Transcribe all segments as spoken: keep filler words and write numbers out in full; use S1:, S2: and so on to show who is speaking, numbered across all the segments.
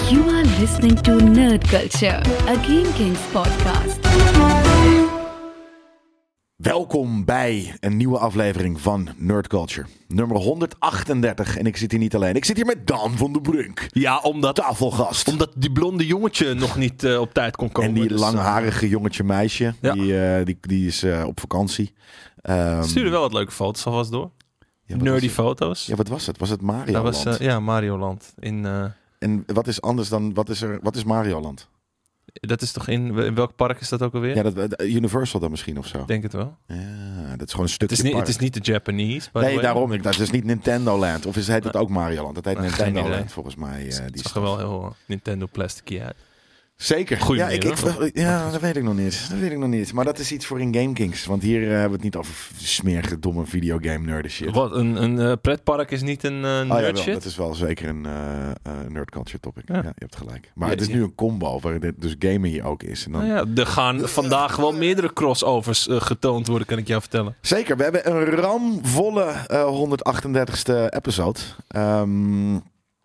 S1: You are listening to Nerd Culture, a Game Kings podcast.
S2: Welkom bij een nieuwe aflevering van Nerd Culture. Nummer honderdachtendertig. En ik zit hier niet alleen. Ik zit hier met Dan van den Brink.
S3: Ja, omdat,
S2: tafelgast.
S3: omdat die blonde jongetje nog niet uh, op tijd kon komen.
S2: En die
S3: dus,
S2: langharige jongetje meisje.
S3: Ja.
S2: Die, uh, die, die is uh, op vakantie. Um,
S3: stuurde wel wat leuke foto's alvast door.
S2: Ja, wat
S3: Nerdy
S2: was het?
S3: foto's.
S2: Ja, wat was het? Was het Mario
S3: Dat was,
S2: Land?
S3: uh, ja, Mario Land. In, uh,
S2: En wat is anders dan... Wat is, er, wat is Mario Land?
S3: dat is toch in... In welk park is dat ook alweer?
S2: Ja, dat, Universal dan misschien of zo.
S3: Ik denk het wel.
S2: Ja, dat is gewoon een stukje
S3: Het is niet,
S2: park.
S3: het is niet de Japanese. by the
S2: Nee,
S3: way.
S2: daarom. Ik, dat is niet Nintendo Land. Of is, heet het ook Mario Land? Dat heet
S3: Nee, geen
S2: Nintendo
S3: idee.
S2: Land volgens mij. Uh,
S3: Het
S2: die
S3: zag
S2: stad.
S3: er wel heel uh, Nintendo plastic uit.
S2: Zeker.
S3: Goeie
S2: ja, ik,
S3: manier,
S2: ik, ja, dat weet ik nog niet. Dat weet ik nog niet. Maar dat is iets voor in Game Kings. Want hier uh, hebben we het niet over smerige, domme videogame nerden shit.
S3: Wat, een, een uh, pretpark is niet een uh, nerd
S2: Oh, ja, wel.
S3: shit?
S2: Dat is wel zeker een uh, uh, nerd culture topic. Ja.
S3: Ja.
S2: ja, je hebt gelijk. Maar
S3: Ja,
S2: het is
S3: ja.
S2: nu een combo waar dit, dus gamen hier ook is. En dan...
S3: Nou ja, er gaan vandaag wel meerdere crossovers uh, getoond worden, kan ik jou vertellen.
S2: Zeker. We hebben een ramvolle uh, honderdachtendertigste episode. Um,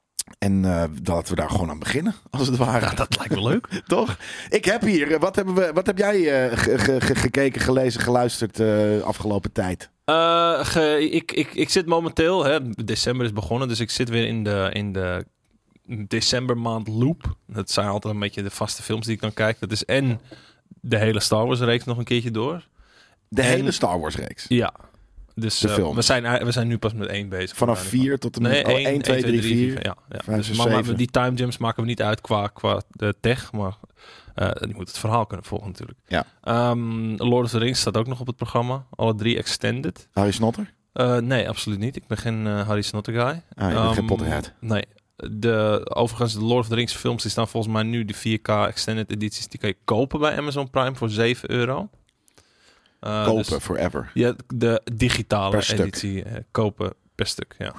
S2: En uh, laten we daar gewoon aan beginnen, als het ware.
S3: Ja, dat lijkt me leuk.
S2: Toch? Ik heb hier, wat, hebben we, wat heb jij uh, ge, ge, ge, gekeken, gelezen, geluisterd uh, afgelopen tijd?
S3: Uh, ge, ik, ik, ik zit momenteel, hè, december is begonnen, dus ik zit weer in de, in de decembermaand loop. Dat zijn altijd een beetje de vaste films die ik dan kijk. Dat is en de hele Star Wars reeks nog een keertje door.
S2: De
S3: en,
S2: hele Star Wars reeks?
S3: Ja. Dus
S2: de
S3: uh,
S2: film.
S3: we, zijn, we zijn nu pas met één bezig.
S2: Vanaf vier tot en met
S3: nee,
S2: oh, één, twee, drie, vier.
S3: Ja, ja.
S2: vijf,
S3: Dus,
S2: zes,
S3: maar, maar
S2: zeven.
S3: die time jumps maken we niet uit qua, qua de tech, maar uh, je moet het verhaal kunnen volgen natuurlijk.
S2: Ja.
S3: Um, Lord of the Rings staat ook nog op het programma. Alle drie extended.
S2: Harry Snotter?
S3: Uh, nee, absoluut niet. Ik ben geen uh, Harry Snotter guy.
S2: Ah, je bent um, geen Potterhead.
S3: Nee. De, overigens, de Lord of the Rings films die staan volgens mij nu de vier K extended edities. Die kan je kopen bij Amazon Prime voor zeven euro. Uh,
S2: kopen,
S3: dus,
S2: forever.
S3: Ja, de digitale
S2: per
S3: editie uh, kopen per stuk, ja.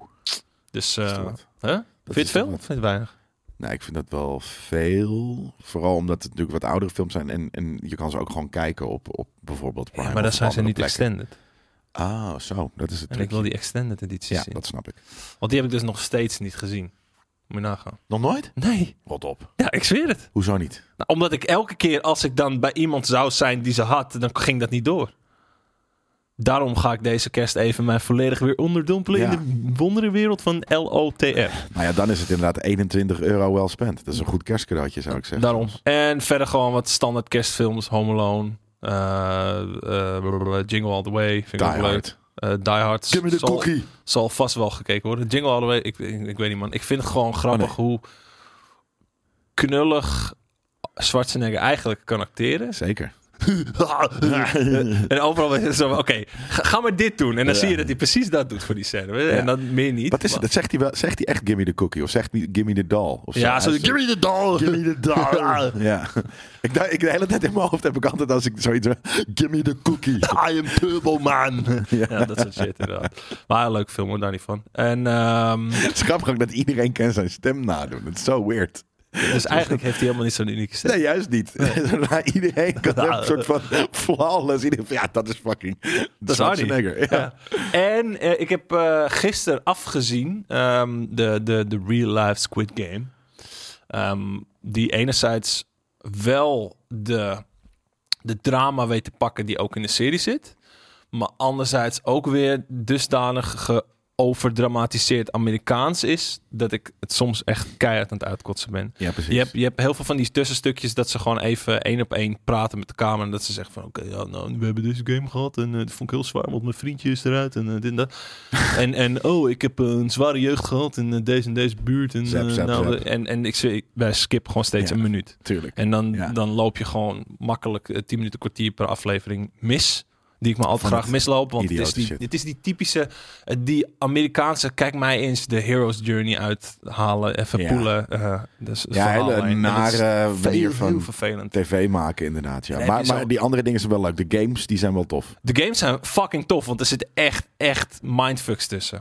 S3: Dus, uh, huh? Vind je het veel of vind je het weinig?
S2: Nee, ik vind dat wel veel. Vooral omdat het natuurlijk wat oudere films zijn. En, en je kan ze ook gewoon kijken op, op bijvoorbeeld Prime.
S3: Ja, maar dan zijn ze niet
S2: plekken.
S3: extended.
S2: Ah, zo. Dat is het
S3: En ik wil die extended edities
S2: ja,
S3: zien.
S2: dat snap ik.
S3: Want die heb ik dus nog steeds niet gezien. Moet je nagaan.
S2: Nog nooit?
S3: Nee.
S2: Rot op.
S3: Ja, ik zweer het.
S2: Hoezo niet?
S3: Nou, omdat ik elke keer als ik dan bij iemand zou zijn die ze had, dan ging dat niet door. Daarom ga ik deze kerst even mij volledig weer onderdompelen
S2: ja.
S3: in de wonderenwereld van L O T R.
S2: Nou ja, dan is het inderdaad eenentwintig euro well spent. Dat is een goed kerstcadeautje, zou ik zeggen.
S3: Daarom. En verder gewoon wat standaard kerstfilms. Home Alone. Uh, uh, Jingle All The Way. Vind ik
S2: Die
S3: ook leuk.
S2: Hard.
S3: Uh, Die Hard.
S2: Give me the
S3: zal,
S2: cookie.
S3: Zal vast wel gekeken worden. Jingle All The Way. Ik, ik, ik weet niet, man. Ik vind het gewoon grappig oh, nee. hoe knullig Schwarzenegger eigenlijk kan acteren.
S2: Zeker.
S3: En overal is het zo, oké, okay, ga, ga maar dit doen. En dan ja. zie je dat hij precies dat doet voor die scène. Ja. En dan meer niet.
S2: Wat is het? Dat zegt hij wel? Zegt hij echt "Give me the cookie" of zegt hij "Give me the doll"? Of
S3: ja, zo,
S2: zo
S3: "Give me the doll,
S2: give me the doll." Ja, ik, ik de hele tijd in mijn hoofd heb ik altijd als ik zoiets, "Give me the cookie."
S3: I am Turbo Man. Ja. ja, dat soort shit inderdaad. Maar een leuk film, hoor, daar niet van. En um,
S2: het is grappig ook dat iedereen kan zijn stem nadoen. Het is zo weird.
S3: Dus eigenlijk heeft hij helemaal niet zo'n unieke stem.
S2: Nee, juist niet. Nee. Iedereen kan nou, een soort van flawless. Iedereen van, ja, dat is fucking
S3: dat
S2: Schwarzenegger.
S3: Ja. Ja. En uh, ik heb uh, gisteren afgezien um, de, de, de real life Squid Game. Um, die enerzijds wel de, de drama weet te pakken die ook in de serie zit. Maar anderzijds ook weer dusdanig ge overdramatiseerd Amerikaans is, dat ik het soms echt keihard aan het uitkotsen ben.
S2: Ja, precies.
S3: Je hebt, je hebt heel veel van die tussenstukjes dat ze gewoon even één op één praten met de kamer en dat ze zeggen van oké, okay, ja, nou, we hebben deze game gehad en uh, dat vond ik heel zwaar, want mijn vriendje is eruit en uh, dit en dat. en, en oh, ik heb uh, een zware jeugd gehad in uh, deze en deze buurt. En,
S2: zap,
S3: uh,
S2: zap,
S3: nou,
S2: zap.
S3: en, en ik, ik wij skip gewoon steeds
S2: ja,
S3: een minuut.
S2: Tuurlijk.
S3: En dan,
S2: ja.
S3: dan loop je gewoon makkelijk uh, tien minuten, kwartier per aflevering mis. Die ik me altijd
S2: Van
S3: graag misloop. Want het is, die,
S2: shit.
S3: het is die typische, die Amerikaanse, kijk mij eens de hero's journey uithalen. Even
S2: ja.
S3: poelen. Uh, dus
S2: ja, hele nare manier van
S3: vervelend.
S2: tv maken inderdaad. Ja.
S3: Nee,
S2: maar,
S3: zo...
S2: maar die andere dingen zijn wel leuk. De games, die zijn wel tof.
S3: De games zijn fucking tof. Want er zitten echt, echt mindfucks tussen.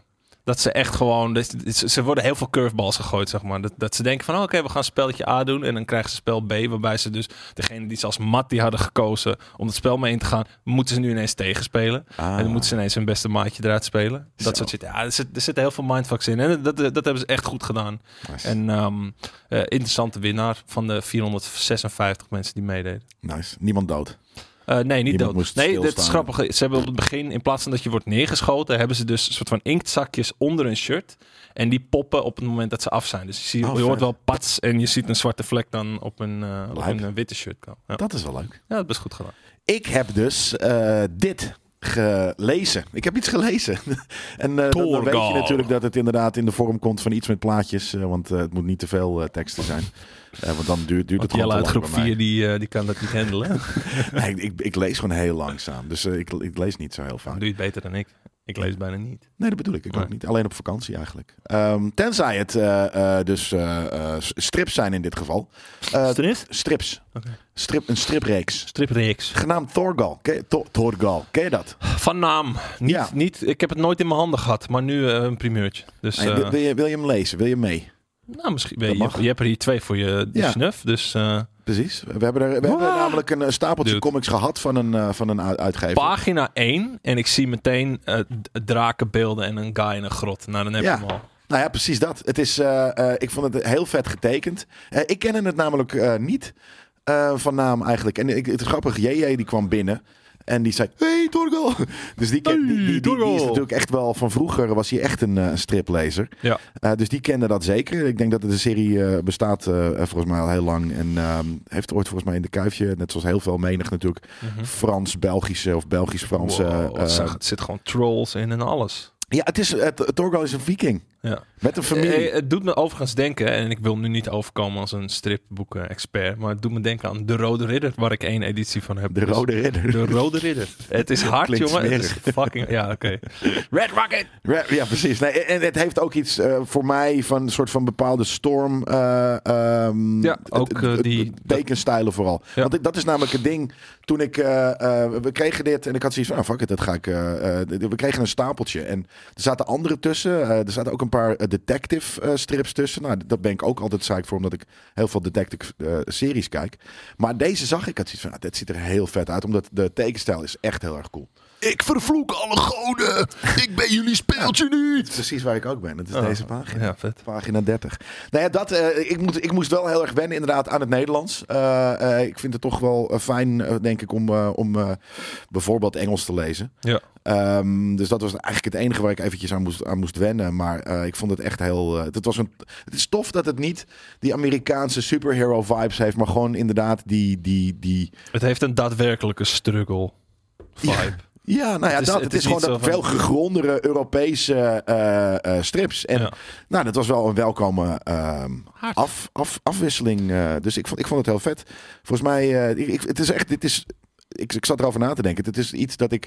S3: Dat ze echt gewoon... Dat, ze worden heel veel curveballs gegooid, zeg maar. Dat, dat ze denken van, oh, oké, okay, we gaan spelletje A doen. En dan krijgen ze spel B, waarbij ze dus... Degene die ze als mat die hadden gekozen om het spel mee in te gaan... moeten ze nu ineens tegenspelen. Ah. En dan moeten ze ineens hun beste maatje eruit spelen. Dat Zo. soort shit. Ja, er, zit, er zitten heel veel mindfucks in. En dat, dat hebben ze echt goed gedaan. Nice. En um, uh, interessante winnaar van de vierhonderdzesenvijftig mensen die meededen.
S2: Nice. Niemand dood.
S3: Uh, nee, niet dood. Nee, dit is grappig. Ze hebben op het begin, in plaats van dat je wordt neergeschoten, hebben ze dus een soort van inktzakjes onder een shirt. En die poppen op het moment dat ze af zijn. Dus je, ziet, oh, je hoort wel pats en je ziet een zwarte vlek dan op een, uh, op een uh, witte shirt. Ja.
S2: Dat is wel leuk.
S3: Ja, dat is best goed gedaan.
S2: Ik heb dus uh, dit gelezen. Ik heb iets gelezen. en uh, dan, dan weet je natuurlijk dat het inderdaad in de vorm komt van iets met plaatjes. Uh, want uh, het moet niet te veel uh, teksten zijn. Uh, want dan duurt, duurt
S3: want
S2: het gewoon
S3: te lang. Jelle uit groep vier, die, uh, die kan dat niet handelen.
S2: nee, ik, ik lees gewoon heel langzaam. Dus uh, ik, ik lees niet zo heel vaak.
S3: Dan doe je het beter dan ik. Ik lees bijna niet.
S2: Nee, dat bedoel ik. Ik nee. ook niet. Alleen op vakantie eigenlijk. Um, tenzij het uh, uh, dus uh, uh, strips zijn in dit geval. Uh,
S3: strips?
S2: Strips.
S3: Okay.
S2: Strip, een stripreeks.
S3: Stripreeks.
S2: Genaamd Torgal. Ken je, Tor- Torgal. Ken je dat?
S3: Van naam. Niet, ja. niet, ik heb het nooit in mijn handen gehad, maar nu uh, een primeurtje. Dus,
S2: nee, wil, wil, je, wil je hem lezen? Wil je mee?
S3: Nou, misschien. Je, je, je hebt er hier twee voor je ja. snuf. Dus, uh...
S2: Precies. We hebben er, we hebben er namelijk een stapeltje Dude. comics gehad van een, uh, van een uitgever.
S3: Pagina één. En ik zie meteen uh, drakenbeelden en een guy in een grot. Nou, dan heb je
S2: ja.
S3: hem al.
S2: Nou ja, precies dat. Het is, uh, uh, ik vond het heel vet getekend. Uh, ik kende het namelijk uh, niet uh, van naam eigenlijk. En ik, het is grappig, J J die kwam binnen. En die zei, hey Torgal. Dus die, ken, die, die, die, die, die is natuurlijk echt wel van vroeger was hij echt een uh, striplezer.
S3: Ja.
S2: Uh, dus die kende dat zeker. Ik denk dat de serie uh, bestaat uh, volgens mij al heel lang. En uh, heeft ooit volgens mij in de Kuifje, net zoals heel veel menig natuurlijk, mm-hmm. Frans-Belgische of Belgisch-Franse.
S3: Wow, uh, zag, het zit gewoon trolls in en alles.
S2: Ja, het is, het, Torgal is een viking.
S3: Ja.
S2: Met een familie.
S3: Eh, het doet me overigens denken, en ik wil nu niet overkomen als een stripboeken-expert, maar het doet me denken aan De Rode Ridder, waar ik één editie van heb.
S2: De dus Rode Ridder.
S3: De Rode Ridder. Het is hard, jongen.
S2: Smerig.
S3: Het is fucking... Ja, oké. Okay. Red Rocket!
S2: Red, ja, precies. Nee, en het heeft ook iets uh, voor mij van een soort van bepaalde storm. Uh, um,
S3: ja, ook uh, die...
S2: tekenstijlen vooral. Ja. Want ik, dat is namelijk het ding. Toen ik... Uh, uh, we kregen dit en ik had zoiets van, oh, fuck it, dat ga ik... Uh, uh, we kregen een stapeltje. En er zaten andere tussen. Uh, er zaten ook een paar uh, detective uh, strips tussen. Nou, dat ben ik ook altijd psyched voor, omdat ik heel veel detective uh, series kijk. Maar deze zag ik, had zoiets van, nou, dit ziet er heel vet uit, omdat de tekenstijl is echt heel erg cool. Ik vervloek alle goden. Ik ben jullie speeltje ja, niet. Precies waar ik ook ben. Dat is oh, deze pagina.
S3: Ja, vet.
S2: Pagina dertig. Nou ja, dat, uh, ik, moet, ik moest wel heel erg wennen inderdaad aan het Nederlands. Uh, uh, ik vind het toch wel uh, fijn, uh, denk ik, om, uh, om uh, bijvoorbeeld Engels te lezen.
S3: Ja.
S2: Um, dus dat was eigenlijk het enige waar ik eventjes aan moest, aan moest wennen. Maar uh, ik vond het echt heel... Uh, het, was een, het is tof dat het niet die Amerikaanse superhero vibes heeft, maar gewoon inderdaad die... die, die...
S3: Het heeft een daadwerkelijke struggle vibe.
S2: Ja. Ja, nou ja, het is, dat. Het, het is, is gewoon dat van... veel gegrondere Europese uh, uh, strips. En ja. nou, dat was wel een welkome uh, af, af, afwisseling. Uh, dus ik vond, ik vond het heel vet. Volgens mij, uh, ik, het is echt, dit is, ik, ik zat erover na te denken. Het is iets dat ik,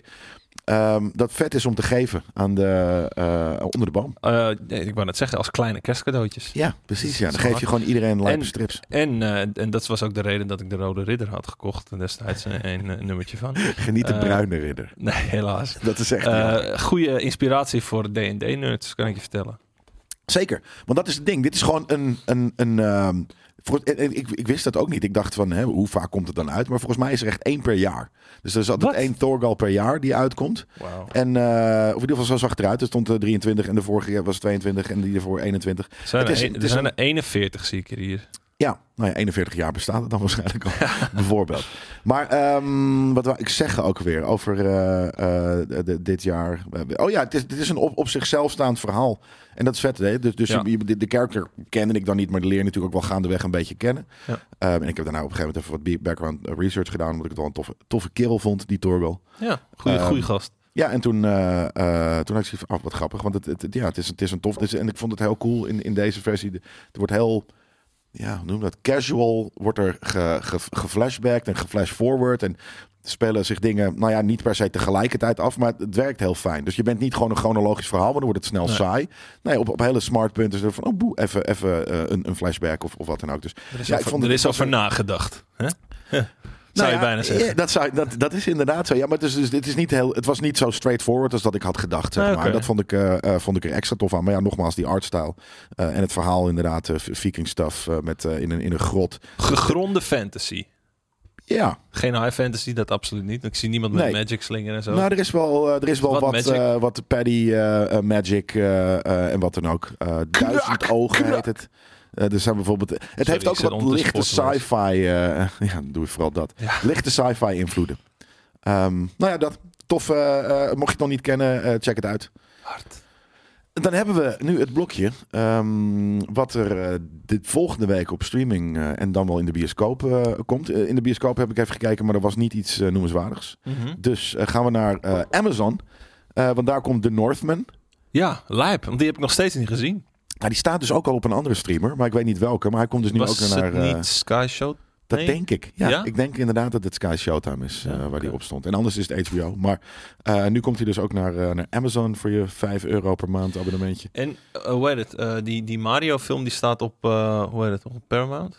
S2: um, dat vet is om te geven aan de, uh, onder de boom.
S3: Uh, nee, ik wou net zeggen, als kleine kerstcadeautjes.
S2: Ja, precies. Ja. Dan geef je gewoon iedereen een lijpe strips.
S3: En, uh, en dat was ook de reden dat ik de Rode Ridder had gekocht. En destijds een, een, een nummertje van.
S2: Geniet de uh, bruine ridder.
S3: Nee, helaas.
S2: Dat is echt...
S3: Uh, goede inspiratie voor D en D-nerds, kan ik je vertellen.
S2: Zeker. Want dat is het ding. Dit is gewoon een... een, een um, voor, ik, ik wist dat ook niet. Ik dacht van, hè, hoe vaak komt het dan uit? Maar volgens mij is er echt één per jaar. Dus er is altijd What? één Torgal per jaar die uitkomt.
S3: Wow.
S2: En uh, of in ieder geval zo zag het eruit. Er stond uh, drieëntwintig en de vorige was tweeëntwintig en die ervoor eenentwintig.
S3: Zijn
S2: het is,
S3: er, het is er zijn er eenenveertig zie ik hier.
S2: Ja, nou ja, eenenveertig jaar bestaat het dan waarschijnlijk al, bijvoorbeeld. Maar um, wat wou ik zeggen ook weer over uh, uh, de, dit jaar. Oh ja, het is, het is een op, op zichzelf staand verhaal. En dat is vet, hè? Dus, dus ja. je, de, de character kende ik dan niet, maar de leer natuurlijk ook wel gaandeweg een beetje kennen. Ja. Um, en ik heb daarna op een gegeven moment even wat background research gedaan, omdat ik het wel een toffe, toffe kerel vond, die Torgal.
S3: Ja, goede um, gast.
S2: Ja, en toen, uh, uh, toen had ik zoiets van, oh, wat grappig, want het, het, ja, het, is, het is een tof. Het is, en ik vond het heel cool in, in deze versie. Er wordt heel... Ja, hoe noem dat? Casual wordt er ge, ge, geflashbacked en geflashforward. En spelen zich dingen, nou ja, niet per se tegelijkertijd af. Maar het werkt heel fijn. Dus je bent niet gewoon een chronologisch verhaal, want dan wordt het snel nee. saai. Nee, op, op hele smart punten is er van, oh boe, even, even uh, een, een flashback of, of wat dan ook. Dus,
S3: er is
S2: ja,
S3: over,
S2: ik vond
S3: er
S2: het,
S3: is over een... nagedacht. Hè? Ja. Zou
S2: Nou
S3: je
S2: ja,
S3: bijna zeggen.
S2: ja, Dat, zou, dat, dat is inderdaad zo. Ja, maar het, is, dus, het, is niet heel, het was niet zo straightforward als dat ik had gedacht. Zeg
S3: Ah,
S2: maar.
S3: oké.
S2: Dat vond ik, uh, uh, vond ik er extra tof aan. Maar ja, nogmaals, die artstyle uh, en het verhaal inderdaad, uh, viking stuff uh, met, uh, in, een, in een grot.
S3: Gegronde fantasy.
S2: Ja.
S3: Geen high fantasy, dat absoluut niet. Ik zie niemand met
S2: Nee.
S3: magic slingen en zo.
S2: Nou, er is wel, uh, er is wel
S3: Wat
S2: wat,
S3: magic?
S2: uh, wat paddy, uh, uh, magic uh, uh, en wat dan ook. Uh, duizend
S3: Krak,
S2: ogen
S3: krak.
S2: heet het. Uh, er zijn bijvoorbeeld. Het
S3: Sorry,
S2: heeft ook
S3: ik zit
S2: wat
S3: ondertussen
S2: lichte
S3: voor te lezen.
S2: sci-fi. Uh, ja, dan doe je vooral dat.
S3: Ja.
S2: Lichte sci-fi invloeden. Um, nou ja, dat. Tof. Uh, uh, mocht je het nog niet kennen, uh, check het uit.
S3: Hard.
S2: Dan hebben we nu het blokje. Um, wat er uh, dit volgende week op streaming uh, en dan wel in de bioscoop uh, komt. Uh, in de bioscoop heb ik even gekeken, maar er was niet iets uh, noemenswaardigs.
S3: Mhm.
S2: Dus uh, gaan we naar uh, Amazon. Uh, want daar komt The Northman.
S3: Ja, lijp. Want die heb ik nog steeds niet gezien.
S2: Nou, die staat dus ook al op een andere streamer, maar ik weet niet welke. Maar hij komt dus nu
S3: Was
S2: ook naar...
S3: het
S2: uh,
S3: niet Sky Show?
S2: dat
S3: Nee?
S2: denk ik. Ja,
S3: Ja?
S2: ik denk inderdaad dat het Sky Showtime is uh,
S3: Ja,
S2: waar
S3: oké.
S2: die op stond. En anders is het H B O. Maar uh, nu komt hij dus ook naar, uh, naar Amazon voor je vijf euro per maand abonnementje.
S3: En uh, hoe heet het? Uh, die, die Mario film die staat op, uh, hoe heet het? Op Paramount?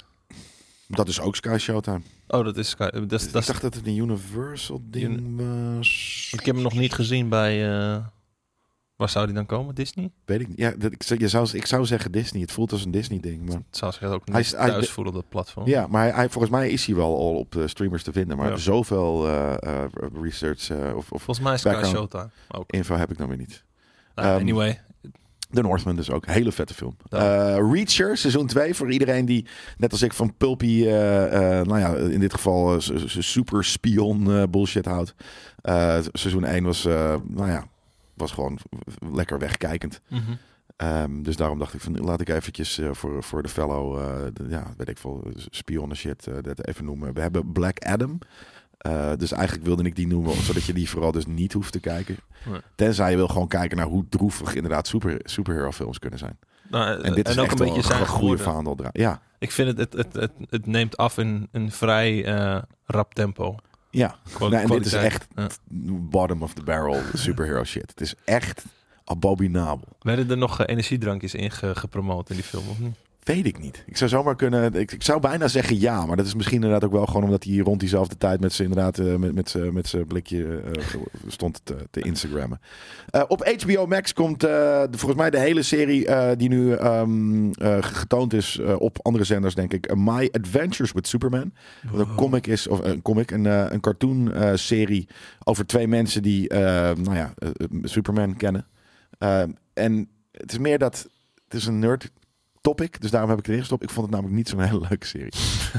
S2: Dat is ook Sky Showtime.
S3: Oh, dat is Sky. Dat is,
S2: ik
S3: dat is,
S2: dacht dat het een Universal ding was.
S3: ik heb hem nog niet gezien bij... Uh, waar zou die dan komen? Disney?
S2: Weet ik niet. Ja, dat, ik, zou- je zou, ik zou zeggen Disney. Het voelt als een Disney ding. Maar...
S3: Het zou zich ook
S2: Hij
S3: niet
S2: is- hij-
S3: thuis voelen op dat platform.
S2: Ja, maar hij, hij, volgens mij is hij wel al op de streamers te vinden. Maar
S3: Ja.
S2: zoveel uh, uh, research uh, of, of
S3: Volgens mij is Sky
S2: Background.
S3: Showtime ook.
S2: info heb ik dan weer niet.
S3: Nou,
S2: Um,
S3: anyway.
S2: The Northman dus ook. Hele vette film.
S3: Ja.
S2: Uh, Reacher, seizoen twee. Voor iedereen die, net als ik, van pulpy, uh, uh, nou ja, in dit geval uh, s- s- super spion uh, bullshit houdt. Uh, seizoen één was, uh, nou ja, was gewoon lekker wegkijkend.
S3: Mhm.
S2: Um, dus daarom dacht ik van, laat ik eventjes uh, voor, voor de fellow, uh, de, ja, weet ik veel, spionnen shit, uh, dat even noemen. We hebben Black Adam. Uh, dus eigenlijk wilde ik die noemen, zodat je die vooral dus niet hoeft te kijken.
S3: Nee.
S2: Tenzij je wil gewoon kijken naar hoe droevig inderdaad super, superhero films kunnen zijn.
S3: Nou,
S2: En dit is
S3: ook
S2: echt
S3: een
S2: wel
S3: beetje
S2: een
S3: zijn
S2: goede
S3: geworden.
S2: vaandeldra- Ja,
S3: Ik vind het, het, het, het, het neemt af in een vrij uh, rap tempo.
S2: ja.
S3: Qua-
S2: Nee, en dit is
S3: kwaliteit.
S2: echt
S3: Ja.
S2: bottom of the barrel superhero shit. Het is echt abominabel.
S3: Werden er nog uh, energiedrankjes in ge- gepromoot in die film, of niet?
S2: Weet ik niet. Ik zou zomaar kunnen. Ik, ik zou bijna zeggen ja, maar dat is misschien inderdaad ook wel gewoon omdat hij rond diezelfde tijd met zijn inderdaad uh, met, met, z'n- met zijn blikje uh, stond te, te Instagrammen. Uh, op H B O Max komt uh, de, volgens mij de hele serie uh, die nu um, uh, getoond is uh, op andere zenders, denk ik. Uh, My Adventures with Superman. Wat een comic is, of uh, een comic, een, uh, een cartoon uh, serie over twee mensen die, uh, nou ja, uh, Superman kennen. Uh, en het is meer dat het is een nerd topic, dus daarom heb ik erin gestopt. Ik vond het namelijk niet zo'n hele leuke serie.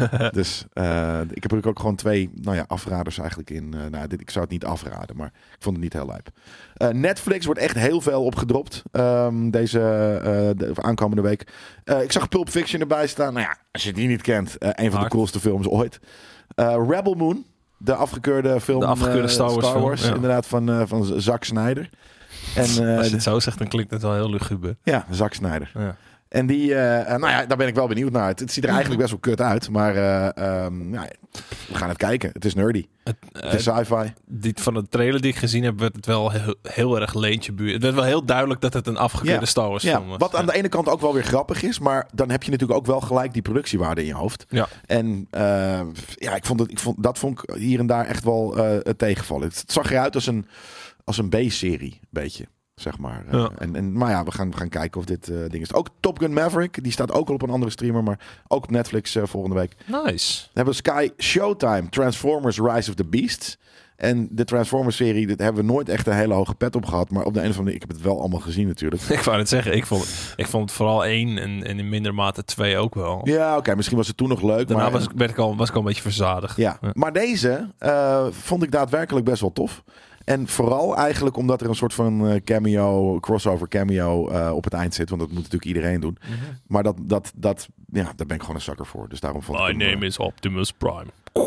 S2: dus uh, ik heb er ook gewoon twee, nou ja, afraders eigenlijk in. Uh, nou, dit, ik zou het niet afraden, maar ik vond het niet heel lijp. Uh, Netflix wordt echt heel veel opgedropt um, deze uh, de aankomende week. Uh, ik zag Pulp Fiction erbij staan. Nou ja, als je die niet kent, uh, een van
S3: Hard.
S2: de coolste films ooit. Uh, Rebel Moon, de afgekeurde film.
S3: De afgekeurde
S2: uh,
S3: Star Wars film, ja.
S2: inderdaad, van, uh, van Zack Snyder. En, uh,
S3: Als je het zo zegt, dan klinkt het wel heel luguber.
S2: ja, Zack Snyder.
S3: Ja.
S2: En die, uh, nou ja, daar ben ik wel benieuwd naar. Het, het ziet er eigenlijk best wel kut uit, maar uh, um, ja, we gaan het kijken. Het is nerdy.
S3: Het,
S2: Het is
S3: uh,
S2: sci-fi.
S3: dit, van de trailer die ik gezien heb, werd het wel heel, heel erg leentje buurt. Het werd wel heel duidelijk dat het een afgekeurde
S2: Ja.
S3: Star Wars
S2: Ja,
S3: film was.
S2: wat aan
S3: Ja.
S2: de ene kant ook wel weer grappig is, maar dan heb je natuurlijk ook wel gelijk die productiewaarde in je hoofd.
S3: Ja.
S2: En uh, ja, ik vond het, ik vond, dat vond ik hier en daar echt wel uh, tegenvallen. Het zag eruit als een, als een B-serie, beetje. Zeg maar. Uh,
S3: Ja.
S2: en, en, maar ja, we gaan, we gaan kijken of dit uh, ding is. Ook Top Gun Maverick, die staat ook al op een andere streamer, maar ook op Netflix uh, volgende week.
S3: Nice.
S2: Dan hebben we Sky Showtime, Transformers Rise of the Beasts. En de Transformers-serie, dat hebben we nooit echt een hele hoge pet op gehad. Maar op de een of andere manier, ik heb het wel allemaal gezien natuurlijk.
S3: Ik wou het zeggen, ik vond, het- ik vond het vooral één en, en in minder mate twee ook wel.
S2: Ja, oké, misschien was het toen nog leuk.
S3: Daarna
S2: maar,
S3: was, ik- werd ik al, was ik al een beetje verzadigd.
S2: ja.
S3: Ja.
S2: maar deze uh, vond ik daadwerkelijk best wel tof. En vooral eigenlijk omdat er een soort van uh, cameo, crossover cameo uh, op het eind zit. Want dat moet natuurlijk iedereen doen.
S3: Mhm.
S2: Maar dat, dat, dat, ja, daar ben ik gewoon een sucker voor. Dus daarom vond
S3: My
S2: ik hem, uh,
S3: name is Optimus Prime.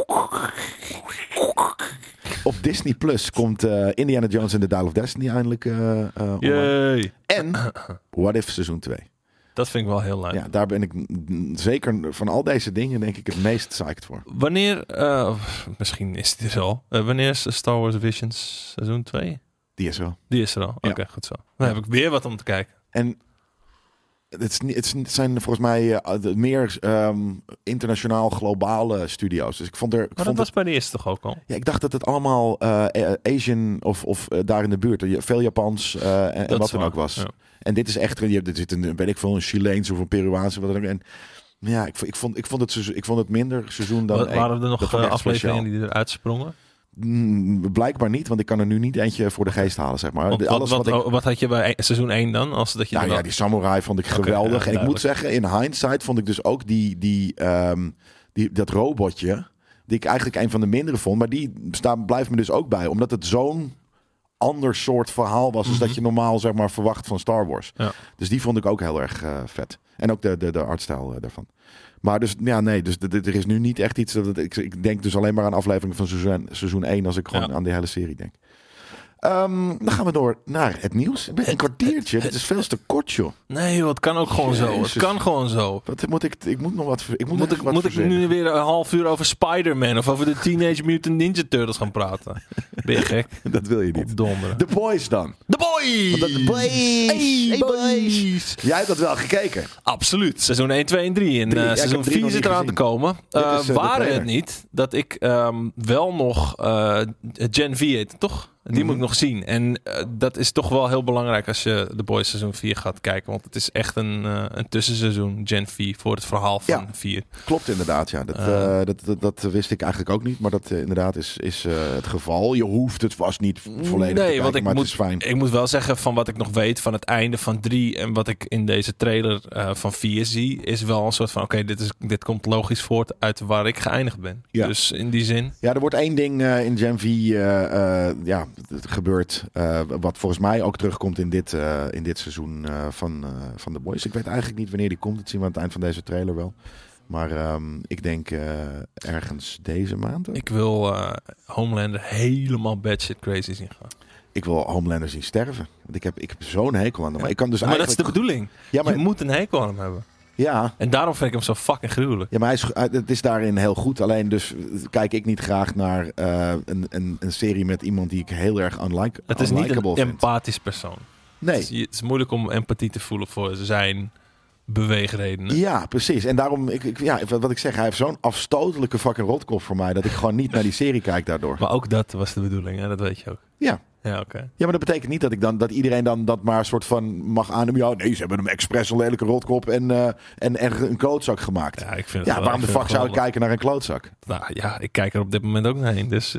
S2: Op Disney Plus komt uh, Indiana Jones en the Dial of Destiny eindelijk uh, uh, online.
S3: Yay.
S2: En What If seizoen twee.
S3: Dat vind ik wel heel leuk.
S2: Ja, daar ben ik n- zeker van al deze dingen denk ik het meest psyched voor.
S3: Wanneer, uh, misschien is het er al, uh, wanneer is Star Wars Visions seizoen twee?
S2: Die is wel.
S3: Die is er al. Oké,
S2: Ja.
S3: goed zo. Dan heb ik weer wat om te kijken.
S2: En Het, is niet, het, is, het zijn volgens mij uh, meer um, internationaal globale studio's. Dus ik vond er. Ik
S3: maar dat
S2: vond
S3: was
S2: het,
S3: bij de eerste toch ook al?
S2: Ja, ik dacht dat het allemaal uh, Asian of, of uh, daar in de buurt, veel Japans uh, en, en wat dan ook was. Ja. En dit is echt, je hebt, er zit een, weet ik veel, een Chileens of een Peruaanse wat dan ook. En ja, ik, ik, vond, ik, vond het seizoen, ik vond het minder seizoen dan.
S3: Wat, waren er nog uh, afleveringen
S2: speciaal.
S3: die eruit sprongen?
S2: Mm, blijkbaar niet, want ik kan er nu niet eentje voor de geest halen, zeg maar.
S3: Want,
S2: Alles
S3: wat,
S2: wat,
S3: wat,
S2: ik,
S3: wat had je bij seizoen één dan? Als dat je
S2: nou,
S3: wel...
S2: ja, die samurai vond ik
S3: okay,
S2: geweldig.
S3: ja,
S2: en ik moet zeggen, in hindsight vond ik dus ook die, die, um, die, dat robotje, die ik eigenlijk een van de mindere vond, maar die staat, blijft me dus ook bij. Omdat het zo'n ander soort verhaal was, mm-hmm. als dat je normaal zeg maar verwacht van Star Wars. Ja. Dus die vond ik ook heel erg uh, vet. En ook de, de, de artstijl uh, daarvan. Maar dus, ja, nee, dus d- d- er is nu niet echt iets. Dat ik, ik denk dus alleen maar aan afleveringen van seizoen, seizoen één als ik gewoon ja. aan die hele serie denk. Um, dan gaan we door naar het nieuws. Een kwartiertje, dit is veel te kort, joh.
S3: Nee, joh, het kan ook gewoon Jezus. zo. Het kan gewoon zo.
S2: Wat moet ik? Ik moet nog wat. Ik moet,
S3: moet ik,
S2: wat
S3: moet ik nu weer een half uur over Spider-Man of over de Teenage Mutant Ninja Turtles gaan praten? Ben je gek?
S2: Dat wil je niet.
S3: Donderen.
S2: The Boys dan.
S3: The Boys!
S2: The Boys!
S3: Hey, hey boys!
S2: Jij hebt dat wel gekeken?
S3: Absoluut. Seizoen één, twee en drie. En drie. Uh, ja, seizoen vier zit eraan te komen. Uh, is, uh, waren het niet dat ik um, wel nog uh, Gen V heet, toch? Die mm-hmm. moet ik nog zien. En uh, dat is toch wel heel belangrijk als je The Boys seizoen vier gaat kijken. Want het is echt een, uh, een tussenseizoen, Gen vier, voor het verhaal van
S2: ja,
S3: vier.
S2: Klopt inderdaad, ja. Dat, uh, uh, dat, dat, dat wist ik eigenlijk ook niet. Maar dat uh, inderdaad is, is uh, het geval. Je hoeft het vast niet volledig nee, te kijken, want ik maar moet, het is fijn.
S3: Ik moet wel zeggen, van wat ik nog weet van het einde van drie... en wat ik in deze trailer uh, van vier zie... is wel een soort van, oké, okay, dit, is, dit komt logisch voort uit waar ik geëindigd ben. Ja. Dus in die zin...
S2: Ja, er wordt één ding uh, in Gen vier uh, uh, ja, het gebeurt... Uh, wat volgens mij ook terugkomt in dit, uh, in dit seizoen uh, van, uh, van The Boys. Ik weet eigenlijk niet wanneer die komt. Dat zien we aan het eind van deze trailer wel. Maar um, ik denk uh, ergens deze maand. Ook.
S3: Ik wil uh, Homelander helemaal batshit crazy zien gaan.
S2: Ik wil Homelander zien sterven. Want ik heb, ik heb zo'n hekel aan hem.
S3: Ja.
S2: Maar, ik kan dus
S3: maar
S2: eigenlijk...
S3: dat is de bedoeling. Ja, maar... Je moet een hekel aan hem hebben.
S2: Ja.
S3: En daarom vind ik hem zo fucking gruwelijk.
S2: Ja, maar hij is, het is daarin heel goed. Alleen dus kijk ik niet graag naar uh, een, een, een serie met iemand die ik heel erg unlike,
S3: het is niet een
S2: vind.
S3: empathisch persoon.
S2: Nee.
S3: Het is, het is moeilijk om empathie te voelen voor zijn beweegredenen.
S2: Ja, precies. En daarom, ik, ik, ja, wat ik zeg, hij heeft zo'n afstotelijke fucking rotkop voor mij dat ik gewoon niet naar die serie kijk daardoor.
S3: Maar ook dat was de bedoeling, hè? Dat weet je ook.
S2: Ja.
S3: Ja, oké. Okay.
S2: Ja, maar dat betekent niet dat ik dan dat iedereen dan dat maar een soort van mag aannemen. Ja, nee, ze hebben hem expres een lelijke rotkop en, uh, en, en een klootzak gemaakt.
S3: Ja, ik vind het
S2: ja
S3: wel,
S2: waarom de fuck zou ik kijken naar een klootzak?
S3: Nou ja, ik kijk er op dit moment ook naar heen. Dus.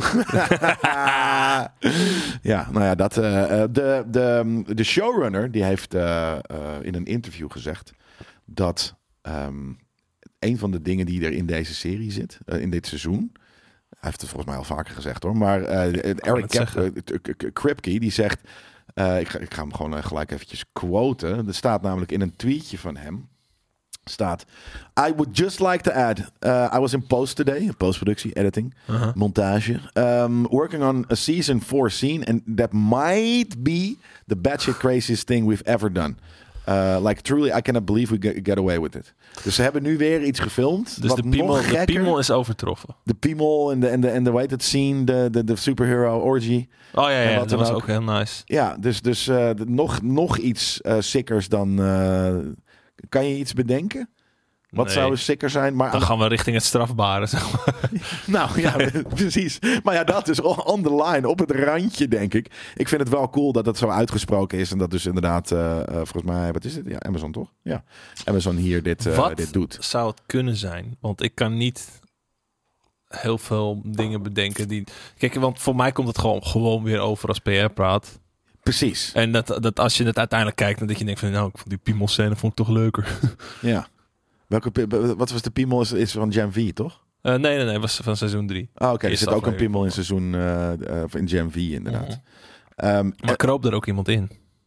S2: Ja, nou ja, dat. Uh, de, de, de showrunner die heeft uh, uh, in een interview gezegd dat um, een van de dingen die er in deze serie zit, uh, in dit seizoen. Hij heeft het volgens mij al vaker gezegd hoor. Maar uh, Eric Cap- uh, Kripke die zegt... Uh, ik, ga, ik ga hem gewoon uh, gelijk eventjes quoten. Er staat namelijk in een tweetje van hem... staat... I would just like to add... Uh, I was in post today. Postproductie, editing, uh-huh. montage. Um, working on a season four scene. And that might be the batshit craziest thing we've ever done. Uh, like truly, I cannot believe we get, get away with it. Dus ze hebben nu weer iets gefilmd.
S3: Dus
S2: wat
S3: de, piemel,
S2: nog
S3: de piemel is overtroffen.
S2: De piemel en de en de en de hoe heet het scene, de de de superhero orgy.
S3: Oh ja, ja, dat was ook. ook heel nice.
S2: Ja, dus dus uh, nog nog iets uh, sickers dan. Uh, kan je iets bedenken? Wat
S3: nee.
S2: zou sicker zijn? Maar
S3: dan gaan we richting het strafbare, zeg maar.
S2: Nou ja, precies. Maar ja, dat is on the line, op het randje, denk ik. Ik vind het wel cool dat dat zo uitgesproken is. En dat dus inderdaad, uh, uh, volgens mij, wat is het? Ja, Amazon toch? Ja, Amazon hier dit, uh,
S3: wat
S2: dit doet.
S3: Zou het kunnen zijn? Want ik kan niet heel veel dingen bedenken die... Kijk, want voor mij komt het gewoon, gewoon weer over als P R-praat.
S2: Precies.
S3: En dat, dat als je het uiteindelijk kijkt, dan dat je denkt van, nou, ik vond die piemelscène vond ik toch leuker.
S2: Ja. Welke, wat was de piemel? Is, is van Gen V, toch?
S3: Uh, nee, nee, nee. Was van seizoen drie.
S2: Ah, oké. Okay. Er zit ook een piemel in seizoen... Uh, uh, in Gen V, inderdaad.
S3: Mm-hmm. Um, maar kroop er ook iemand in?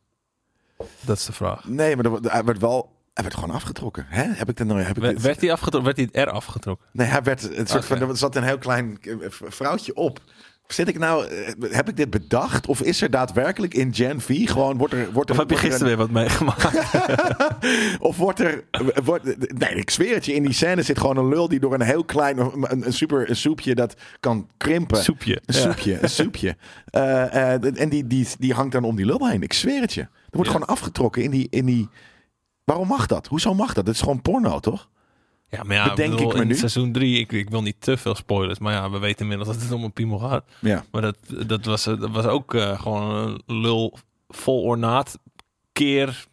S3: Dat is de vraag.
S2: Nee, maar er, hij werd wel... Hij werd gewoon afgetrokken. Hè? Heb ik er nou... Heb ik
S3: werd, werd hij afgetrokken? Werd hij er afgetrokken?
S2: Nee, hij werd... Het soort okay. van, er zat een heel klein vrouwtje op. Zit ik nou, heb ik dit bedacht? Of is er daadwerkelijk in Gen V gewoon wordt er wordt er
S3: Of heb je gisteren een... weer wat meegemaakt?
S2: Of wordt er wordt, nee, ik zweer het je, in die scène zit gewoon een lul die door een heel klein een, een super een soepje dat kan krimpen.
S3: Soepje.
S2: Een soepje, ja. een soepje. Uh, uh, en die, die die hangt dan om die lul heen. Ik zweer het je. Er wordt ja. gewoon afgetrokken in die in die Waarom mag dat? Hoezo mag dat? Het is gewoon porno, toch?
S3: Ja, maar ja,
S2: Bedenk
S3: bedoel,
S2: ik me
S3: in
S2: nu.
S3: seizoen drie, ik, ik wil niet te veel spoilers, maar ja, we weten inmiddels dat het om een piemel gaat.
S2: Ja.
S3: Maar dat, dat, was, dat was ook uh, gewoon een lul vol ornaat keer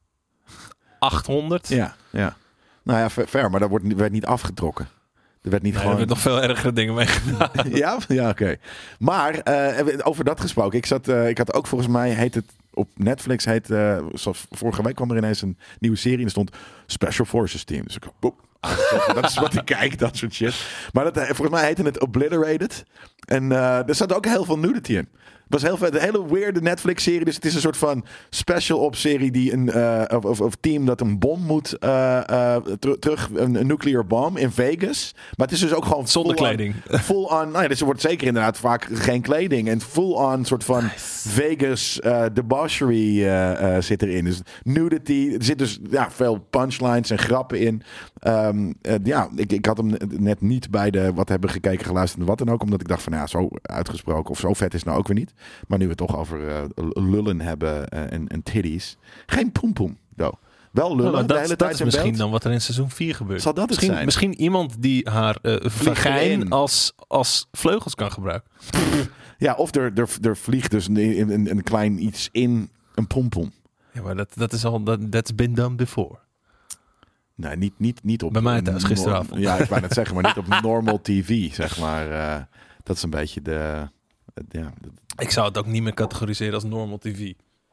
S3: achthonderd.
S2: Ja, ja. Nou ja, ver, maar dat wordt, werd niet afgetrokken. Er werd niet
S3: Nee,
S2: gewoon...
S3: er werd nog veel ergere dingen mee gedaan.
S2: ja, ja oké. Okay. Maar uh, over dat gesproken. Ik, zat, uh, ik had ook volgens mij, heet het op Netflix, heet, uh, zoals vorige week kwam er ineens een nieuwe serie en er stond Special Forces Team. Dus ik boep, dat is wat ik kijk, dat soort shit. Maar dat, volgens mij heette het Obliterated. En uh, er zat ook heel veel nudity in. Het was heel vet, een hele weirde Netflix-serie. Dus het is een soort van special op-serie die een uh, of, of, of team dat een bom moet uh, uh, ter- terug een, een nuclear bom in Vegas. Maar het is dus ook gewoon
S3: zonder
S2: full
S3: kleding.
S2: On, full on. Nou ja, dus er wordt zeker inderdaad vaak geen kleding en full on soort van
S3: Nice.
S2: Vegas uh, debauchery uh, uh, zit erin. Dus nudity, er zit dus ja veel punchlines en grappen in. Um, uh, ja, ik, ik had hem net niet bij de wat hebben gekeken, geluisterd en wat dan ook, omdat ik dacht van ja, zo uitgesproken of zo vet is het nou ook weer niet. Maar nu we het toch over uh, lullen hebben uh, en, en titties. Geen poempoem, though. Wel lullen,
S3: Nou,
S2: de
S3: dat,
S2: hele
S3: dat
S2: tijd
S3: is
S2: in
S3: misschien
S2: beeld.
S3: dan wat er in seizoen vier gebeurt.
S2: Zal dat het
S3: misschien,
S2: zijn?
S3: Misschien iemand die haar uh, vagijn
S2: erin.
S3: als, als vleugels kan gebruiken.
S2: Ja, of er, er, er vliegt dus een, een, een klein iets in een pompom.
S3: Ja, maar dat, dat is al, dat that's been done before.
S2: Nee, niet, niet, niet op...
S3: Bij mij thuis,
S2: nor-
S3: gisteravond.
S2: Ja, ik wou net zeggen, maar niet op normal T V, zeg maar. Uh, dat is een beetje de... het, ja, de-
S3: Ik zou het ook niet meer categoriseren als normal T V.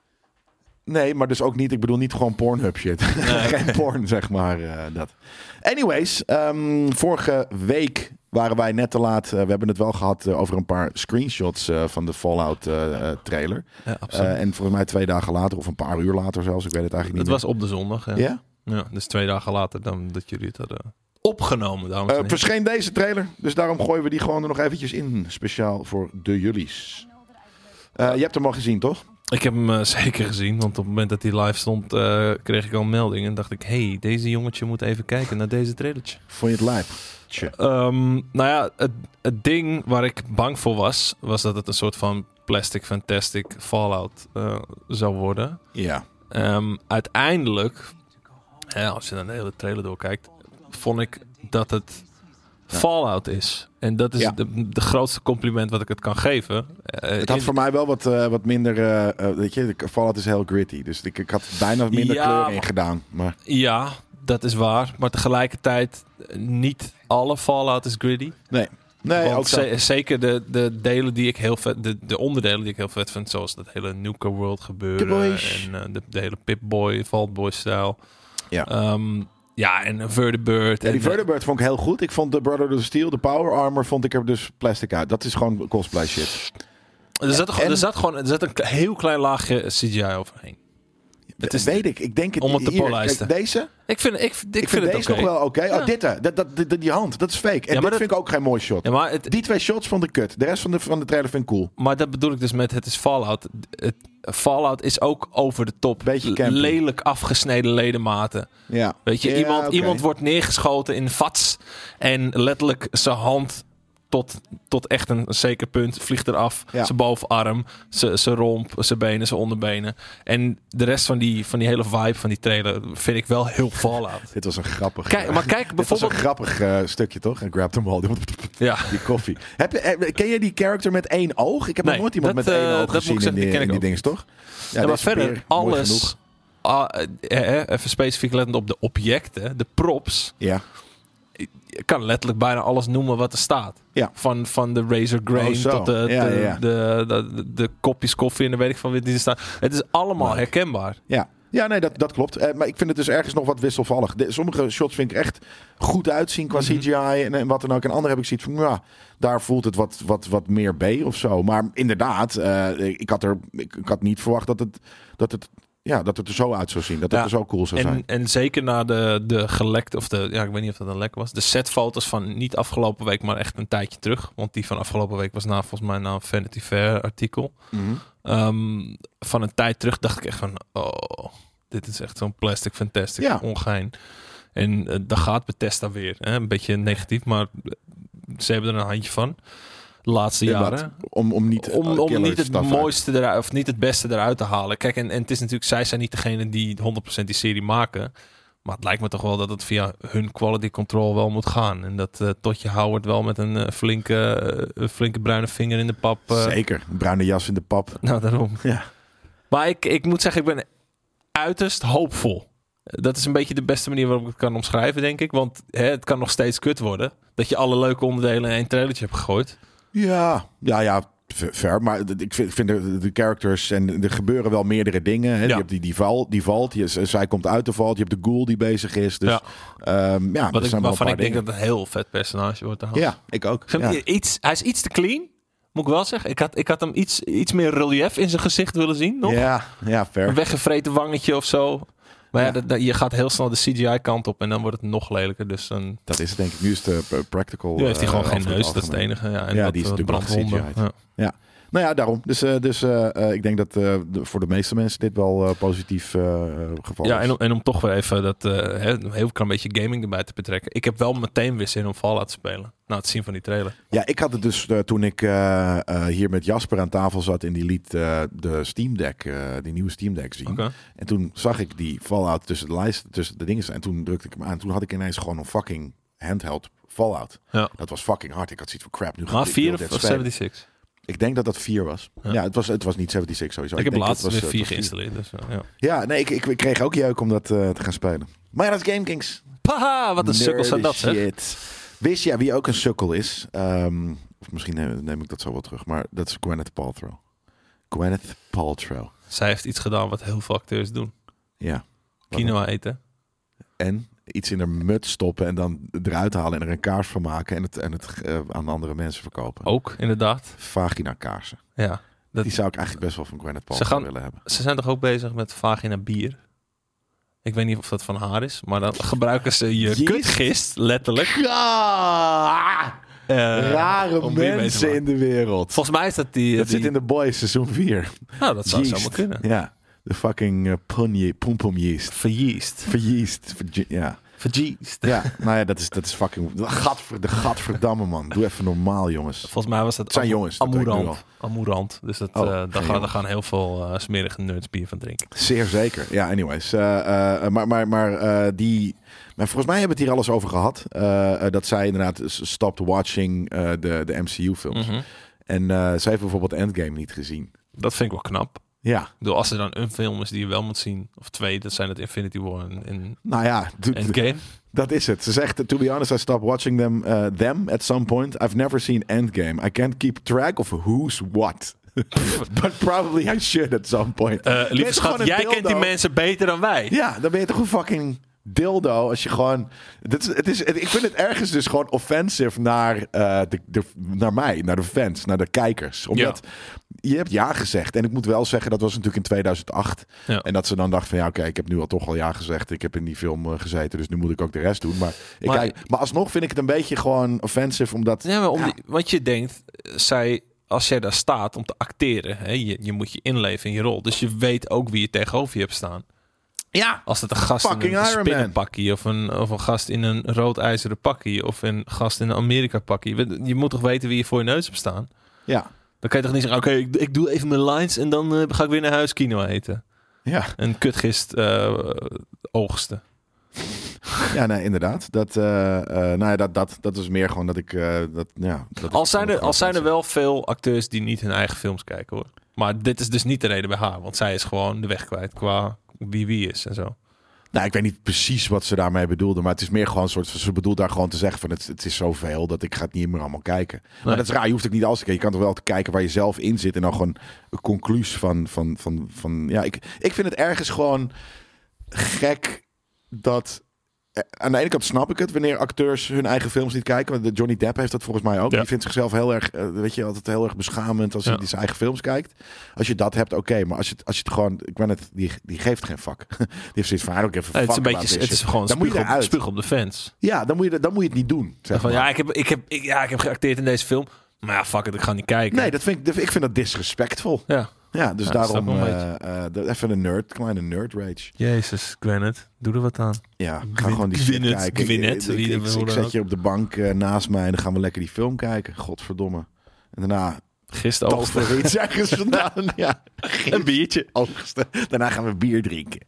S2: Nee, maar dus ook niet, ik bedoel niet gewoon Pornhub shit. Geen porn, zeg maar. Uh, dat. Anyways, um, vorige week waren wij net te laat. Uh, we hebben het wel gehad uh, over een paar screenshots uh, van de Fallout uh, uh, trailer.
S3: Ja, absoluut.
S2: Uh, en volgens mij twee dagen later, of een paar uur later zelfs, ik weet het eigenlijk
S3: Het
S2: niet
S3: was op de zondag. Ja.
S2: meer. Ja?
S3: Ja, dus twee dagen later dan dat jullie het hadden opgenomen, dames en
S2: Uh,
S3: heren.
S2: verscheen deze trailer, dus daarom gooien we die gewoon er nog eventjes in. Speciaal voor de jullies. Uh, je hebt hem al gezien, toch?
S3: Ik heb hem uh, zeker gezien, want op het moment dat hij live stond, uh, kreeg ik al een melding. En dacht ik, hey, deze jongetje moet even kijken naar deze trailertje.
S2: Vond je het lijp? Tje.
S3: Um, nou ja, het, het ding waar ik bang voor was, was dat het een soort van plastic fantastic Fallout uh, zou worden.
S2: Ja.
S3: Um, uiteindelijk, ja, als je dan de hele trailer doorkijkt, vond ik dat het
S2: Ja.
S3: Fallout is. En dat is
S2: Ja.
S3: de, de grootste compliment wat ik het kan geven. Uh,
S2: Het had
S3: in-
S2: voor mij wel wat, uh, wat minder... Uh, uh, weet je, de Fallout is heel gritty. Dus ik, ik had bijna minder
S3: Ja,
S2: kleur
S3: maar-
S2: in gedaan. Maar
S3: Ja, dat is waar. Maar tegelijkertijd, uh, niet alle Fallout is gritty.
S2: nee. Nee,
S3: Want
S2: ook zo.
S3: ze- zeker de, de delen die ik heel vet, de, de onderdelen die ik heel vet vind, zoals dat hele Nuka World gebeuren
S2: Boys.
S3: en uh, de, de hele Pip-Boy, Vault-Boy-stijl.
S2: Ja.
S3: Um, ja, en een Vertibird.
S2: Ja, die
S3: en, uh,
S2: Vertibird vond ik heel goed. Ik vond de Brother of Steel, de Power Armor, vond ik er dus plastic uit. Dat is gewoon cosplay shit.
S3: Er zat, gewoon,
S2: En-
S3: er zat gewoon er zat een k- heel klein laagje C G I overheen. Het is,
S2: Weet ik. Ik denk het
S3: om het te
S2: hier,
S3: polijsten.
S2: kijk, deze?
S3: ik vind, ik, ik,
S2: Ik,
S3: vind,
S2: vind
S3: het
S2: deze
S3: oké.
S2: nog wel oké.
S3: Ja.
S2: Oh, dit, hè. dat, dat, dat- die hand, dat is fake. En
S3: Ja, maar
S2: dit
S3: dat-
S2: vind ik ook geen mooi shot.
S3: Ja, maar, het,
S2: Die twee shots vond ik kut. De rest van de, van de trailer vind ik cool.
S3: maar dat bedoel ik dus met het is Fallout. Het, Fallout is ook over de top.
S2: Beetje campy.
S3: Lelijk afgesneden ledematen.
S2: Ja.
S3: Weet je,
S2: Ja,
S3: iemand,
S2: oké.
S3: iemand wordt neergeschoten in vats en letterlijk zijn hand tot, tot echt een zeker punt vliegt eraf.
S2: Ja.
S3: Zijn bovenarm, zijn zijn romp, zijn benen, zijn onderbenen. En de rest van die, van die hele vibe van die trailer vind ik wel heel Fallout.
S2: Dit was een grappig...
S3: Kijk, maar kijk
S2: Dit was een
S3: bijvoorbeeld...
S2: grappig uh, stukje, toch? En grab them all.
S3: Ja.
S2: Die koffie. Heb je, eh, ken je die character met één oog? Ik heb nog
S3: Nee,
S2: nooit iemand
S3: dat,
S2: met één
S3: eh,
S2: oog
S3: dat moet
S2: gezien
S3: ik
S2: in
S3: zeggen,
S2: die,
S3: die ken
S2: in
S3: ik
S2: die
S3: ook.
S2: dings, toch?
S3: Ja, maar
S2: deze
S3: verder,
S2: peer, mooi genoeg.
S3: alles... Ah, eh, eh, even specifiek lettend op de objecten, de props.
S2: Ja.
S3: Je kan letterlijk bijna alles noemen wat er staat.
S2: Ja.
S3: Van, van de Razor Grain
S2: Oh, zo.
S3: tot de,
S2: Ja,
S3: de,
S2: ja, ja.
S3: De, de, de, de kopjes koffie en dan weet ik van wie die er staan. Het is allemaal
S2: Leuk.
S3: herkenbaar.
S2: Ja, ja nee, dat, dat klopt. Eh, maar ik vind het dus ergens nog wat wisselvallig. De, sommige shots vind ik echt goed uitzien qua
S3: Mhm.
S2: C G I en, en wat dan ook. En andere heb ik zoiets van, ja, daar voelt het wat, wat, wat meer B of zo. Maar inderdaad, eh, ik, had er, ik, ik had niet verwacht dat het, dat het, ja, dat het er zo uit zou zien. Dat het
S3: Ja.
S2: er zo cool zou
S3: En,
S2: zijn.
S3: en zeker na de, de gelekte, of de, ja, ik weet niet of dat een lek was. De setfoto's van niet afgelopen week, maar echt een tijdje terug. Want die van afgelopen week was na, volgens mij na een Vanity Fair artikel.
S2: Mhm.
S3: Um, van een tijd terug dacht ik echt van, oh, dit is echt zo'n plastic fantastic
S2: Ja.
S3: ongein. En uh, daar gaat Bethesda weer. Hè? Een beetje negatief, maar ze hebben er een handje van. de laatste
S2: Inderdaad.
S3: jaren.
S2: Om, om niet,
S3: Om, om
S2: killer
S3: niet het
S2: stuff
S3: mooiste eruit, of niet het beste eruit te halen. Kijk, en, en het is natuurlijk, zij zijn niet degene die honderd procent die serie maken. Maar het lijkt me toch wel dat het via hun quality control wel moet gaan. En dat uh, Toddje Howard wel met een uh, flinke, uh, flinke bruine vinger in de pap. Uh,
S2: Zeker, een bruine jas in de pap.
S3: Nou, daarom.
S2: Ja.
S3: Maar ik, ik moet zeggen, ik ben uiterst hoopvol. Dat is een beetje de beste manier waarop ik het kan omschrijven, denk ik. Want hè, het kan nog steeds kut worden. Dat je alle leuke onderdelen in één trailertje hebt gegooid.
S2: Ja, ja, ja. Ver, maar ik vind, ik vind de, de characters en er gebeuren wel meerdere dingen. Hè. Ja. Je hebt die, die, val, die valt, je, zij komt uit de valt. Je hebt de ghoul die bezig is. Dus, ja. Um, ja,
S3: Wat ik,
S2: zijn
S3: waarvan ik
S2: dingen.
S3: denk dat het een heel vet personage wordt. Trouwens.
S2: Ja, ik ook.
S3: Ik
S2: ja.
S3: iets, hij is iets te clean, moet ik wel zeggen. Ik had, ik had hem iets, iets meer relief in zijn gezicht willen zien, nog.
S2: Ja, ja, fair.
S3: Een weggevreten wangetje of zo. Maar ja, ja dat, dat, je gaat heel snel de C G I-kant op en dan wordt het nog lelijker. Dus dan...
S2: Dat is het denk ik. Nu is de practical.
S3: Nu heeft hij gewoon
S2: uh,
S3: geen neus, dat is het enige. Ja, en
S2: ja
S3: wat,
S2: die is
S3: wat
S2: natuurlijk
S3: brandwonden.
S2: Ja. ja. Nou ja, daarom. Dus, uh, dus uh, uh, ik denk dat uh, de, voor de meeste mensen dit wel uh, positief uh, geval
S3: ja,
S2: is.
S3: En om, en om toch weer even dat uh, heel, heel klein beetje gaming erbij te betrekken. Ik heb wel meteen weer zin om Fallout te spelen. Na het zien van die trailer.
S2: Ja, ik had het dus uh, toen ik uh, uh, hier met Jasper aan tafel zat en die liet uh, de Steam Deck, uh, die nieuwe Steam Deck zien.
S3: Okay.
S2: En toen zag ik die Fallout tussen de lijst, tussen de dingen. En toen drukte ik hem aan. Toen had ik ineens gewoon een fucking handheld Fallout.
S3: Ja.
S2: Dat was fucking hard. Ik had zoiets van crap. Nu
S3: maar vier of, of zevenendertig?
S2: Ik denk dat dat vier was. Ja, ja het, was het was niet zevenenzeventig sowieso.
S3: Ik,
S2: ik
S3: heb
S2: denk
S3: laatst
S2: het was,
S3: weer vier
S2: uh,
S3: geïnstalleerd. Dus, uh, ja.
S2: ja, nee, ik, ik, ik kreeg ook jeuk om dat uh, te gaan spelen. Maar ja, dat is GameKings.
S3: Paha, wat een sukkels zijn dat,
S2: shit. Wist je ja, wie ook een sukkel is? Um, of misschien neem, neem ik dat zo wel terug. Maar dat is Gwyneth Paltrow. Gwyneth Paltrow.
S3: Zij heeft iets gedaan wat heel veel acteurs doen.
S2: Ja.
S3: Quinoa eten.
S2: En iets in een mut stoppen en dan eruit halen en er een kaars van maken en het, en het uh, aan andere mensen verkopen.
S3: Ook, inderdaad.
S2: Vagina kaarsen.
S3: Ja. Dat...
S2: Die zou ik eigenlijk best wel van Gwyneth Paltrow
S3: gaan,
S2: willen hebben.
S3: Ze zijn toch ook bezig met vagina bier? Ik weet niet of dat van haar is, maar dan gebruiken ze je kutgist, letterlijk.
S2: Ja! Uh, Rare mensen in de wereld.
S3: Volgens mij is dat die...
S2: Dat
S3: die...
S2: zit in The Boys seizoen vier.
S3: Nou, dat zou
S2: yeast.
S3: zomaar kunnen.
S2: Ja. De fucking uh, ponje, pompom yeast.
S3: Veryeast.
S2: Veryeast. Ver, ja.
S3: Veryeast.
S2: Ja, nou ja, dat is, dat is fucking... De, gadver, de gadverdamme, man. Doe even normaal, jongens.
S3: Volgens mij was dat...
S2: Het zijn am- jongens.
S3: Amourant. Amourant. Dus dat,
S2: oh,
S3: uh, daar, gaan, daar gaan heel veel uh, smerige nerds bier van drinken.
S2: Zeer zeker. Ja, anyways. Uh, uh, maar maar, maar uh, die... Maar volgens mij hebben we het hier alles over gehad. Uh, uh, dat zij inderdaad stopped watching uh, de, de M C U-films.
S3: Mm-hmm.
S2: En uh, zij heeft bijvoorbeeld Endgame niet gezien.
S3: Dat vind ik wel knap.
S2: Ja.
S3: Ik bedoel, als er dan een film is die je wel moet zien, of twee, dat zijn het Infinity War en, en
S2: nou ja, d-
S3: Endgame.
S2: Dat is het. Ze zegt, to be honest, I stopped watching them, uh, them at some point. I've never seen Endgame. I can't keep track of who's what. But probably I should at some point.
S3: Uh, lieve schat, jij
S2: dildo.
S3: kent die mensen beter dan wij.
S2: Ja, dan ben je toch een fucking dildo als je gewoon... Het is, het is, het, ik vind het ergens dus gewoon offensive naar, uh, de, de, naar mij, naar de fans, naar de kijkers. Omdat ja. je hebt ja gezegd. En ik moet wel zeggen, dat was natuurlijk in tweeduizend acht.
S3: Ja. En
S2: dat ze dan dachten van ja, oké, okay, ik heb nu al toch al ja gezegd. Ik heb in die film uh, gezeten, dus nu moet ik ook de rest doen. Maar, ik
S3: maar,
S2: kijk, maar alsnog vind ik het een beetje gewoon offensive, omdat...
S3: Ja, maar om
S2: ja.
S3: die, wat je denkt, zij... Als jij daar staat om te acteren, hè, je, je moet je inleven in je rol. Dus je weet ook wie je tegenover je hebt staan.
S2: Ja,
S3: als het een gast in een spinnenpakkie of een, of een gast in een rood ijzeren pakkie of een gast in een Amerika pakkie. Je moet toch weten wie je voor je neus hebt staan?
S2: Ja.
S3: Dan kan je toch niet zeggen, oké, okay, ik, ik doe even mijn lines en dan uh, ga ik weer naar huis quinoa eten.
S2: Ja.
S3: Een kutgist uh, oogsten.
S2: Ja, nee, inderdaad. Dat, uh, uh, nou ja, dat, dat, dat is meer gewoon dat ik... Uh, dat, ja, dat
S3: als zijn, er, als zijn er wel veel acteurs die niet hun eigen films kijken, hoor. Maar dit is dus niet de reden bij haar. Want zij is gewoon de weg kwijt qua wie wie is en zo.
S2: Nou, ik weet niet precies wat ze daarmee bedoelde. Maar het is meer gewoon een soort... Ze bedoelt daar gewoon te zeggen van... Het, het is zoveel dat ik ga het niet meer allemaal kijken. Nee. Maar dat is raar. Je hoeft ook niet alles te kijken. Je kan toch wel te kijken waar je zelf in zit. En dan gewoon een conclusie van... van, van, van ja, ik, ik vind het ergens gewoon gek dat... Aan de ene kant snap ik het wanneer acteurs hun eigen films niet kijken. Want Johnny Depp heeft dat volgens mij ook. Ja. Die vindt zichzelf heel erg, uh, weet je, altijd heel erg beschamend als ja. hij zijn eigen films kijkt. Als je dat hebt, oké. Okay. Maar als je, als je het gewoon, ik ben het, die, die geeft geen fuck. Die heeft zoiets van, I don't give a fuck.
S3: Het is een beetje, het is gewoon dan spuug, op, spuug op de fans.
S2: Ja, dan moet je, dan moet je het niet doen. Zeg
S3: van,
S2: maar.
S3: ja, ik heb, ik heb, ik, ja, ik heb geacteerd in deze film. Maar ja, fuck it, ik ga niet kijken.
S2: Nee, dat vind ik, ik vind dat disrespectvol.
S3: Ja.
S2: Ja, dus
S3: ja,
S2: daarom uh, uh, even een nerd, kleine nerd rage.
S3: Jezus, Gwyneth, doe er wat aan.
S2: Ja, ga Gwyn, gewoon die shit
S3: Gwyneth,
S2: kijken.
S3: Gwyneth,
S2: ik, ik, ik, ik, ik zet je op de bank uh, naast mij en dan gaan we lekker die film kijken. Godverdomme. En daarna
S3: Gisteren
S2: toast er iets ergens vandaan. Ja,
S3: een biertje.
S2: oogsten. Daarna gaan we bier drinken.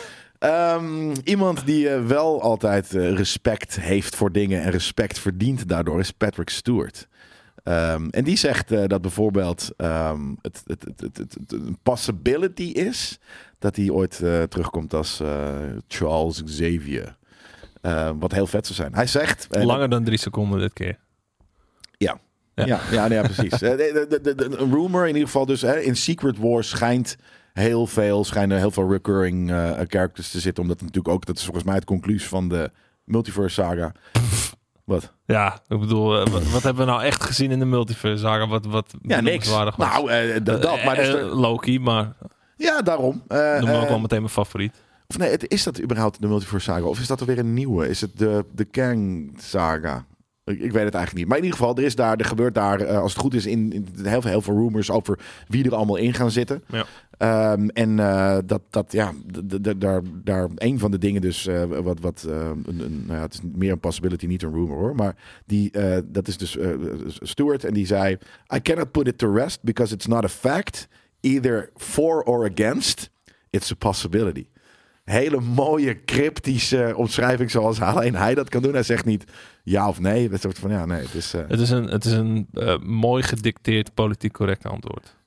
S2: Um, iemand die uh, wel altijd uh, respect heeft voor dingen en respect verdient daardoor is Patrick Stewart. Um, en die zegt uh, dat bijvoorbeeld um, het, het, het, het, het, het een possibility is dat hij ooit uh, terugkomt als uh, Charles Xavier. Uh, wat heel vet zou zijn. Hij zegt... Uh,
S3: Langer dan drie seconden dit keer.
S2: Ja.
S3: Ja,
S2: ja, ja, nee, ja precies. Uh, de, de, de, de, een rumor in ieder geval dus. Hè, in Secret Wars schijnt heel veel, schijnen heel veel recurring uh, characters te zitten. Omdat het natuurlijk ook, dat is volgens mij het conclusie van de Multiverse Saga. Wat?
S3: Ja, ik bedoel, uh, wat, wat hebben we nou echt gezien in de Multiverse Saga? Wat, wat
S2: ja, niks.
S3: Was?
S2: Nou, uh, dat, dat. Maar
S3: uh,
S2: dus
S3: uh, Loki, maar...
S2: Ja, daarom. Uh,
S3: Noem me ook
S2: uh,
S3: wel meteen mijn favoriet.
S2: Of nee, het, is dat überhaupt de Multiverse Saga? Of is dat er weer een nieuwe? Is het de, de Kang Saga? Ik, ik weet het eigenlijk niet. Maar in ieder geval, er, is daar, er gebeurt daar, uh, als het goed is, in, in heel, veel, heel veel rumors over wie er allemaal in gaan zitten.
S3: Ja.
S2: Um, en uh, dat, dat, ja, d- d- daar, daar een van de dingen dus, uh, wat, wat uh, een, een, nou ja, het is meer een possibility, niet een rumor hoor, maar die, uh, dat is dus uh, Stewart en die zei, I cannot put it to rest because it's not a fact, either for or against, it's a possibility. Hele mooie cryptische omschrijving zoals alleen hij dat kan doen. Hij zegt niet ja of nee. Het soort van ja, nee. Het is, uh...
S3: het is een, het is een uh, mooi gedicteerd politiek correct antwoord.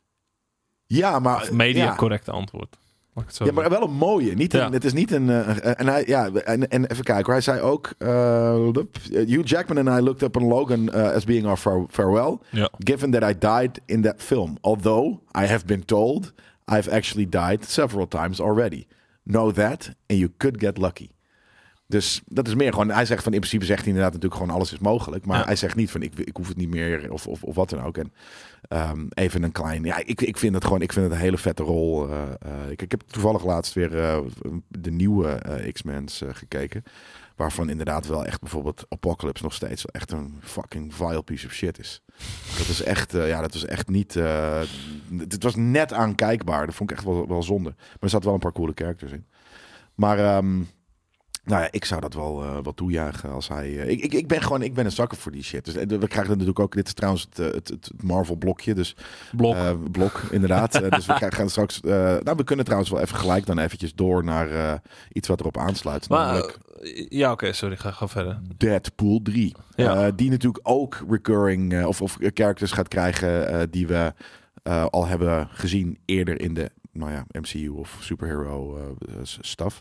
S2: Ja, maar
S3: of media
S2: ja.
S3: correcte antwoord. Mag ik het zo
S2: ja, maar wel een mooie. Niet een,
S3: ja.
S2: Het is niet een. Uh, en hij, ja, en, en even kijken. Hij zei ook. Uh, Hugh Jackman and I looked up on Logan uh, as being our far- farewell.
S3: Ja.
S2: Given that I died in that film, although I have been told I've actually died several times already. Know that and you could get lucky. Dus dat is meer gewoon... Hij zegt van in principe zegt hij inderdaad natuurlijk gewoon alles is mogelijk. Maar ja. hij zegt niet van ik, ik hoef het niet meer of, of, of wat dan ook. En um, even een klein... Ja, ik, ik vind het gewoon... Ik vind het een hele vette rol. Uh, uh, ik, ik heb toevallig laatst weer uh, de nieuwe uh, X-Men's uh, gekeken. Waarvan inderdaad wel echt bijvoorbeeld Apocalypse nog steeds echt een fucking vile piece of shit is. Dat is echt... Uh, ja, dat was echt niet... Uh, het was net aankijkbaar. Dat vond ik echt wel, wel zonde. Maar er zaten wel een paar coole characters in. Maar... Um, Nou ja, ik zou dat wel, uh, wel toejuichen als hij... Uh, ik, ik, ik ben gewoon ik ben een zakker voor die shit. Dus uh, we krijgen natuurlijk ook... Dit is trouwens het, het, het Marvel blokje. Dus,
S3: blok.
S2: Uh, blok, inderdaad. uh, dus we gaan straks... Uh, nou, we kunnen trouwens wel even gelijk dan eventjes door naar uh, iets wat erop aansluit.
S3: Maar,
S2: namelijk
S3: uh, ja, oké, okay, sorry. Ga, ga verder.
S2: Deadpool drie. Ja. Uh, die natuurlijk ook recurring... Uh, of, of characters gaat krijgen uh, die we uh, al hebben gezien eerder in de nou ja, M C U of superhero uh, stuff.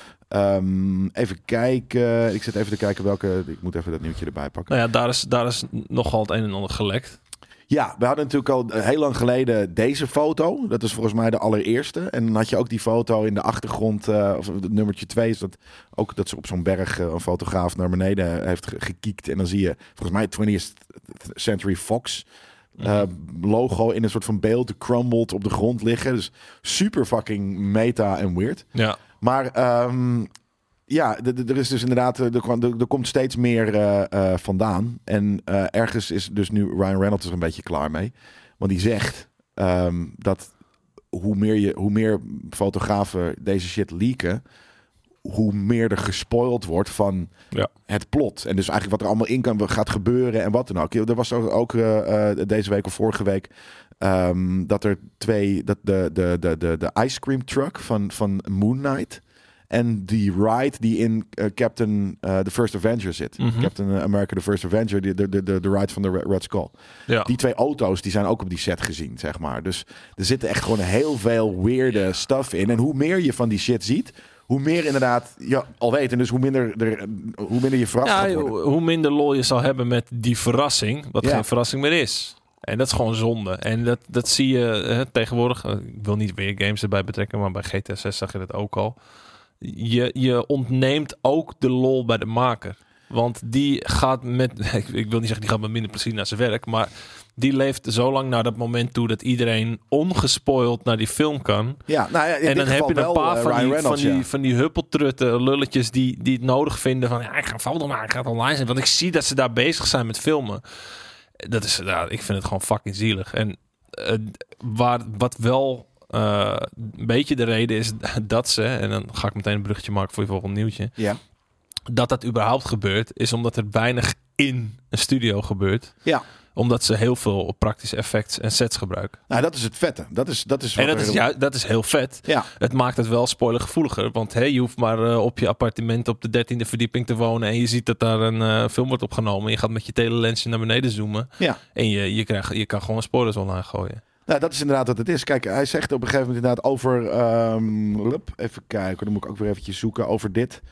S2: Um, even kijken. Ik zit even te kijken welke... Ik moet even dat nieuwtje erbij pakken.
S3: Nou ja, daar is, daar is nogal het een en ander gelekt.
S2: Ja, we hadden natuurlijk al heel lang geleden deze foto. Dat is volgens mij de allereerste. En dan had je ook die foto in de achtergrond. Uh, of het nummertje twee is dat ook dat ze op zo'n berg uh, een fotograaf naar beneden heeft ge- gekiekt. En dan zie je volgens mij twentieth Century Fox uh, logo in een soort van beeld crumbled op de grond liggen. Dus super fucking meta en weird.
S3: Ja.
S2: Maar um, ja, er is dus inderdaad, er, er komt steeds meer uh, uh, vandaan. En uh, ergens is dus nu Ryan Reynolds er een beetje klaar mee. Want die zegt um, dat hoe meer, je, hoe meer fotografen deze shit leaken, hoe meer er gespoild wordt van
S3: ja.
S2: het plot. En dus eigenlijk wat er allemaal in kan, gaat gebeuren en wat dan ook. Er was ook uh, uh, deze week of vorige week um, dat er twee, dat de, de, de, de, de ice cream truck van, van Moon Knight en die ride die in uh, Captain uh, The First Avenger zit. Mm-hmm. Captain America The First Avenger, de, de, de, de ride van de Red Skull. Ja. Die twee auto's, die zijn ook op die set gezien, zeg maar. Dus er zitten echt gewoon heel veel weirde stuff in. En hoe meer je van die shit ziet, hoe meer inderdaad je al weet. En dus hoe minder, er, hoe minder je verrast
S3: ja,
S2: gaat worden.
S3: Hoe minder lol je zal hebben met die verrassing, wat ja. geen verrassing meer is. En dat is gewoon zonde. En dat, dat zie je hè, tegenwoordig. Ik wil niet weer games erbij betrekken, maar bij G T A zes zag je dat ook al. Je, je ontneemt ook de lol bij de maker. Want die gaat met... Ik, ik wil niet zeggen, die gaat met minder plezier naar zijn werk, maar die leeft zo lang naar dat moment toe dat iedereen ongespoild naar die film kan.
S2: Ja, nou ja, in
S3: en dan heb je een paar
S2: wel,
S3: van,
S2: uh,
S3: die,
S2: Reynolds,
S3: van, die,
S2: ja.
S3: van die huppeltrutten, lulletjes die, die het nodig vinden van ja, ik ga een foto maken, ik ga het online zijn. Want ik zie dat ze daar bezig zijn met filmen. Dat is, nou, ik vind het gewoon fucking zielig. En uh, waar, wat wel uh, een beetje de reden is dat ze, en dan ga ik meteen een bruggetje maken voor je volgende nieuwtje.
S2: Ja.
S3: dat dat überhaupt gebeurt, is omdat er weinig in een studio gebeurt.
S2: Ja.
S3: Omdat ze heel veel praktische effects en sets gebruiken.
S2: Nou, dat is het vette. Dat is, dat is
S3: en dat
S2: er...
S3: is, ja, dat is heel vet.
S2: Ja.
S3: Het maakt het wel spoilergevoeliger. Want hey, je hoeft maar uh, op je appartement op de dertiende verdieping te wonen. En je ziet dat daar een uh, film wordt opgenomen. Je gaat met je telelensje naar beneden zoomen.
S2: Ja.
S3: En je, je, krijgt, je kan gewoon spoilers online gooien.
S2: Nou, dat is inderdaad wat het is. Kijk, hij zegt op een gegeven moment inderdaad over... Um, even kijken, dan moet ik ook weer eventjes zoeken over dit...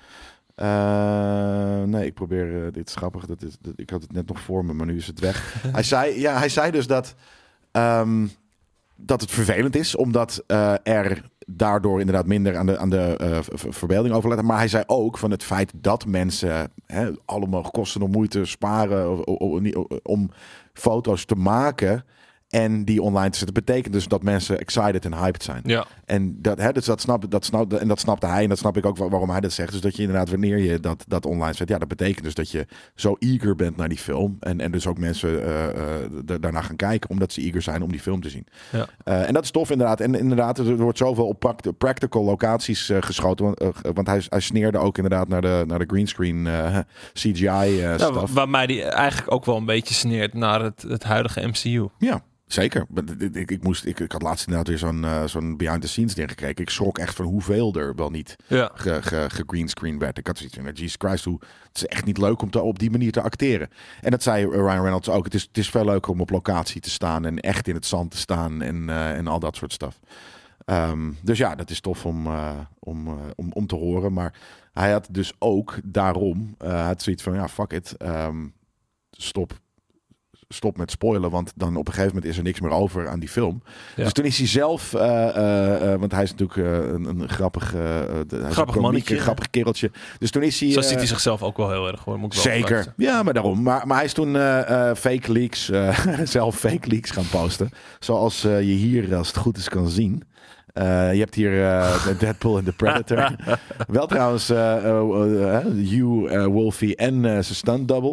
S2: Uh, nee, ik probeer... Uh, dit is grappig. Dat is, dat, ik had het net nog voor me, maar nu is het weg. hij, zei, ja, hij zei dus dat... Um, dat het vervelend is, omdat uh, er daardoor inderdaad minder aan de, aan de uh, verbeelding overlaten. Maar hij zei ook van het feit dat mensen hè, allemaal kosten of moeite sparen om foto's te maken... En die online te zetten. Betekent dus dat mensen excited en hyped zijn.
S3: Ja.
S2: En dat, hè, dus dat, snap, dat, snap, en dat snapte hij. En dat snap ik ook waarom hij dat zegt. Dus dat je inderdaad, wanneer je dat, dat online zet. Ja, dat betekent dus dat je zo eager bent naar die film. En, en dus ook mensen uh, uh, daarna gaan kijken. Omdat ze eager zijn om die film te zien.
S3: Ja.
S2: Uh, en dat is tof inderdaad. En inderdaad, er wordt zoveel op pract- practical locaties uh, geschoten. Want, uh, want hij, hij sneerde ook inderdaad naar de, naar de greenscreen uh, C G I uh, stuff.
S3: Ja, waar mij die eigenlijk ook wel een beetje sneert naar het, het huidige M C U.
S2: Ja. Zeker. Ik, ik, ik, moest, ik, ik had laatst inderdaad weer zo'n, uh, zo'n behind the scenes ding gekeken. Ik schrok echt van hoeveel er wel niet
S3: ja.
S2: gegreenscreen ge, ge werd. Ik had zoiets van, Jesus Christ, hoe, het is echt niet leuk om te, op die manier te acteren. En dat zei Ryan Reynolds ook. Het is, het is veel leuker om op locatie te staan en echt in het zand te staan en, uh, en al dat soort stuff. Um, dus ja, dat is tof om, uh, om, uh, om, om te horen. Maar hij had dus ook daarom, uh, hij had zoiets van, ja, fuck it, um, stop stop met spoilen, want dan op een gegeven moment is er niks meer over aan die film. Ja. Dus toen is hij zelf, uh, uh, uh, want hij is natuurlijk uh, een, een grappig, uh,
S3: grappig mannetje,
S2: een grappig kereltje. Dus toen is hij.
S3: Zo
S2: uh,
S3: ziet hij zichzelf ook wel heel erg, hoor. Moet ik wel
S2: zeker.
S3: verluisteren.
S2: Ja, maar daarom. Maar, maar hij is toen uh, uh, fake leaks, uh, zelf fake leaks gaan posten, zoals uh, je hier, als het goed is, kan zien. Uh, je hebt hier uh, de Deadpool en de Predator. Wel trouwens, uh, uh, uh, Hugh, uh, Wolfie en uh, zijn stunt double.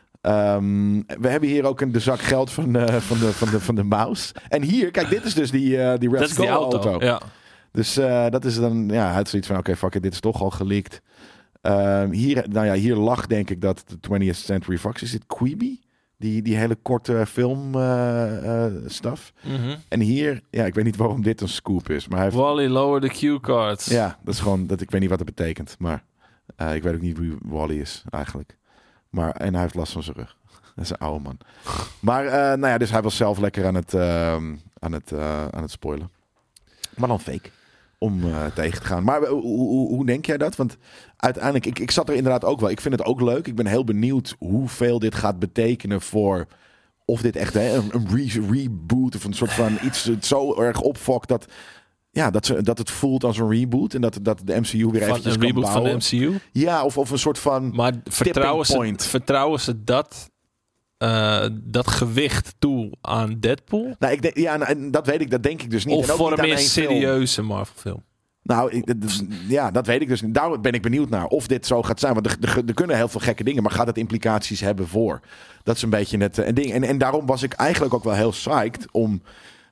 S2: Um, we hebben hier ook een de zak geld van, uh, van, de, van, de, van de mouse. En hier, kijk, dit is dus die, uh, die Red Skull auto. auto.
S3: Ja.
S2: Dus uh, dat is dan, ja, het is zoiets van, oké, okay, fuck it, dit is toch al geleakt. Uh, hier, nou ja, hier lag denk ik dat de twentieth Century Fox, is dit Quibi? Die, die hele korte film uh, uh, stuff.
S3: Mm-hmm.
S2: En hier, ja, ik weet niet waarom dit een scoop is. Maar hij heeft,
S3: Wally, lower the cue cards.
S2: Ja, dat is gewoon, dat, ik weet niet wat het betekent. Maar uh, ik weet ook niet wie Wally is eigenlijk. Maar, en hij heeft last van zijn rug. Dat is een oude man. Maar, uh, nou ja, dus hij was zelf lekker aan het, uh, aan het, uh, aan het spoilen. Maar dan fake. Om uh, tegen te gaan. Maar hoe, hoe, hoe denk jij dat? Want uiteindelijk, ik, ik zat er inderdaad ook wel. Ik vind het ook leuk. Ik ben heel benieuwd hoeveel dit gaat betekenen voor... Of dit echt hè, een, een re- reboot of een soort van iets zo erg opfokt dat... Ja, dat, ze, dat het voelt als een reboot. En dat, dat de M C U weer
S3: van
S2: eventjes
S3: een
S2: kan
S3: reboot
S2: bouwen.
S3: van de M C U?
S2: Ja, of, of een soort van
S3: maar vertrouwen ze, vertrouwen ze dat, uh, dat gewicht toe aan Deadpool?
S2: Nou, ik denk, ja, nou, dat weet ik, dat denk ik dus niet.
S3: Of
S2: en ook
S3: voor
S2: niet
S3: een meer
S2: aan
S3: serieuze Marvel film?
S2: Nou, ik, dus, ja, dat weet ik dus niet. Daar ben ik benieuwd naar of dit zo gaat zijn. Want er, er, er kunnen heel veel gekke dingen, maar gaat het implicaties hebben voor? Dat is een beetje het uh, ding. En, en daarom was ik eigenlijk ook wel heel psyched om...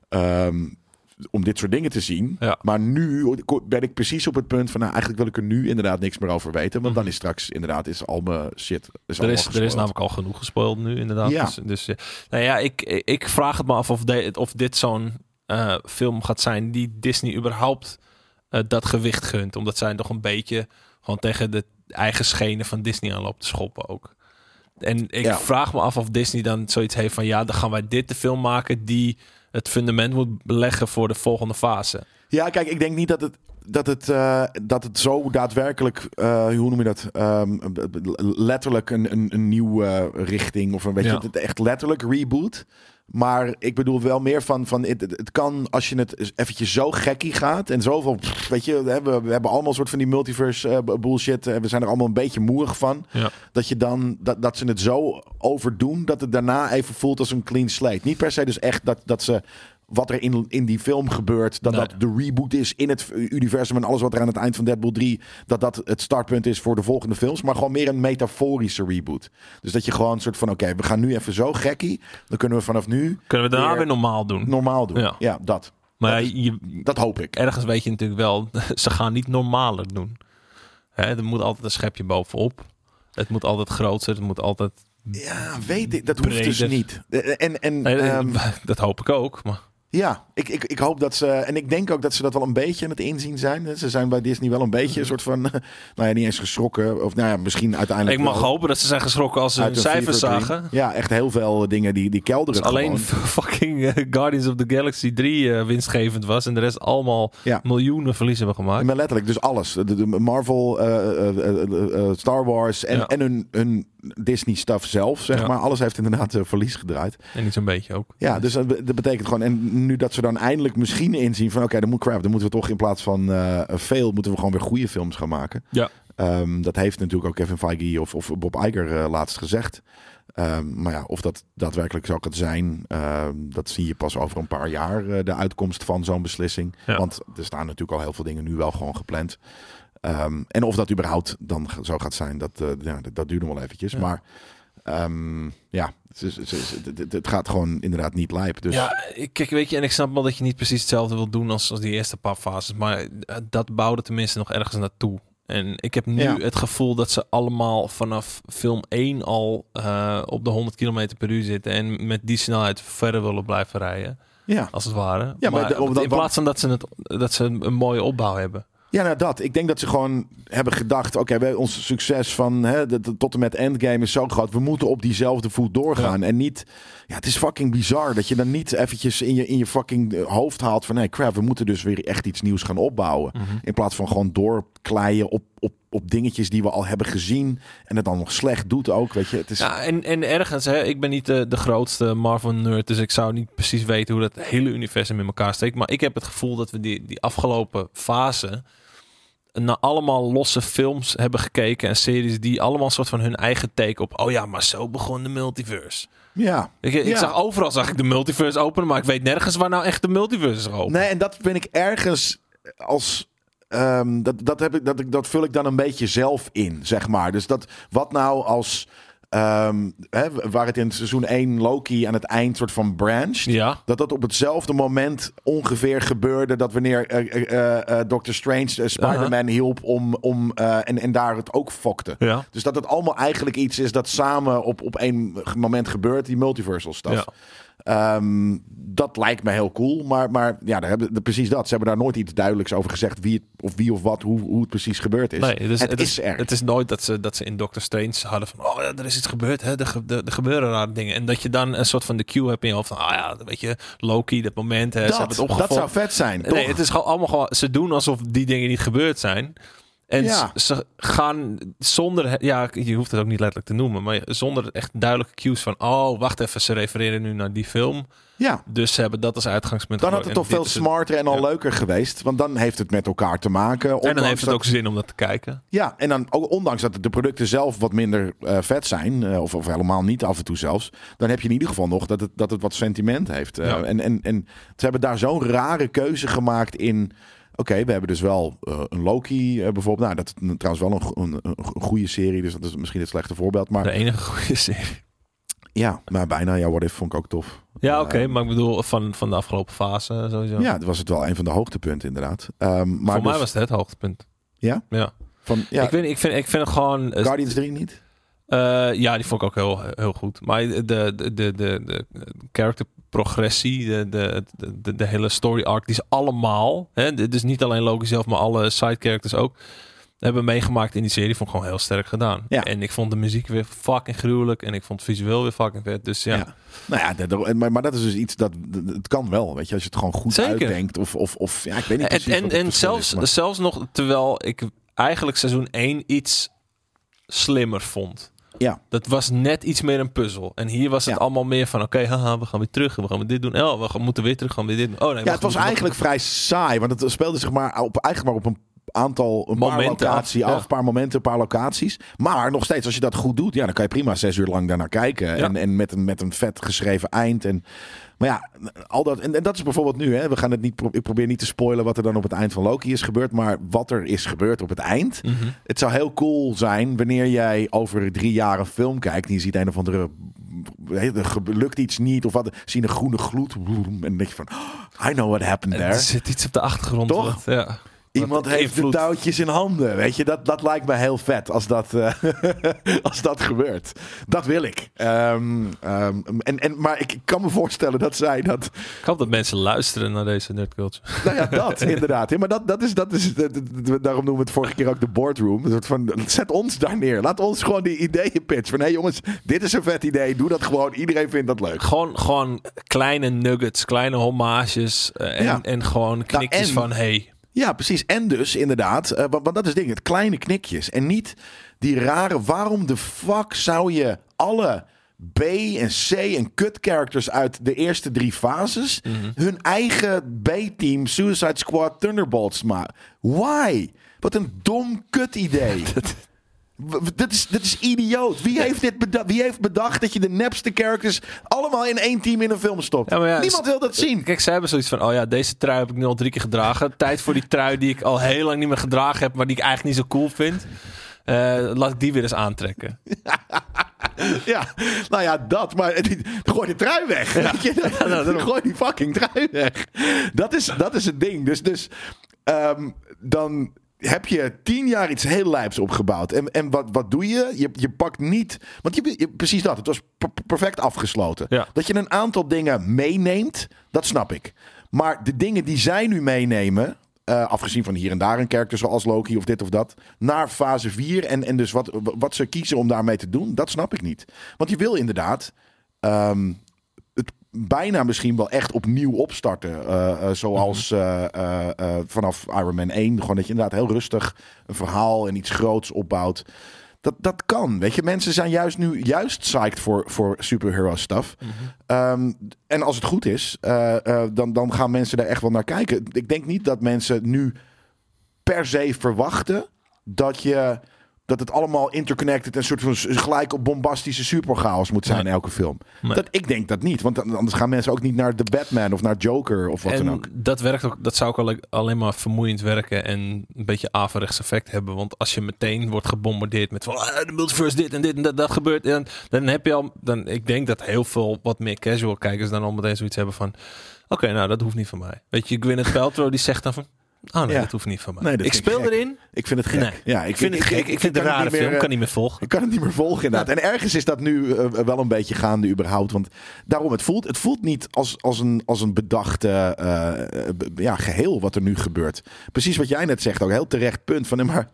S2: Um, om dit soort dingen te zien.
S3: Ja.
S2: Maar nu ben ik precies op het punt van... nou, eigenlijk wil ik er nu inderdaad niks meer over weten. Want dan is straks inderdaad is al mijn shit... Is
S3: er, is, er is namelijk al genoeg gespoild nu inderdaad.
S2: Ja.
S3: Dus, dus nou ja, ik, ik vraag het me af of, de, of dit zo'n uh, film gaat zijn... die Disney überhaupt uh, dat gewicht gunt. Omdat zij toch een beetje... gewoon tegen de eigen schenen van Disney aan loopt te schoppen ook. En ik ja. vraag me af of Disney dan zoiets heeft van... ja, dan gaan wij dit de film maken die... het fundament moet beleggen voor de volgende fase.
S2: Ja, kijk, ik denk niet dat het dat het, uh, dat het zo daadwerkelijk, uh, hoe noem je dat, um, letterlijk een, een, een nieuwe richting of een weet je, ja. het echt letterlijk reboot. Maar ik bedoel wel meer van, van het, het kan als je het eventjes zo gekkie gaat en zoveel, pff, weet je, we hebben, we hebben allemaal een soort van die multiverse uh, bullshit en we zijn er allemaal een beetje moerig van. Ja. Dat je dan, dat, dat ze het zo overdoen dat het daarna even voelt als een clean slate. Niet per se dus echt dat, dat ze wat er in, in die film gebeurt, dat nee. dat de reboot is in het universum en alles wat er aan het eind van Deadpool drie, dat dat het startpunt is voor de volgende films, maar gewoon meer een metaforische reboot. Dus dat je gewoon een soort van, oké, okay, we gaan nu even zo gekkie, dan kunnen we vanaf nu...
S3: Kunnen we daarna weer, weer normaal doen.
S2: Normaal doen, ja, ja dat.
S3: Maar
S2: dat,
S3: je,
S2: dat hoop ik.
S3: Ergens weet je natuurlijk wel, ze gaan niet normaler doen. Hè, er moet altijd een schepje bovenop. Het moet altijd groter. Het moet altijd
S2: Ja, weet ik. Dat hoeft
S3: breder.
S2: dus niet. En, en,
S3: Nee,
S2: um,
S3: dat hoop ik ook. Maar
S2: ja, ik, ik, ik hoop dat ze... En ik denk ook dat ze dat wel een beetje aan het inzien zijn. Ze zijn bij Disney wel een beetje een soort van... Nou ja, niet eens geschrokken. Of nou ja, misschien uiteindelijk
S3: ik mag
S2: wel
S3: hopen dat ze zijn geschrokken als ze hun
S2: uit een
S3: cijfers
S2: fever dream.
S3: zagen.
S2: Ja, echt heel veel dingen die, die kelderen
S3: Dus alleen
S2: gewoon.
S3: fucking uh, Guardians of the Galaxy drie uh, winstgevend was. En de rest allemaal
S2: Ja.
S3: miljoenen verliezen hebben gemaakt.
S2: Maar letterlijk, dus alles. De, de Marvel, uh, uh, uh, uh, Star Wars en,
S3: Ja.
S2: en hun, hun Disney-stuff zelf, zeg
S3: Ja.
S2: maar. Alles heeft inderdaad uh, verlies gedraaid.
S3: En niet zo'n beetje ook.
S2: Ja, dus dat, dat betekent gewoon... En nu dat ze dan eindelijk misschien inzien van... Oké, dan moet crap. Dan moeten we toch in plaats van uh, veel... moeten we gewoon weer goede films gaan maken.
S3: Ja.
S2: Um, dat heeft natuurlijk ook Kevin Feige of, of Bob Iger uh, laatst gezegd. Um, maar ja, of dat daadwerkelijk zou gaan zijn... Uh, dat zie je pas over een paar jaar... Uh, de uitkomst van zo'n beslissing.
S3: Ja.
S2: Want er staan natuurlijk al heel veel dingen nu wel gewoon gepland. Um, en of dat überhaupt dan zo gaat zijn... dat, uh, ja, dat, dat duurt nog wel eventjes.
S3: Ja.
S2: Maar um, ja, het, is- het, is- het, het- het gaat gewoon inderdaad niet lijp. Dus
S3: Ja, ik- kijk, weet je, en ik snap wel dat je niet precies hetzelfde wil doen als, als die eerste paar fases. Maar uh, dat bouwde tenminste nog ergens naartoe. En ik heb nu
S2: Ja.
S3: het gevoel dat ze allemaal vanaf film één al uh, op de honderd kilometer per uur zitten. En met die snelheid verder willen blijven rijden.
S2: ja.
S3: Als het ware.
S2: Ja, maar
S3: maar
S2: de- omdat-
S3: in plaats van dat ze, het, dat ze een, een mooie opbouw hebben.
S2: Ja, nou dat. Ik denk dat ze gewoon hebben gedacht... Oké, we hebben ons succes van hè, de, de- tot en met Endgame is zo groot. We moeten op diezelfde voet doorgaan.
S3: Ja.
S2: En niet... Ja, het is fucking bizar dat je dan niet eventjes in je, in je fucking eh, hoofd haalt van... Nee, crap, we moeten dus weer echt iets nieuws gaan opbouwen. In plaats van gewoon doorkleien op, op, op dingetjes die we al hebben gezien. En het dan nog slecht doet ook, weet je. Het is...
S3: Ja, en, en ergens, hè, ik ben niet de, de grootste Marvel-nerd, dus ik zou niet precies weten hoe dat hele universum in elkaar steekt. Maar ik heb het gevoel dat we die, die afgelopen fase naar allemaal losse films hebben gekeken en series die allemaal een soort van hun eigen take op, oh ja, maar zo begon de multiverse.
S2: Ja.
S3: Ik, ik
S2: Ja.
S3: zag overal zag ik de multiverse openen, maar ik weet nergens waar nou echt de multiverse is open.
S2: Nee, en dat ben ik ergens als... ehm, dat, dat, heb ik, dat, ik- dat vul ik dan een beetje zelf in, zeg maar. Dus dat, wat nou als... ehm, hè, waar het in seizoen één Loki aan het eind soort van branched...
S3: Ja,
S2: Dat dat op hetzelfde moment ongeveer gebeurde... dat wanneer eh, eh, eh, Doctor Strange eh, Spider-Man hielp om... om eh, en, en daar het ook fokte.
S3: ja.
S2: Dus dat het allemaal eigenlijk iets is... dat samen op, op één moment gebeurt, die multiversal stuff.
S3: Ja.
S2: Ehm, dat lijkt me heel cool. Maar, maar ja, daar hebben, de- precies dat. Ze hebben daar nooit iets duidelijks over gezegd... wie, het, of, wie of wat, hoe, hoe het precies gebeurd is.
S3: Nee, dus
S2: het,
S3: het,
S2: is, er.
S3: Het is nooit dat ze, dat ze in Doctor Strange hadden van, oh ja, er is iets gebeurd, hè? Er, ge- er, er gebeuren rare dingen. En dat je dan een soort van de cue hebt in je hoofd van, ah ja, weet je, Loki, dat moment, hè, ze hebben
S2: dat,
S3: het opgevolgd.
S2: dat zou vet zijn,
S3: Nee,
S2: toch?
S3: het is gewoon allemaal gewoon, ze doen alsof die dingen niet gebeurd zijn. En
S2: Ja.
S3: s- ze gaan zonder, ja, je hoeft het ook niet letterlijk te noemen, maar zonder echt duidelijke cues van, oh, wacht even, ze refereren nu naar die film.
S2: Ja.
S3: Dus ze hebben dat als uitgangspunt.
S2: Dan had het
S3: genomen.
S2: toch
S3: En
S2: veel
S3: dit is het.
S2: smarter en al
S3: Ja.
S2: leuker geweest. Want dan heeft het met elkaar te maken.
S3: En dan
S2: ondanks
S3: heeft het
S2: dat-
S3: ook zin om dat te kijken.
S2: Ja, en dan ook ondanks dat de producten zelf wat minder eh, vet zijn, eh, of, of helemaal niet af en toe zelfs, dan heb je in ieder geval nog dat het, dat het wat sentiment heeft. Eh,
S3: Ja.
S2: en, en, en ze hebben daar zo'n rare keuze gemaakt in. Oké, we hebben dus wel eh, een Loki eh, bijvoorbeeld. Nou, dat is trouwens wel een, go- een, een goede serie, dus dat is misschien het slechte voorbeeld. Maar
S3: De enige goede serie.
S2: ja, maar bijna. Ja, What If vond ik ook tof.
S3: Ja, oké,
S2: Eh,
S3: maar ik bedoel van, van de afgelopen fase sowieso.
S2: Ja, dat was het wel een van de hoogtepunten inderdaad. Ehm, maar
S3: Voor mij
S2: dus-
S3: was het het hoogtepunt.
S2: Ja?
S3: Ja.
S2: Van, ja,
S3: Ik, weet, niet, ik, vind, ik vind het gewoon... eh,
S2: Guardians drie niet?
S3: eh, ja, die vond ik ook heel, heel goed. Maar de, de, de, de, de, de character progressie, de, de, de, de hele story arc, die is allemaal... Hè, dus niet alleen Loki zelf, maar alle side characters ook... hebben meegemaakt in die serie. Vond ik gewoon heel sterk gedaan.
S2: Ja.
S3: En ik vond de muziek weer fucking gruwelijk. En ik vond het visueel weer fucking vet. Dus ja.
S2: Ja. Nou ja, dat- dat- maar, maar dat is dus iets dat het kan wel, weet je, als je het gewoon goed
S3: Zeker.
S2: uitdenkt of of of ja, ik weet niet
S3: En,
S2: precies.
S3: en,
S2: wat het
S3: en
S2: verschil
S3: zelfs,
S2: is, maar-
S3: zelfs nog terwijl ik eigenlijk seizoen één iets slimmer vond.
S2: Ja.
S3: Dat was net iets meer een puzzel. En hier was het
S2: Ja.
S3: allemaal meer van... Oké, haha, we gaan weer terug. We gaan weer dit doen. Oh, we gaan, moeten weer terug. Gaan we weer dit doen. Oh, nee,
S2: ja,
S3: wacht,
S2: het was
S3: we moeten
S2: eigenlijk vrij saai, want het speelde zich maar op eigenlijk maar op een aantal een paar
S3: Momenten
S2: locaties,
S3: af, ja.
S2: af, een paar momenten, een paar locaties. Maar nog steeds, als je dat goed doet, ja, dan kan je prima zes uur lang daarnaar kijken
S3: Ja.
S2: en, en met een met een vet geschreven eind en maar ja, al dat en, en dat is bijvoorbeeld nu, hè. We gaan het niet. pro- Ik probeer niet te spoilen wat er dan op het eind van Loki is gebeurd, maar wat er is gebeurd op het eind.
S3: Mhm.
S2: Het zou heel cool zijn wanneer jij over drie jaar een film kijkt en je ziet een of andere er ge- lukt iets niet of wat, zie je een groene gloed en dan denk je van, oh, I know what happened
S3: Er
S2: there.
S3: zit iets op de achtergrond.
S2: Toch?
S3: wat- ja.
S2: Iemand heeft invloed. De touwtjes in handen, weet je. Dat, dat lijkt me heel vet als dat, uh, als dat gebeurt. Dat wil ik. Um, um, en, en, maar ik kan me voorstellen dat zij dat...
S3: Ik hoop dat mensen luisteren naar deze nerdculture.
S2: Nou ja, dat inderdaad. Ja, maar dat, dat is... Dat is dat, dat, daarom noemen we het vorige keer ook de boardroom. Een soort van, zet ons daar neer. Laat ons gewoon die ideeën pitchen. Van, hé hey jongens, dit is een vet idee. Doe dat gewoon. Iedereen vindt dat leuk.
S3: Gewoon, gewoon kleine nuggets, kleine hommages. Uh, en, ja. en gewoon knikjes nou, en, van, hey...
S2: Ja, precies. En dus inderdaad, uh, want, want dat is het ding, het kleine knikjes. En niet die rare, waarom de fuck zou je alle B en C en kut characters uit de eerste drie fases mm-hmm. hun eigen B-team Suicide Squad Thunderbolts maken? Why? Wat een dom kut idee. Dit is, dit is idioot. Wie heeft, dit bedacht, wie heeft bedacht dat je de nepste characters allemaal in één team in een film stopt? Ja, ja, Niemand wil dat zien.
S3: Kijk, zij hebben zoiets van, oh ja, deze trui heb ik nu al drie keer gedragen. Tijd voor die trui die ik al heel lang niet meer gedragen heb, maar die ik eigenlijk niet zo cool vind. Uh, laat ik die weer eens aantrekken.
S2: Ja, nou ja, dat. Maar die, gooi de trui weg. Ja. Weet je? Ja, nou, gooi die fucking trui weg. Dat is, dat is het ding. Dus, dus um, dan... heb je tien jaar iets heel lijps opgebouwd. En, en wat, wat doe je? je? Je pakt niet... Want je, je, precies dat. Het was per- perfect afgesloten. Ja. Dat je een aantal dingen meeneemt, dat snap ik. Maar de dingen die zij nu meenemen... Uh, afgezien van hier en daar een karakter zoals Loki of dit of dat... naar fase vier en, en dus wat, wat ze kiezen om daarmee te doen... dat snap ik niet. Want je wil inderdaad... Um, bijna misschien wel echt opnieuw opstarten. Uh, uh, zoals uh, uh, uh, vanaf Iron Man één. Gewoon dat je inderdaad heel rustig een verhaal en iets groots opbouwt. Dat, dat kan. Weet je, mensen zijn juist nu juist psyched voor, voor superhero stuff. Mm-hmm. Um, en als het goed is, uh, uh, dan, dan gaan mensen daar echt wel naar kijken. Ik denk niet dat mensen nu per se verwachten dat je... dat het allemaal interconnected en soort van gelijk op bombastische superchaos moet zijn in nee. elke film. Nee. Dat, ik denk dat niet. Want anders gaan mensen ook niet naar The Batman of naar Joker of wat
S3: en
S2: dan ook.
S3: Dat werkt ook, dat zou ook alleen maar vermoeiend werken en een beetje averechts effect hebben. Want als je meteen wordt gebombardeerd met van ah, de multiverse dit en dit en dat, dat gebeurt. Dan, dan heb je al. Dan, ik denk dat heel veel wat meer casual kijkers dan al meteen zoiets hebben van. Oké, okay, nou dat hoeft niet van mij. Weet je, Gwyneth Paltrow die zegt dan van. Oh nee, ja. dat hoeft niet van mij. Nee, ik speel ik erin.
S2: Ik vind het gek. Nee. Ja, ik,
S3: ik vind het gek. Ik, ik, ik vind het een rare film. Ik kan niet meer volgen.
S2: Ik kan het niet meer volgen inderdaad. Ja. En ergens is dat nu uh, wel een beetje gaande überhaupt. Want daarom, het voelt, het voelt niet als, als, een, als een bedachte uh, ja, geheel wat er nu gebeurt. Precies wat jij net zegt ook. Heel terecht punt van, maar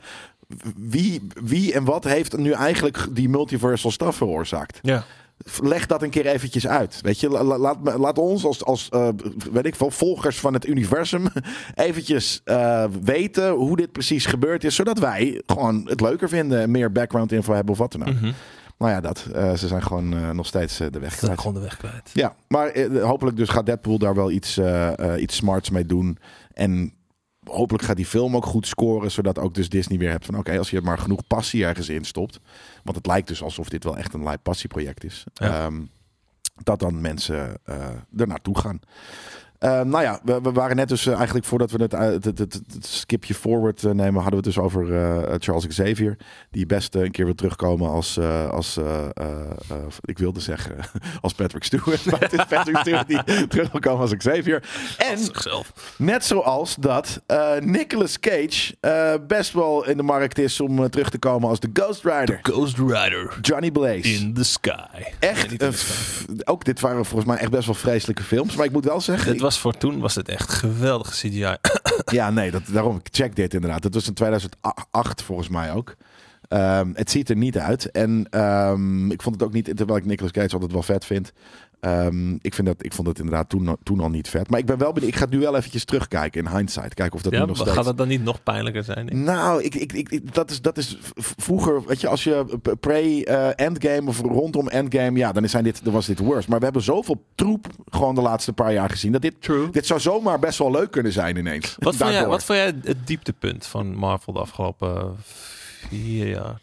S2: wie, wie en wat heeft nu eigenlijk die multiversal stuff veroorzaakt? Ja. Leg dat een keer eventjes uit. Weet je, laat, laat ons als, als uh, weet ik veel, volgers van het universum eventjes uh, weten hoe dit precies gebeurd is, zodat wij gewoon het leuker vinden, meer background info hebben of wat dan ook. Mm-hmm. Nou ja, dat. Uh, ze zijn gewoon uh, nog steeds uh, de weg kwijt. Ze zijn
S3: gewoon de weg kwijt.
S2: Ja, maar uh, hopelijk dus gaat Deadpool daar wel iets, uh, uh, iets smarts mee doen. En hopelijk gaat die film ook goed scoren, zodat ook dus Disney weer hebt van oké, okay, als je maar genoeg passie ergens in stopt. Want het lijkt dus alsof dit wel echt een live passieproject is. Ja. Um, dat dan mensen uh, er naartoe gaan. Uh, nou ja, we, we waren net dus uh, eigenlijk voordat we het, uh, het, het, het, het skipje forward uh, nemen, hadden we het dus over uh, Charles Xavier. Die best uh, een keer wil terugkomen als, uh, als uh, uh, uh, ik wilde zeggen, als Patrick Stewart. Maar het is Patrick Stewart die terug wil komen als Xavier. En net zoals dat uh, Nicolas Cage uh, best wel in de markt is om uh, terug te komen als de Ghost Rider.
S3: The Ghost Rider.
S2: Johnny Blaze.
S3: In the sky.
S2: Echt, uh, f- ook dit waren volgens mij echt best wel vreselijke films. Maar ik moet wel zeggen...
S3: Dit was voor toen was het echt geweldige C G I.
S2: Ja, nee, dat, daarom, ik check dit inderdaad. Dat was in tweeduizend acht volgens mij ook. Um, het ziet er niet uit. En um, ik vond het ook niet, terwijl ik Nicolas Cage altijd wel vet vind. Um, ik, vind dat, ik vond het inderdaad toen, toen al niet vet. Maar ik ben wel benieuwd. Ik ga het nu wel eventjes terugkijken in hindsight. Kijken of dat
S3: ja,
S2: nu nog steeds...
S3: Gaat het dan niet nog pijnlijker zijn? Denk ik?
S2: Nou, ik, ik, ik, dat, is, dat is vroeger... Weet je, als je pre-Endgame uh, of rondom Endgame... Ja, dan, zijn dit, dan was dit worse. Maar we hebben zoveel troep gewoon de laatste paar jaar gezien. Dat dit, True. dit zou zomaar best wel leuk kunnen zijn ineens.
S3: Wat vond jij, wat vond jij het dieptepunt van Marvel de afgelopen vier jaar?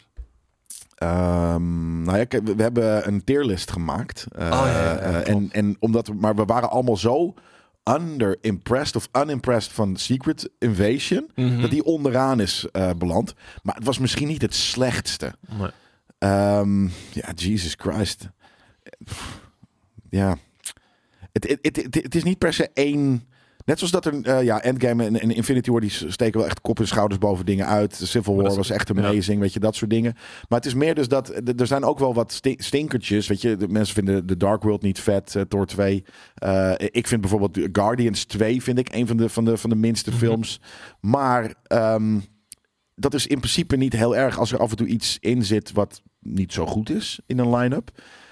S2: Um, nou ja, kijk, we, we hebben een tierlist gemaakt. Uh, oh, ja, ja, ja, uh, en, en omdat we, maar we waren allemaal zo under-impressed of unimpressed van Secret Invasion, mm-hmm. dat die onderaan is uh, beland. Maar het was misschien niet het slechtste. Nee. Um, ja, Jesus Christ. Ja. Het, het, het, het, het is niet per se één Net zoals dat er, uh, ja, Endgame en, en Infinity War, die steken wel echt kop en schouders boven dingen uit. Civil War was echt amazing, ja. weet je, dat soort dingen. Maar het is meer dus dat, er zijn ook wel wat stinkertjes, weet je. De mensen vinden The Dark World niet vet, uh, Thor twee. Uh, ik vind bijvoorbeeld Guardians twee, vind ik, een van de, van de, van de minste mm-hmm. films. Maar um, dat is in principe niet heel erg als er af en toe iets in zit wat niet zo goed is in een line-up.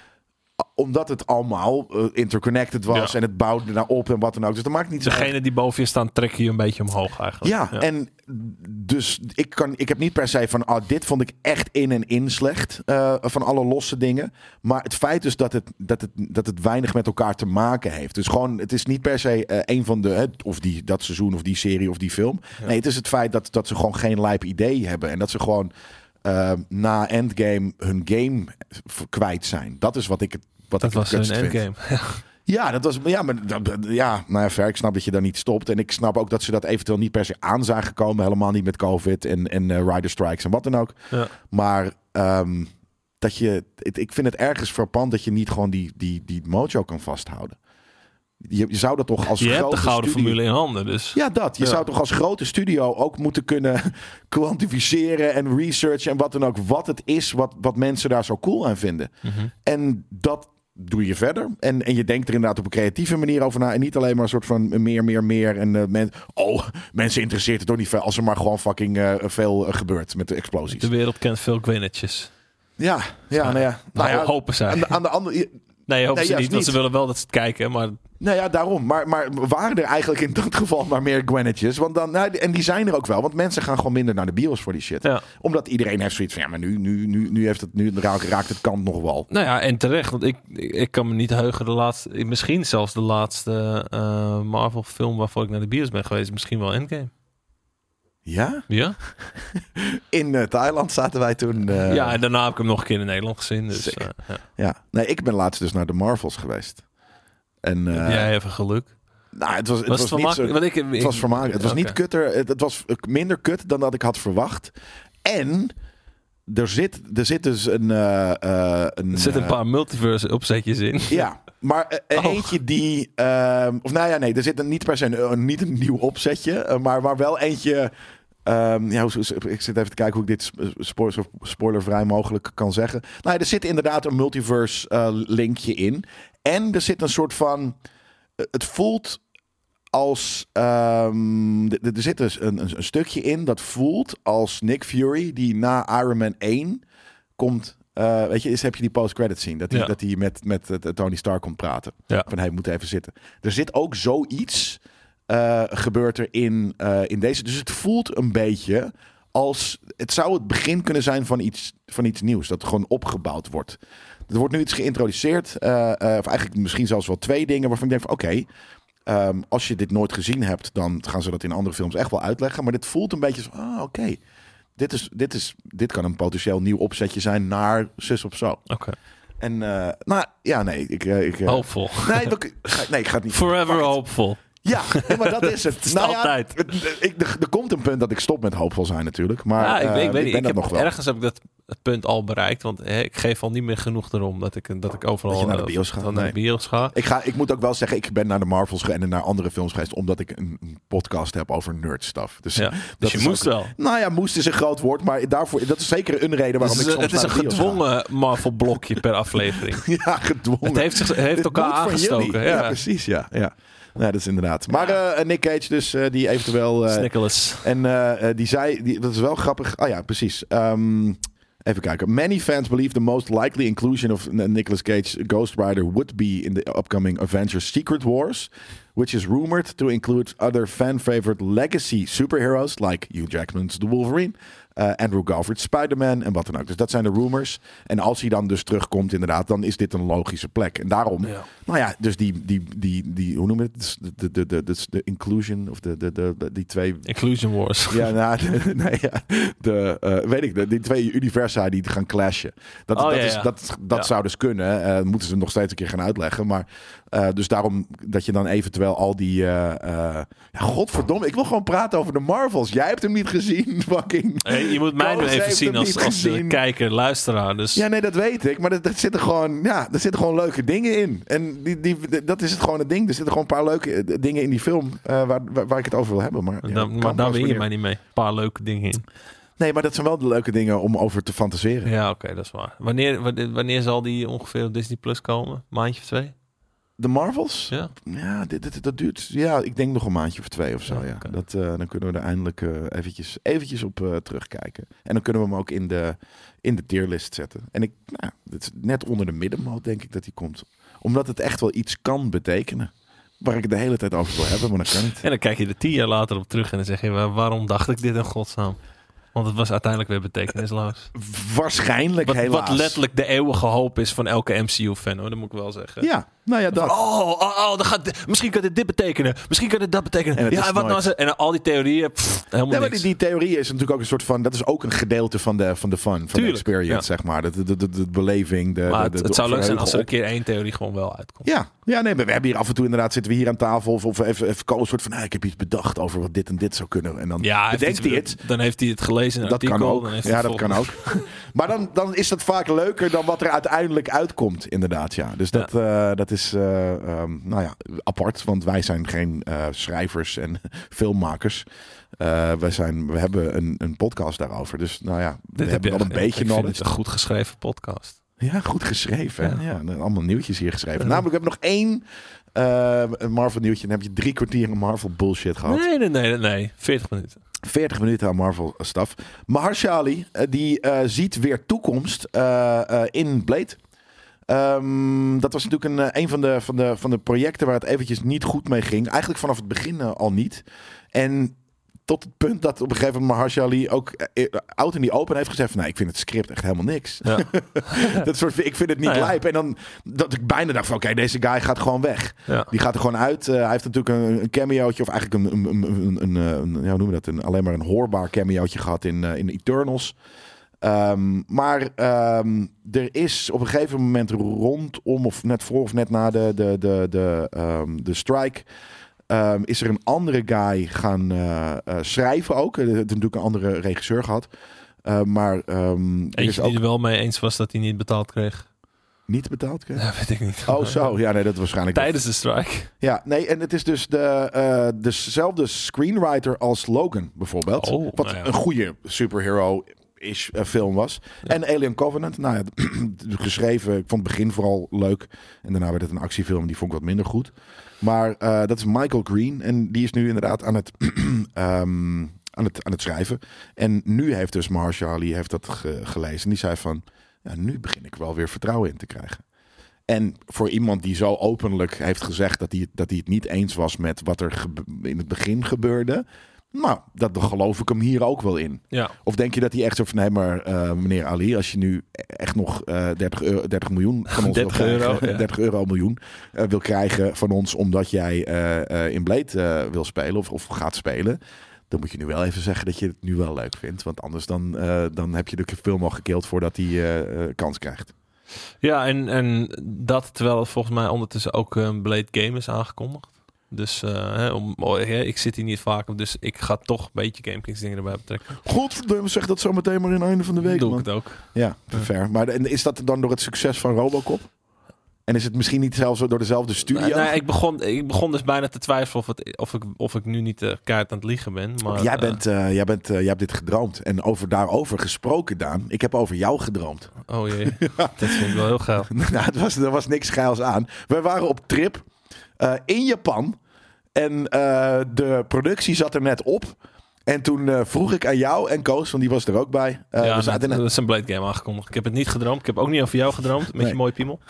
S2: Omdat het allemaal uh, interconnected was. Ja. En het bouwde naar op en wat dan ook. Dus dat maakt niet zo.
S3: Degene die boven je staan, trek je een beetje omhoog eigenlijk.
S2: Ja, ja. en dus ik, kan, ik heb niet per se van... Oh, dit vond ik echt in en in slecht. Uh, van alle losse dingen. Maar het feit dus dat het, dat, het, dat het weinig met elkaar te maken heeft. Dus gewoon, het is niet per se uh, een van de... Hè, of die, dat seizoen of die serie of die film. Ja. Nee, het is het feit dat, dat ze gewoon geen lijp idee hebben. En dat ze gewoon... Uh, na Endgame hun game kwijt zijn. Dat is wat ik het wat
S3: dat
S2: ik
S3: was
S2: het
S3: een Endgame.
S2: Ja, dat was ja, maar ja, nou ja, ver. Ik snap dat je daar niet stopt en ik snap ook dat ze dat eventueel niet per se aan zagen komen, helemaal niet met COVID en en uh, rider strikes en wat dan ook. Ja. Maar um, dat je, het, ik vind het ergens frappant dat je niet gewoon die die die mojo kan vasthouden. Je, je zou dat toch als
S3: je
S2: grote
S3: hebt de gouden
S2: studio...
S3: formule in handen, dus.
S2: Ja, dat. Je ja. zou toch als grote studio ook moeten kunnen kwantificeren en researchen en wat dan ook. Wat het is wat, wat mensen daar zo cool aan vinden. Mm-hmm. En dat doe je verder. En, en je denkt er inderdaad op een creatieve manier over na. En niet alleen maar een soort van meer, meer, meer. En uh, men, oh, mensen interesseert het toch niet veel als er maar gewoon fucking uh, veel uh, gebeurt met de explosies.
S3: De wereld kent veel Gwynetjes.
S2: Ja, ja, nou ja.
S3: Nou,
S2: nou ja
S3: hopen zij.
S2: Aan de, aan de andere...
S3: Nee, hopen nee, ze niet, want ze willen wel dat ze het kijken, maar...
S2: Nou ja, daarom. Maar, maar waren er eigenlijk in dat geval maar meer Gwynetjes? Want dan, nou, en die zijn er ook wel. Want mensen gaan gewoon minder naar de bios voor die shit. Ja. Omdat iedereen heeft zoiets van... Ja, maar nu, nu, nu, nu, heeft het, nu raakt, raakt het kant nog wel.
S3: Nou ja, en terecht. Want ik, ik kan me niet heugen de laatste... Misschien zelfs de laatste uh, Marvel film waarvoor ik naar de bios ben geweest. Misschien wel Endgame.
S2: Ja?
S3: Ja.
S2: In uh, Thailand zaten wij toen... Uh...
S3: Ja, en daarna heb ik hem nog een keer in Nederland gezien. Dus, uh, ja.
S2: ja. Nee, ik ben laatst dus naar de Marvels geweest. En, uh,
S3: heb jij even geluk?
S2: Nou, het was, het
S3: was,
S2: was,
S3: het
S2: niet zo,
S3: ik, ik,
S2: het was vermakelijk. Het was
S3: okay.
S2: niet kutter. Het, het was minder kut dan dat ik had verwacht. En... Er zit, er zit dus een... Uh, uh, een
S3: er zitten een paar multiverse opzetjes in.
S2: Ja, maar uh, oh. eentje die... Uh, of nou ja, nee, er zit een, niet per se een, uh, niet een nieuw opzetje. Uh, maar, maar wel eentje... Um, ja, ik zit even te kijken hoe ik dit spo- zo spoilervrij mogelijk kan zeggen. Nou, er zit inderdaad een multiverse uh, linkje in. En er zit een soort van... Uh, het voelt... Als um, er zit dus een, een, een stukje in dat voelt als Nick Fury die na Iron Man één komt. Uh, weet je, is heb je die post-credit scene dat hij ja. dat hij met met uh, Tony Stark komt praten. Ja. Van hij moet even zitten. Er zit ook zoiets uh, gebeurt er in uh, in deze. Dus het voelt een beetje als het zou het begin kunnen zijn van iets van iets nieuws dat gewoon opgebouwd wordt. Er wordt nu iets geïntroduceerd, uh, uh, of eigenlijk misschien zelfs wel twee dingen waarvan ik denk van oké. Okay, Um, als je dit nooit gezien hebt, dan gaan ze dat in andere films echt wel uitleggen. Maar dit voelt een beetje zo, ah, oké. Okay. Dit, is, dit, is, dit kan een potentieel nieuw opzetje zijn naar zus of zo.
S3: Oké. Okay.
S2: En, uh, nou, ja, nee. Ik, ik,
S3: Hoopvol.
S2: Nee, ik, nee, ik ga het niet...
S3: Forever hoopvol.
S2: Ja, nee, maar dat is het.
S3: Het is
S2: nou
S3: altijd.
S2: Ja, ik, er, er komt een punt dat ik stop met hoopvol zijn natuurlijk. Maar
S3: ja, ik, uh, ik weet
S2: ik
S3: niet. Ik heb,
S2: nog wel.
S3: Ergens heb ik dat het punt al bereikt. Want hè, ik geef al niet meer genoeg erom dat ik, dat ik overal
S2: dat je naar de bios gaat.
S3: Uh, naar de bios ga.
S2: Ik, ga. ik moet ook wel zeggen, ik ben naar de Marvels en naar andere films geweest. Omdat ik een, een podcast heb over nerd stuff. Dus,
S3: ja, dus je moest ook, wel.
S2: Nou ja, moest is een groot woord. Maar daarvoor, dat is zeker een reden waarom
S3: dus
S2: ik soms
S3: het is
S2: naar de bios
S3: een gedwongen Marvel blokje per aflevering.
S2: Ja, gedwongen.
S3: Het heeft, zich, het heeft elkaar aangestoken. Ja.
S2: ja, precies. Ja, ja. Nee, dat is inderdaad. Maar uh, Nick Cage dus, uh, die eventueel... Uh,
S3: Nicholas.
S2: En uh, die zei, die, dat is wel grappig. Oh ja, precies. Um, even kijken. Many fans believe the most likely inclusion of Nicolas Cage Ghost Rider would be in the upcoming Avengers Secret Wars, which is rumored to include other fan-favorite legacy superheroes like Hugh Jackman's The Wolverine, uh, Andrew Garfield's Spider-Man en wat dan ook. Dus dat zijn de rumors. En als hij dan dus terugkomt inderdaad, dan is dit een logische plek. En daarom, ja. nou ja, dus die, die, die, die hoe noem je het? De, de, de, de, de inclusion of de, de, de, de, die twee...
S3: Inclusion Wars.
S2: Ja, nou, de, nee, ja, de, uh, weet ik, de, die twee universa die gaan clashen. Dat,
S3: oh,
S2: dat,
S3: ja,
S2: is,
S3: ja.
S2: dat, dat
S3: ja.
S2: zou dus kunnen. Uh, moeten ze nog steeds een keer gaan uitleggen. Maar uh, dus daarom dat je dan eventueel al die... Uh, uh, ja, godverdomme, ik wil gewoon praten over de Marvels. Jij hebt hem niet gezien, fucking.
S3: Hey, je moet mij nu
S2: Koos
S3: even
S2: heeft
S3: zien
S2: hem
S3: als,
S2: niet
S3: als
S2: gezien.
S3: kijker, luisteraar. Dus.
S2: Ja, nee, dat weet ik. Maar er, er, zitten gewoon, ja, er zitten gewoon leuke dingen in. En die, die, dat is het gewoon het ding. Er zitten gewoon een paar leuke dingen in die film uh, waar, waar, waar ik het over wil hebben. Maar, ja,
S3: dan, maar daar win je mij niet mee. Een paar leuke dingen in.
S2: Nee, maar dat zijn wel de leuke dingen om over te fantaseren.
S3: Ja, oké, okay, dat is waar. Wanneer, wanneer, wanneer zal die ongeveer op Disney Plus komen? Maandje of twee?
S2: De Marvels?
S3: Ja.
S2: Ja, dit, dit, dat duurt. Ja, ik denk nog een maandje of twee of zo. Ja,
S3: Ja,
S2: ja.
S3: okay.
S2: Dat, uh, dan kunnen we er eindelijk uh, eventjes, eventjes op uh, terugkijken. En dan kunnen we hem ook in de, in de tierlist zetten. En ik, nou, het is net onder de middenmoot denk ik dat hij komt. Omdat het echt wel iets kan betekenen. Waar ik het de hele tijd over wil hebben, maar dat kan niet.
S3: En dan kijk je er tien jaar later op terug en dan zeg je, waarom dacht ik dit in godsnaam? Want het was uiteindelijk weer betekenisloos.
S2: Waarschijnlijk
S3: wat,
S2: helaas.
S3: Wat letterlijk de eeuwige hoop is van elke M C U-fan, hoor. Dat moet ik wel zeggen.
S2: Ja, nou ja, dat.
S3: Van, oh, oh, oh dan gaat dit, misschien kan dit dit betekenen. Misschien kan dit dat betekenen.
S2: En
S3: ja, en wat nou? En al die theorieën, pff, helemaal
S2: ja, maar
S3: niks.
S2: die, die theorie is natuurlijk ook een soort van... Dat is ook een gedeelte van de, van de fun, van
S3: Tuurlijk,
S2: de experience,
S3: ja.
S2: zeg maar. De, de, de, de, de beleving, de,
S3: maar
S2: de,
S3: het,
S2: de,
S3: het
S2: de
S3: zou leuk zijn als er een
S2: verheugen
S3: keer één theorie gewoon wel uitkomt.
S2: Ja, ja nee, maar we hebben hier af en toe inderdaad... Zitten we hier aan tafel of, of even, even een soort van... Ah, ik heb iets bedacht over wat dit en dit zou kunnen. En dan
S3: Ja,
S2: bedenkt hij het.
S3: Dan heeft hij het gelezen in een
S2: Dat
S3: artikel.
S2: kan ook.
S3: Dan heeft
S2: Ja,
S3: hij
S2: dat kan ook. Maar dan, dan is dat vaak leuker dan wat er uiteindelijk uitkomt, inderdaad. Ja. Dus dat, ja. Uh, dat is uh, um, nou ja, apart. Want wij zijn geen uh, schrijvers en filmmakers. Uh, wij zijn, we hebben een, een podcast daarover. Dus nou ja, we
S3: Dit
S2: hebben
S3: heb
S2: wel een
S3: je,
S2: beetje
S3: ik
S2: knowledge.
S3: vind het een goed geschreven podcast.
S2: Ja, goed geschreven. Ja. Ja, allemaal nieuwtjes hier geschreven.
S3: Ja.
S2: Namelijk, we hebben nog één uh, een Marvel nieuwtje. Dan heb je drie kwartier een Marvel bullshit gehad.
S3: Nee, nee, nee, nee. veertig minuten.
S2: veertig minuten aan Marvel stuff. Mahershala Ali, uh, die uh, ziet weer toekomst uh, uh, in Blade. Um, dat was natuurlijk een, een van, de, van, de, van de projecten waar het eventjes niet goed mee ging. Eigenlijk vanaf het begin uh, al niet. En tot het punt dat op een gegeven moment Mahershala Ali ook uh, out in die open heeft gezegd van, nee, ik vind het script echt helemaal niks. Ja. dat soort, ik vind het niet nou, ja. lijp. En dan dat ik bijna dacht van, oké, okay, deze guy gaat gewoon weg. Ja. Die gaat er gewoon uit. Uh, hij heeft natuurlijk een, een cameootje, of eigenlijk een, een, een, een, een, een ja, hoe noemen we dat? Een, alleen maar een hoorbaar cameootje gehad in, uh, in Eternals. Um, maar um, er is op een gegeven moment rondom, of net voor of net na de, de, de, de, um, de strike, um, is er een andere guy gaan uh, uh, schrijven ook. Er heeft natuurlijk een andere regisseur gehad. Uh, maar um,
S3: er is ook... die er wel mee eens was dat hij niet betaald kreeg.
S2: Niet betaald kreeg?
S3: Ja, weet ik niet.
S2: Oh zo, ja nee, dat waarschijnlijk...
S3: Tijdens de strike.
S2: Ja, nee, en het is dus de, uh, dezelfde screenwriter als Logan bijvoorbeeld. Oh, wat nou ja. een goede superhero is uh, film was. Ja. En Alien Covenant. Nou ja, geschreven. Ik vond het begin vooral leuk. En daarna werd het een actiefilm. Die vond ik wat minder goed. Maar uh, dat is Michael Green. En die is nu inderdaad aan het, um, aan het, aan het schrijven. En nu heeft dus Mahershala Ali heeft dat ge- gelezen. En die zei van, ja, nu begin ik wel weer vertrouwen in te krijgen. En voor iemand die zo openlijk heeft gezegd dat hij, dat hij het niet eens was met wat er gebe- in het begin gebeurde. Nou, dat geloof ik hem hier ook wel in.
S3: Ja.
S2: Of denk je dat hij echt zo van, nee, maar uh, meneer Ali, als je nu echt nog uh, dertig, euro, dertig miljoen van ons
S3: dertig
S2: wil krijgen,
S3: euro, ja.
S2: dertig euro miljoen uh, wil krijgen van ons omdat jij uh, uh, in Blade uh, wil spelen of, of gaat spelen, dan moet je nu wel even zeggen dat je het nu wel leuk vindt. Want anders dan, uh, dan heb je de film al gekild voordat hij uh, uh, kans krijgt.
S3: Ja, en, en dat terwijl het volgens mij ondertussen ook een Blade Game is aangekondigd. Dus uh, hè, om, oh, hè, ik zit hier niet vaak, dus ik ga toch een beetje GameKings dingen erbij betrekken.
S2: Godverdomme, zeg dat zo meteen maar in het einde van de week.
S3: Doe
S2: man.
S3: ik het ook.
S2: Ja, fair. Maar en is dat dan door het succes van Robocop? En is het misschien niet zelfs door dezelfde studio?
S3: Nee, nee, ik, begon, ik begon dus bijna te twijfelen of, het, of, ik, of ik nu niet uh, kaart aan het liegen ben. Maar,
S2: jij,
S3: uh,
S2: bent, uh, jij, bent, uh, jij hebt dit gedroomd. En over daarover gesproken, Daan. Ik heb over jou gedroomd.
S3: Oh jee, dat vind ik wel heel geil.
S2: nou, het was, er was niks geils aan. We waren op trip uh, in Japan. En uh, de productie zat er net op. En toen uh, vroeg ik aan jou en Koos, want die was er ook bij. Uh,
S3: ja,
S2: we zaten
S3: dat,
S2: net...
S3: dat is een Blade Game aangekondigd. Ik heb het niet gedroomd. Ik heb ook niet over jou gedroomd. Met nee. je mooie piemel.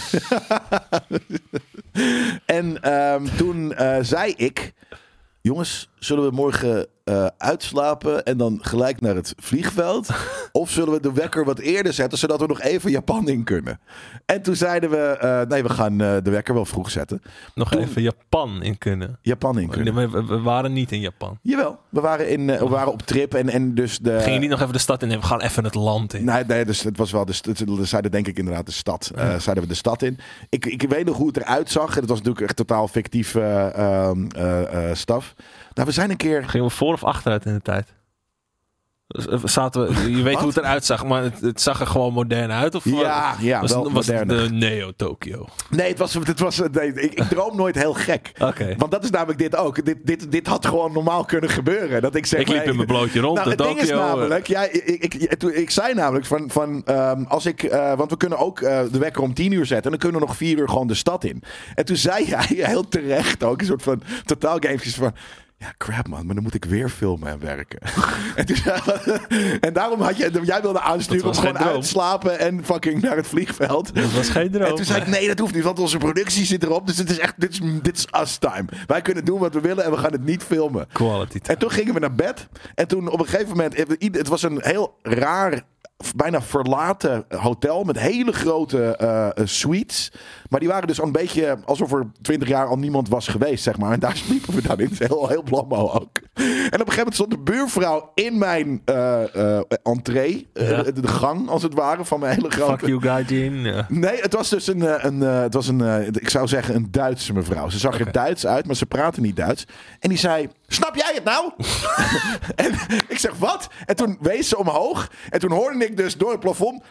S2: en um, toen uh, zei ik, jongens, zullen we morgen uh, uitslapen en dan gelijk naar het vliegveld? Of zullen we de wekker wat eerder zetten, zodat we nog even Japan in kunnen? En toen zeiden we, uh, nee, we gaan uh, de wekker wel vroeg zetten.
S3: Nog toen... even Japan in kunnen?
S2: Japan in kunnen.
S3: Nee, we, we waren niet in Japan.
S2: Jawel, we waren, in, uh, we waren op trip en, en dus de...
S3: Ging je niet nog even de stad in? Nee, we gaan even het land in.
S2: Nee, nee dus het was wel, de, de, zeiden denk ik inderdaad de stad. Uh, zeiden we de stad in. Ik, ik weet nog hoe het eruit zag. Het was natuurlijk echt totaal fictief uh, uh, uh, uh, staf. Nou, we zijn een keer...
S3: Gingen we voor of achteruit in de tijd? Zaten we, je weet
S2: Wat?
S3: hoe het eruit zag, maar het, het zag er gewoon modern uit. Of
S2: Ja, ja,
S3: was,
S2: wel
S3: was het
S2: moderner.
S3: de Neo Tokyo?
S2: Nee, het was, het was, nee ik, ik droom nooit heel gek.
S3: Oké.
S2: Want dat is namelijk dit ook. Dit, dit, dit had gewoon normaal kunnen gebeuren. Dat ik zeg,
S3: Ik liep
S2: nee,
S3: in mijn blootje rond
S2: nou,
S3: in
S2: het ding is
S3: Tokyo.
S2: namelijk, ja, ik, ik, ik, ik zei namelijk van, van um, als ik, uh, want we kunnen ook uh, de wekker om tien uur zetten en dan kunnen we nog vier uur gewoon de stad in. En toen zei jij heel terecht ook een soort van totaal gamepjes van. Ja, crap man, maar dan moet ik weer filmen en werken. en, toen, en daarom had je, jij wilde aansturen om gewoon uitslapen en fucking naar het vliegveld.
S3: Dat was geen droom.
S2: En toen zei ik, nee, dat hoeft niet, want onze productie zit erop. Dus het is echt, dit is, dit is us time. Wij kunnen doen wat we willen en we gaan het niet filmen.
S3: Quality time.
S2: En toen gingen we naar bed. En toen op een gegeven moment, het was een heel raar, bijna verlaten hotel met hele grote uh, suites. Maar die waren dus al een beetje alsof er twintig jaar al niemand was geweest, zeg maar. En daar sliepen we dan in. Heel, heel blammo ook. En op een gegeven moment stond de buurvrouw in mijn uh, uh, entree. Uh,
S3: Ja.
S2: de, de gang, als het ware, van mijn hele grote...
S3: Fuck you, Gaijin. Ja.
S2: Nee, het was dus een, uh, een, uh, het was een uh, ik zou zeggen een Duitse mevrouw. Ze zag
S3: Oké.
S2: er Duits uit, maar ze praatte niet Duits. En die zei, snap jij het nou? En ik zeg, wat? En toen wees ze omhoog. En toen hoorde ik dus door het plafond.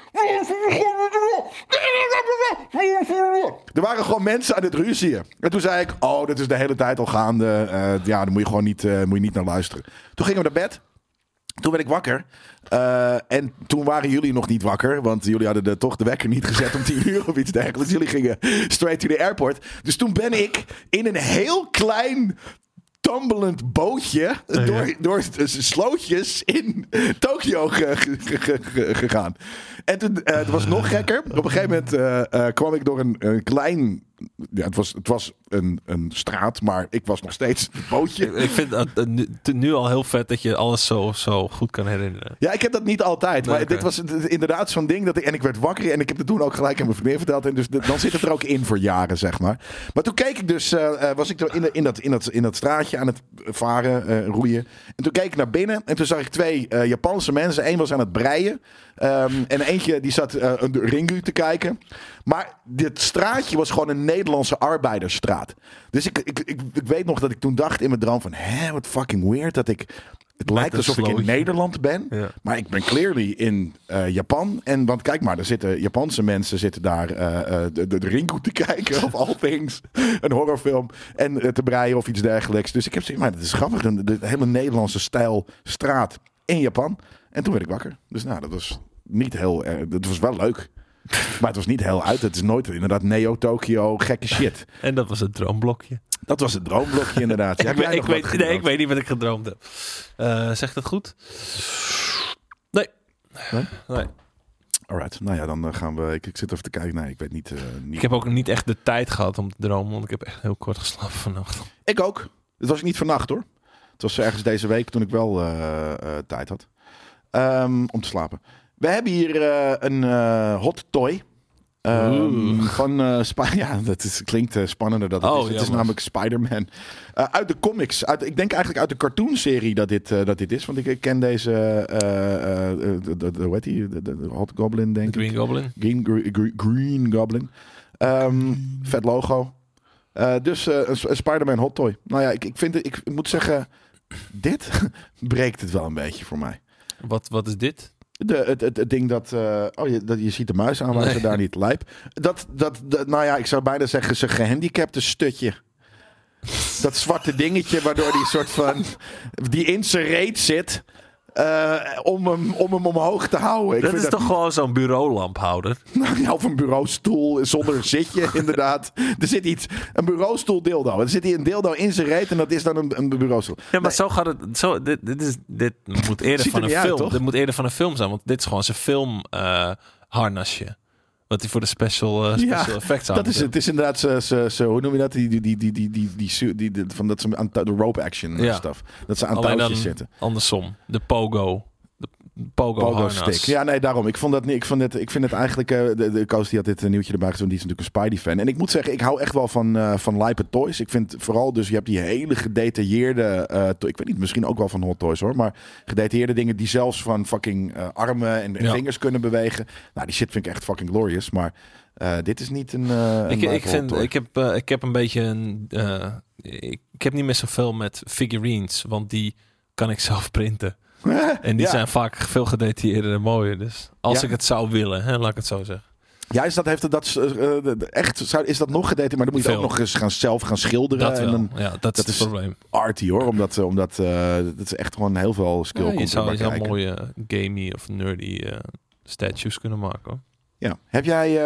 S2: Er waren gewoon mensen aan het ruzieën. En toen zei ik, oh, dat is de hele tijd al gaande. Uh, ja, daar moet je gewoon niet, uh, moet je niet naar luisteren. Toen gingen we naar bed. Toen werd ik wakker. Uh, en toen waren jullie nog niet wakker. Want jullie hadden de, toch de wekker niet gezet om tien uur of iets dergelijks. Jullie gingen straight to the airport. Dus toen ben ik in een heel klein tumbelend bootje
S3: ja.
S2: door, door slootjes in Tokio ge, ge, ge, ge, gegaan. En toen, uh, het was nog gekker. Op een gegeven moment uh, uh, kwam ik door een, een klein... Ja, het was, het was een, een straat, maar ik was nog steeds een bootje.
S3: Ik vind het uh, nu, nu al heel vet dat je alles zo, zo goed kan herinneren.
S2: Ja, ik heb dat niet altijd. Maar
S3: Nee, okay.
S2: dit was inderdaad zo'n ding dat ik... En ik werd wakker en ik heb het toen ook gelijk aan mijn vriendin verteld. En dus de, dan zit het er ook in voor jaren, zeg maar. Maar toen keek ik dus... Uh, was ik er in, de, in, dat, in, dat, in dat straatje aan het varen, uh, roeien. En toen keek ik naar binnen. En toen zag ik twee uh, Japanse mensen. Eén was aan het breien. Um, en eentje die zat uh, een Ringu te kijken. Maar dit straatje was gewoon een Nederlandse arbeidersstraat. Dus ik, ik, ik, ik weet nog dat ik toen dacht in mijn droom van... Hè, wat fucking weird dat ik... Het lijkt alsof ik in Nederland ben.
S3: Ja.
S2: Maar ik ben clearly in uh, Japan. En want kijk maar, er zitten Japanse mensen zitten daar uh, uh, de, de, de Ringu te kijken. Of all things. Een horrorfilm. En uh, te breien of iets dergelijks. Dus ik heb gezegd, maar dat is grappig. De, de hele Nederlandse stijl straat in Japan. En toen werd ik wakker. Dus nou, dat was niet heel... Uh, dat was wel leuk. Maar het was niet heel uit. Het is nooit inderdaad Neo Tokyo gekke shit.
S3: En dat was het droomblokje.
S2: Dat was het droomblokje inderdaad. Ja,
S3: ik, weet, ik, weet, nee, ik weet niet wat ik gedroomd heb. Uh, zegt dat goed? Nee.
S2: Nee?
S3: Nee.
S2: Alright, nou ja, dan gaan we... Ik, ik zit even te kijken. Nee, ik weet niet, uh, niet...
S3: Ik heb ook niet echt de tijd gehad om te dromen, want ik heb echt heel kort geslapen vannacht.
S2: Ik ook. Het was niet vannacht hoor. Het was ergens deze week toen ik wel uh, uh, tijd had. Um, om te slapen. We hebben hier uh, een uh, hot toy. Um, van uh, Sp- ja, dat is, klinkt uh, spannender dat het
S3: oh,
S2: is. Het
S3: ja,
S2: is namelijk Spider-Man. Uh, uit de comics. Uit, ik denk eigenlijk uit de cartoonserie dat dit, uh, dat dit is. Want ik, ik ken deze... Uh, uh, de, de, de, hoe heet die? De, de, de Hot Goblin, denk
S3: de Green
S2: ik.
S3: Goblin.
S2: Green, green, green Goblin. Um, vet logo. Uh, dus uh, een, een Spider-Man hot toy. Nou ja, ik, ik, vind het, ik, ik moet zeggen... Dit breekt het wel een beetje voor mij.
S3: Wat, wat is dit?
S2: De, het, het, het ding dat, uh, oh, je, dat... Je ziet de muis aanwijzen, nee. Daar niet lijp. Dat, dat, dat, nou ja, ik zou bijna zeggen... Zijn gehandicapte stutje. Dat zwarte dingetje waardoor die soort van... Die in zijn reet zit... Uh, om, hem, om hem omhoog te houden. Ik
S3: dat
S2: vind
S3: is
S2: dat...
S3: toch gewoon zo'n bureaulamphouder?
S2: Nou, ja, of een bureaustoel zonder zitje, inderdaad. Er zit iets, een bureaustoel dildo. Er zit hier een dildo in zijn reet en dat is dan een, een bureaustoel.
S3: Ja, maar
S2: nee.
S3: zo gaat het. Zo, dit, dit, is, dit moet eerder van een film. Uit, dit moet eerder van een film zijn, want dit is gewoon zijn film uh, harnasje. Wat hij voor de special, uh, special
S2: ja,
S3: effects aan.
S2: Dat is het. Het is inderdaad zo, zo, zo, hoe noem je dat? Die, die, die, die, die, die, die, die, die van dat ze aan de rope action ja. stuff. Dat ze aan
S3: Alleen
S2: touwtjes zitten.
S3: Andersom. De pogo. De pogo, pogo stick.
S2: Ja, nee, daarom. Ik vond dat niet. Ik vond het. Ik vind het eigenlijk. Uh, de, de Koos die had dit nieuwtje erbij gezet. Die is natuurlijk een Spidey fan. En ik moet zeggen, ik hou echt wel van uh, van lijpe toys. Ik vind vooral dus je hebt die hele gedetailleerde. Uh, to- ik weet niet, misschien ook wel van Hot Toys hoor, maar gedetailleerde dingen die zelfs van fucking uh, armen en, en ja. vingers kunnen bewegen. Nou, die shit vind ik echt fucking glorious. Maar uh, dit is niet een. Uh, een
S3: ik, ik vind. Ik heb. Uh, ik heb een beetje een. Uh, ik, ik heb niet meer zoveel met figurines, want die kan ik zelf printen. En die
S2: Ja.
S3: zijn vaak veel gedetailleerder en mooier. Dus als
S2: Ja.
S3: ik het zou willen, hè, laat ik het zo zeggen.
S2: Ja, is dat, heeft het dat, uh, echt, zou, is dat nog gedetailleerd? Maar dan moet je
S3: Veel.
S2: ook nog eens gaan, zelf gaan schilderen.
S3: Dat
S2: en
S3: wel.
S2: dan,
S3: Ja, dat,
S2: dat
S3: is
S2: is-
S3: het probleem.
S2: arty hoor, omdat, uh, omdat uh, dat is echt gewoon heel veel skill
S3: Ja, je
S2: komt
S3: zou, je
S2: erbij
S3: zou
S2: kijken.
S3: mooie gamey of nerdy uh, statues kunnen maken. Hoor.
S2: Ja. Heb jij,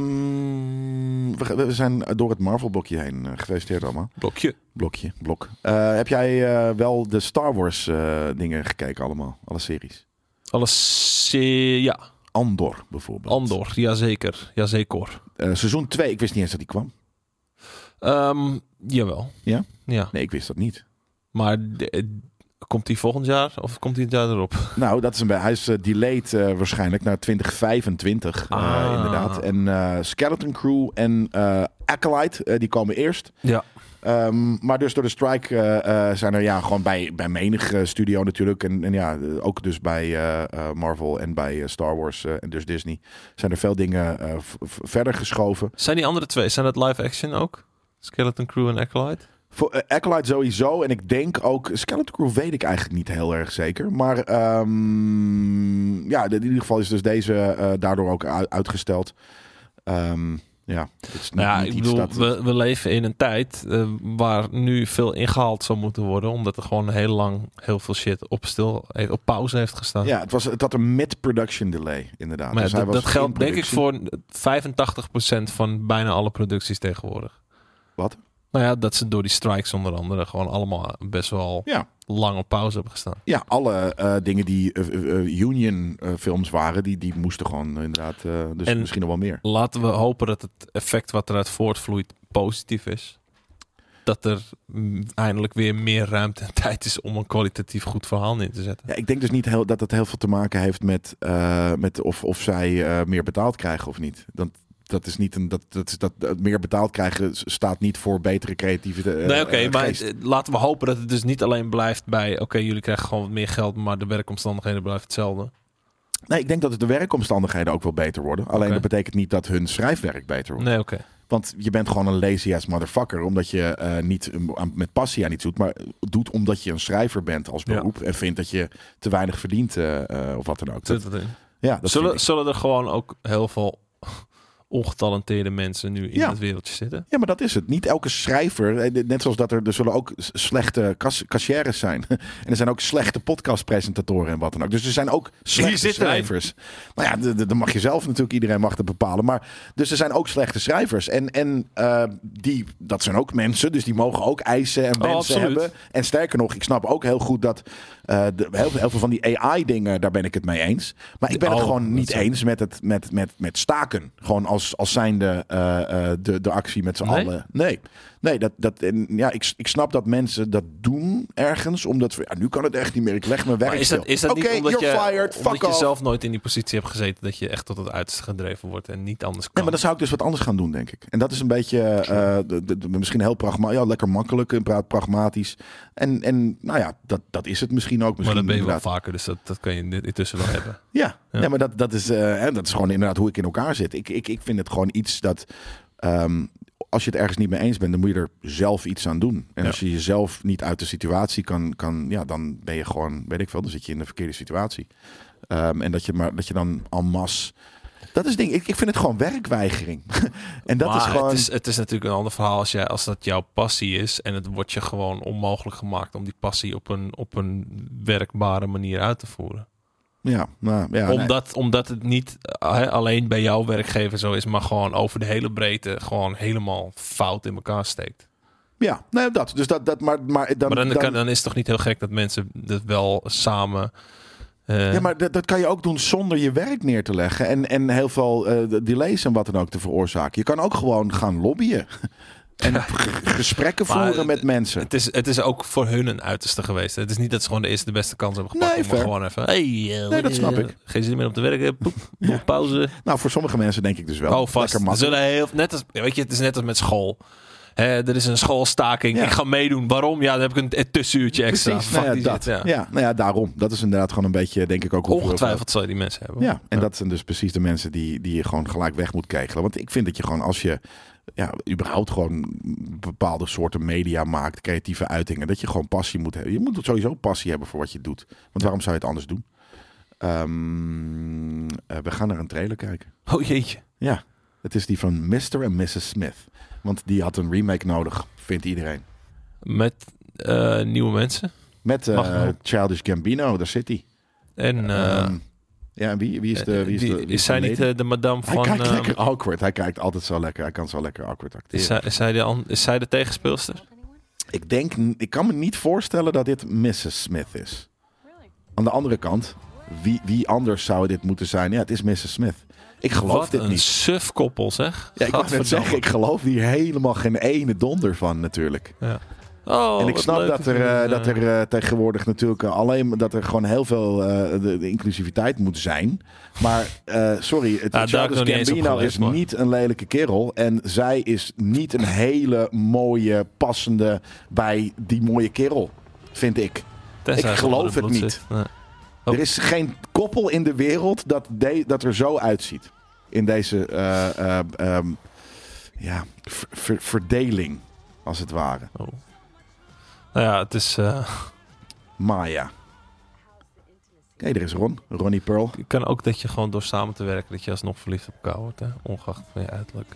S2: um, we, we zijn door het Marvel blokje heen. Uh, gefeliciteerd allemaal.
S3: Blokje.
S2: Blokje, blok. Uh, heb jij uh, wel de Star Wars uh, dingen gekeken allemaal? Alle series?
S3: Alles, uh, ja.
S2: Andor bijvoorbeeld.
S3: Andor, jazeker. Jazeker.
S2: Uh, seizoen twee, ik wist niet eens dat die kwam.
S3: Um, jawel.
S2: Ja?
S3: Ja.
S2: Nee, ik wist dat niet.
S3: Maar de, komt die volgend jaar of komt die het jaar erop?
S2: Nou, dat is een be- hij is uh, delayed uh, waarschijnlijk naar twintig vijfentwintig. Uh,
S3: Ah.
S2: Inderdaad. En uh, Skeleton Crew en uh, Acolyte, uh, die komen eerst.
S3: Ja.
S2: Um, maar dus door de strike uh, uh, zijn er ja, gewoon bij, bij menig uh, studio natuurlijk. En, en ja, uh, ook dus bij uh, uh, Marvel en bij uh, Star Wars uh, en dus Disney. Zijn er veel dingen uh, v- v- verder geschoven.
S3: Zijn die andere twee, zijn dat live action ook? Skeleton Crew en Acolyte?
S2: Voor uh, Acolyte sowieso. En ik denk ook... Skeleton Crew weet ik eigenlijk niet heel erg zeker. Maar um, ja, in ieder geval is dus deze uh, daardoor ook u- uitgesteld. Um, ja, het is niet,
S3: Nou ja,
S2: niet
S3: ik
S2: iets
S3: bedoel,
S2: dat...
S3: we, we leven in een tijd uh, waar nu veel ingehaald zou moeten worden. Omdat er gewoon heel lang heel veel shit op stil, op pauze heeft gestaan.
S2: Ja, het, was, het had een mid-production delay, inderdaad.
S3: Maar
S2: Dus
S3: ja,
S2: hij
S3: dat,
S2: was
S3: dat
S2: in
S3: geldt denk ik
S2: productie.
S3: voor vijfentachtig procent van bijna alle producties tegenwoordig.
S2: Wat?
S3: Nou ja, dat ze door die strikes onder andere gewoon allemaal best wel
S2: Ja.
S3: lang op pauze hebben gestaan.
S2: Ja, alle uh, dingen die uh, uh, Union uh, films waren, die, die moesten gewoon uh, inderdaad... Uh, dus
S3: En-
S2: misschien nog wel meer.
S3: Laten we hopen dat het effect wat eruit voortvloeit positief is. Dat er mm, eindelijk weer meer ruimte en tijd is om een kwalitatief goed verhaal neer te zetten.
S2: Ja, ik denk dus niet heel, dat het heel veel te maken heeft met, uh, met of, of zij uh, meer betaald krijgen of niet. Dat, dat is niet een... Dat, dat, is dat, dat meer betaald krijgen staat niet voor betere creatieve uh,
S3: Nee, oké,
S2: uh,
S3: maar
S2: geest.
S3: eh, laten we hopen dat het dus niet alleen blijft bij... Oké, jullie krijgen gewoon wat meer geld, maar de werkomstandigheden blijven hetzelfde.
S2: Nee, ik denk dat de werkomstandigheden ook wel beter worden. Alleen
S3: Oké.
S2: dat betekent niet dat hun schrijfwerk beter wordt.
S3: Nee, oké.
S2: Want je bent gewoon een lazy ass motherfucker. Omdat je uh, niet um, aan- met passie aan iets doet. Maar doet omdat je een schrijver bent als
S3: Ja.
S2: beroep. En vindt dat je te weinig verdient. Uh, uh, of wat dan ook. Dat,
S3: Zit het in.
S2: ja, dat
S3: Zullen,
S2: vind ik.
S3: zullen er gewoon ook heel veel ongetalenteerde mensen nu in
S2: Ja.
S3: het wereldje zitten?
S2: Ja, maar dat is het. Niet elke schrijver. eh, Net zoals dat er, er zullen ook s- slechte kas, cashiers zijn. En er zijn ook slechte podcastpresentatoren en wat dan ook. Dus er zijn ook slechte
S3: zit er een.
S2: schrijvers. Nou ja, d- d- dan mag je zelf natuurlijk. Iedereen mag dat bepalen. Maar dus er zijn ook slechte schrijvers. En, en uh, die, dat zijn ook mensen. Dus die mogen ook eisen en
S3: Oh,
S2: wensen
S3: absoluut.
S2: hebben. En sterker nog, ik snap ook heel goed dat uh, de, heel, heel veel van die A I-dingen, daar ben ik het mee eens. Maar ik ben het
S3: Oh,
S2: gewoon
S3: dat
S2: niet
S3: is-
S2: eens met, het, met, met, met staken. Gewoon als, als zijnde uh, uh, de, de actie met z'n
S3: Nee?
S2: allen. Nee, nee dat, dat, en, ja, ik, ik snap dat mensen dat doen ergens. Omdat we, ja, nu kan het echt niet meer. Ik leg mijn werk
S3: Maar is dat,
S2: stil.
S3: is dat
S2: Oké,
S3: niet omdat,
S2: you're
S3: je,
S2: fired,
S3: omdat
S2: fuck
S3: je
S2: off.
S3: zelf nooit in die positie hebt gezeten dat je echt tot het uiterste gedreven wordt en niet anders kan?
S2: Nee, maar dan zou ik dus wat anders gaan doen, denk ik. En dat is een beetje, uh, de, de, de- misschien heel pragmatisch. Ja, lekker makkelijk en praat pragmatisch. En, en nou ja, dat, dat is het misschien ook.
S3: maar
S2: Misschien
S3: dat ben je wel
S2: inderdaad.
S3: vaker, dus dat, dat kan je dit- intussen wel hebben.
S2: Ja,
S3: Ja.
S2: ja. maar dat, dat, is, uh, hè, dat is gewoon inderdaad hoe ik in elkaar zit. Ik, ik, ik vind het gewoon iets dat... Um, als je het ergens niet mee eens bent, dan moet je er zelf iets aan doen. En
S3: Ja.
S2: als je jezelf niet uit de situatie kan, kan... Ja, dan ben je gewoon, weet ik veel, dan zit je in de verkeerde situatie. Um, en dat je, maar, dat je dan en masse... Dat is het ding. Ik, ik vind het gewoon werkweigering. en dat
S3: maar
S2: is gewoon...
S3: het, is, het is natuurlijk een ander verhaal als, jij, als dat jouw passie is en het wordt je gewoon onmogelijk gemaakt om die passie op een, op een werkbare manier uit te voeren.
S2: Ja, nou, ja, nee.
S3: omdat, omdat het niet uh, alleen bij jouw werkgever zo is, maar gewoon over de hele breedte gewoon helemaal fout in elkaar steekt.
S2: Ja, nee, dat. Dus dat, dat maar, maar dan,
S3: maar dan,
S2: dan,
S3: kan, dan is het toch niet heel gek dat mensen dat wel samen... Uh,
S2: ja, maar dat, dat kan je ook doen zonder je werk neer te leggen. En, en heel veel uh, delays en wat dan ook te veroorzaken. Je kan ook gewoon gaan lobbyen. En g- gesprekken
S3: Maar
S2: voeren met mensen.
S3: Het is, het is ook voor hun een uiterste geweest. Het is niet dat ze gewoon de eerste de beste kans hebben gepakt.
S2: Nee,
S3: om
S2: fair.
S3: gewoon even... Hey, uh,
S2: Nee, dat snap ik.
S3: Geen zin meer om te werken. Poep, doe pauze.
S2: Nou, voor sommige mensen denk ik dus wel.
S3: Oh, vast.
S2: Lekker
S3: Er
S2: makkelijk.
S3: zullen heel, net als, weet je, het is net als met school. Hè, er is een schoolstaking.
S2: Ja.
S3: Ik ga meedoen. Waarom? Ja, dan heb ik een, een tussenuurtje extra.
S2: Precies,
S3: Fuck
S2: nou ja,
S3: die
S2: dat.
S3: shit,
S2: Ja.
S3: ja.
S2: nou ja, daarom. Dat is inderdaad gewoon een beetje, denk ik ook... hoeveel-
S3: Ongetwijfeld zal je die mensen hebben.
S2: Ja, en dat zijn dus precies de mensen die, die je gewoon gelijk weg moet kegelen. Want ik vind dat je gewoon, als je ja, überhaupt gewoon bepaalde soorten media maakt, creatieve uitingen, dat je gewoon passie moet hebben. Je moet sowieso passie hebben voor wat je doet. Want waarom zou je het anders doen? Um, uh, we gaan naar een trailer kijken.
S3: Oh jeetje.
S2: Ja, het is die van mister en missus Smith. Want die had een remake nodig, vindt iedereen.
S3: Met uh, nieuwe mensen?
S2: Met uh, Childish Gambino, daar zit hij.
S3: En... Uh,
S2: um, ja, en wie, wie is de... Wie is,
S3: die,
S2: de, wie
S3: is zij niet uh, de madame
S2: hij
S3: van...
S2: Hij kijkt
S3: uh,
S2: lekker awkward. Hij kijkt altijd zo lekker. Hij kan zo lekker awkward acteren.
S3: Is zij, is zij, de, is zij de tegenspeelster?
S2: Ik denk... Ik kan me niet voorstellen dat dit missus Smith is. Aan de andere kant... Wie, wie anders zou dit moeten zijn? Ja, het is missus Smith. Ik geloof
S3: Wat
S2: dit
S3: een
S2: niet.
S3: suf koppel, zeg.
S2: Ja, ik wou net zeggen, ik geloof hier helemaal geen ene donder van natuurlijk.
S3: Ja. Oh,
S2: en ik snap dat er, uh, dat er uh, tegenwoordig natuurlijk uh, alleen dat er gewoon heel veel uh, de, de inclusiviteit moet zijn. Maar uh, sorry, het
S3: ja,
S2: Childish Gambino is maar. niet een lelijke kerel. En zij is niet een hele mooie, passende bij die mooie kerel, vind ik.
S3: Tenzij
S2: ik geloof het niet. Nee. Oh. Er is geen koppel in de wereld dat, de, dat er zo uitziet. In deze uh, uh, um, ja, ver, ver, verdeling, als het ware.
S3: Oh. Nou ja, het is... Uh...
S2: Maya. Kijk, er is Ron. Ronnie Pearl.
S3: Het kan ook dat je gewoon door samen te werken... dat je alsnog verliefd op elkaar wordt. Hè? Ongeacht van je uiterlijk.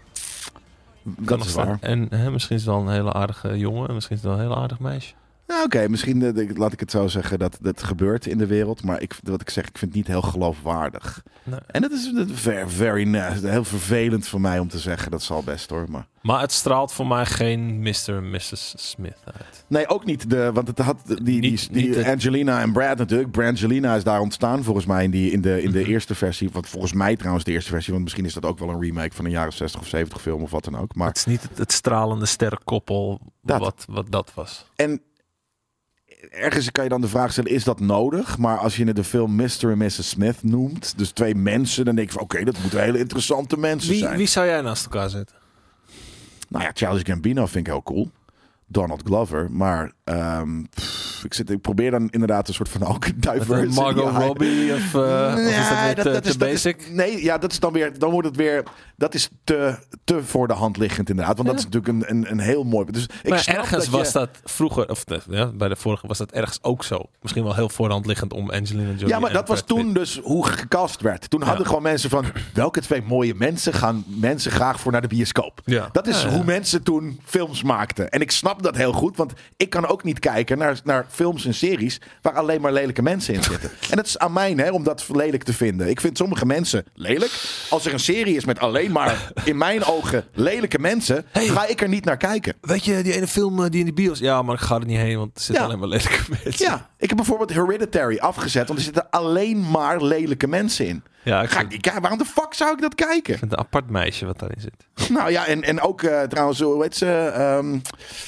S2: Dat is waar.
S3: En hè, misschien is het wel een hele aardige jongen... en misschien is het wel een heel aardig meisje.
S2: Nou, oké, okay, misschien uh, laat ik het zo zeggen dat dat gebeurt in de wereld. Maar ik, wat ik zeg, ik vind het niet heel geloofwaardig. Nee. En dat is very, very nice. Heel vervelend voor mij om te zeggen. Dat zal best hoor. Maar,
S3: maar het straalt voor mij geen mister en missus Smith uit.
S2: Nee, ook niet. De, want het had die, die, niet, die, die niet Angelina en Brad natuurlijk. Brangelina is daar ontstaan volgens mij in, die, in, de, in de mm-hmm. eerste versie. Wat volgens mij trouwens de eerste versie. Want misschien is dat ook wel een remake van een jaren zestig of zeventig film of wat dan ook. Maar
S3: het is niet het, het stralende sterrenkoppel wat, wat dat was.
S2: En ergens kan je dan de vraag stellen, is dat nodig? Maar als je de film mister en missus Smith noemt, dus twee mensen, dan denk ik van oké, okay, dat moeten hele interessante mensen
S3: wie,
S2: zijn.
S3: Wie zou jij naast elkaar zetten?
S2: Nou ja, Childish Gambino vind ik heel cool. Donald Glover, maar um, pff, ik, zit, ik probeer dan inderdaad een soort van ook diversity.
S3: Margot ja, Robbie of, uh, ja, of is dat weer te, dat, dat te is, basic?
S2: Dat is, nee, ja, dat is dan weer, dan wordt het weer, dat is te, te voor de hand liggend inderdaad, want ja. dat is natuurlijk een, een, een heel mooi. Dus ik
S3: maar
S2: snap
S3: ergens
S2: dat
S3: was
S2: je,
S3: dat vroeger, of ja, bij de vorige was dat ergens ook zo. Misschien wel heel voor de hand liggend om Angelina Jolie.
S2: Ja, maar dat was toen dus hoe gecast werd. Toen ja. hadden gewoon mensen van, welke twee mooie mensen gaan mensen graag voor naar de bioscoop? Ja. Dat is ja, ja. hoe mensen toen films maakten. En ik snap dat heel goed, want ik kan ook niet kijken naar, naar films en series waar alleen maar lelijke mensen in zitten. En dat is aan mij hè, om dat lelijk te vinden. Ik vind sommige mensen lelijk. Als er een serie is met alleen maar, in mijn ogen, lelijke mensen, hey, ga ik er niet naar kijken.
S3: Weet je, die ene film die in de bios... Ja, maar ik ga er niet heen, want er zitten ja. alleen maar lelijke mensen.
S2: Ja, ik heb bijvoorbeeld Hereditary afgezet, want er zitten alleen maar lelijke mensen in. Ja, ik ga ik niet kijken. Waarom de fuck zou ik dat kijken?
S3: Ik vind het een apart meisje wat daarin zit.
S2: Nou ja, en, en ook uh, trouwens, hoe heet ze... Um,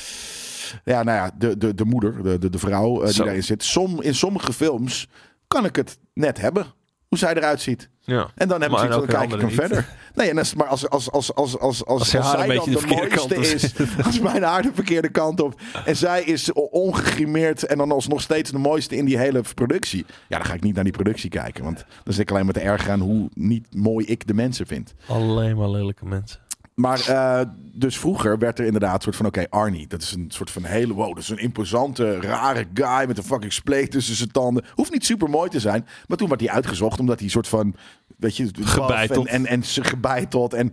S2: Ja, nou ja, de, de, de moeder, de, de, de vrouw uh, die daarin zit. Som, in sommige films kan ik het net hebben. Hoe zij eruit ziet. Ja. En dan hebben ze dan kijk ik hem verder. Nee, en als, maar als, als, als, als, als, als, als, als zij dan de, de mooiste is, als mijn haar de verkeerde kant op. En zij is ongegrimeerd en dan alsnog steeds de mooiste in die hele productie. Ja, dan ga ik niet naar die productie kijken. Want dan zit ik alleen maar te erg aan hoe niet mooi ik de mensen vind.
S3: Alleen maar lelijke mensen.
S2: Maar uh, dus vroeger werd er inderdaad een soort van... Oké, okay, Arnie, dat is een soort van hele... Wow, dat is een imposante, rare guy met een fucking spleet tussen zijn tanden. Hoeft niet super mooi te zijn. Maar toen werd hij uitgezocht omdat hij een soort van... Weet je,
S3: gebeiteld.
S2: En, en, en gebeiteld. En...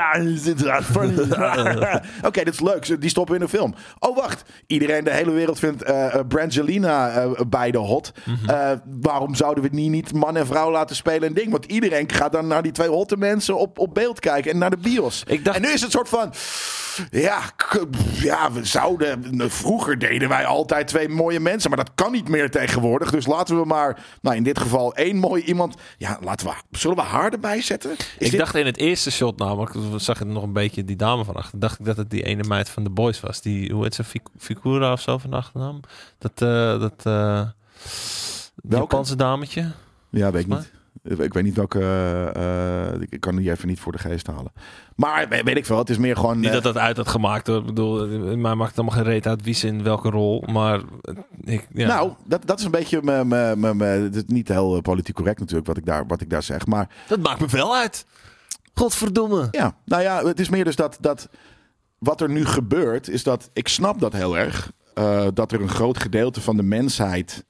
S2: Oké, okay, dit is leuk. Die stoppen in een film. Oh, wacht. Iedereen, de hele wereld vindt uh, Brangelina uh, beide hot. Mm-hmm. Uh, waarom zouden we niet, niet man en vrouw laten spelen een ding? Want iedereen gaat dan naar die twee hotte mensen op, op beeld kijken. En naar de bios. Ik dacht... En nu is het soort van... Ja, k- ja, we zouden... Vroeger deden wij altijd twee mooie mensen. Maar dat kan niet meer tegenwoordig. Dus laten we maar... Nou, in dit geval één mooi iemand... Ja, laten we... Zullen we haar erbij zetten? Is
S3: ik
S2: dit...
S3: dacht in het eerste shot namelijk... Zag je nog een beetje die dame van achter. Dacht ik dat het die ene meid van The Boys was. Die... Hoe heet ze? Figura of zo van achternaam? Dat... Uh, dat uh, Japanse dametje?
S2: Ja, weet ik niet. Ik weet niet welke... Uh, ik kan die even niet voor de geest halen. Maar weet ik veel. Het is meer gewoon...
S3: Niet uh, dat dat uit had gemaakt. Hoor. Ik bedoel, mij maakt het allemaal geen reet uit wie ze in welke rol. Maar... Ik, ja.
S2: Nou, dat, dat is een beetje... Me, me, me, me, het is niet heel politiek correct natuurlijk wat ik, daar, wat ik daar zeg. Maar...
S3: Dat maakt me wel uit. Godverdomme.
S2: Ja, nou ja, het is meer dus dat, dat wat er nu gebeurt, is dat ik snap dat heel erg. Uh, dat er een groot gedeelte van de mensheid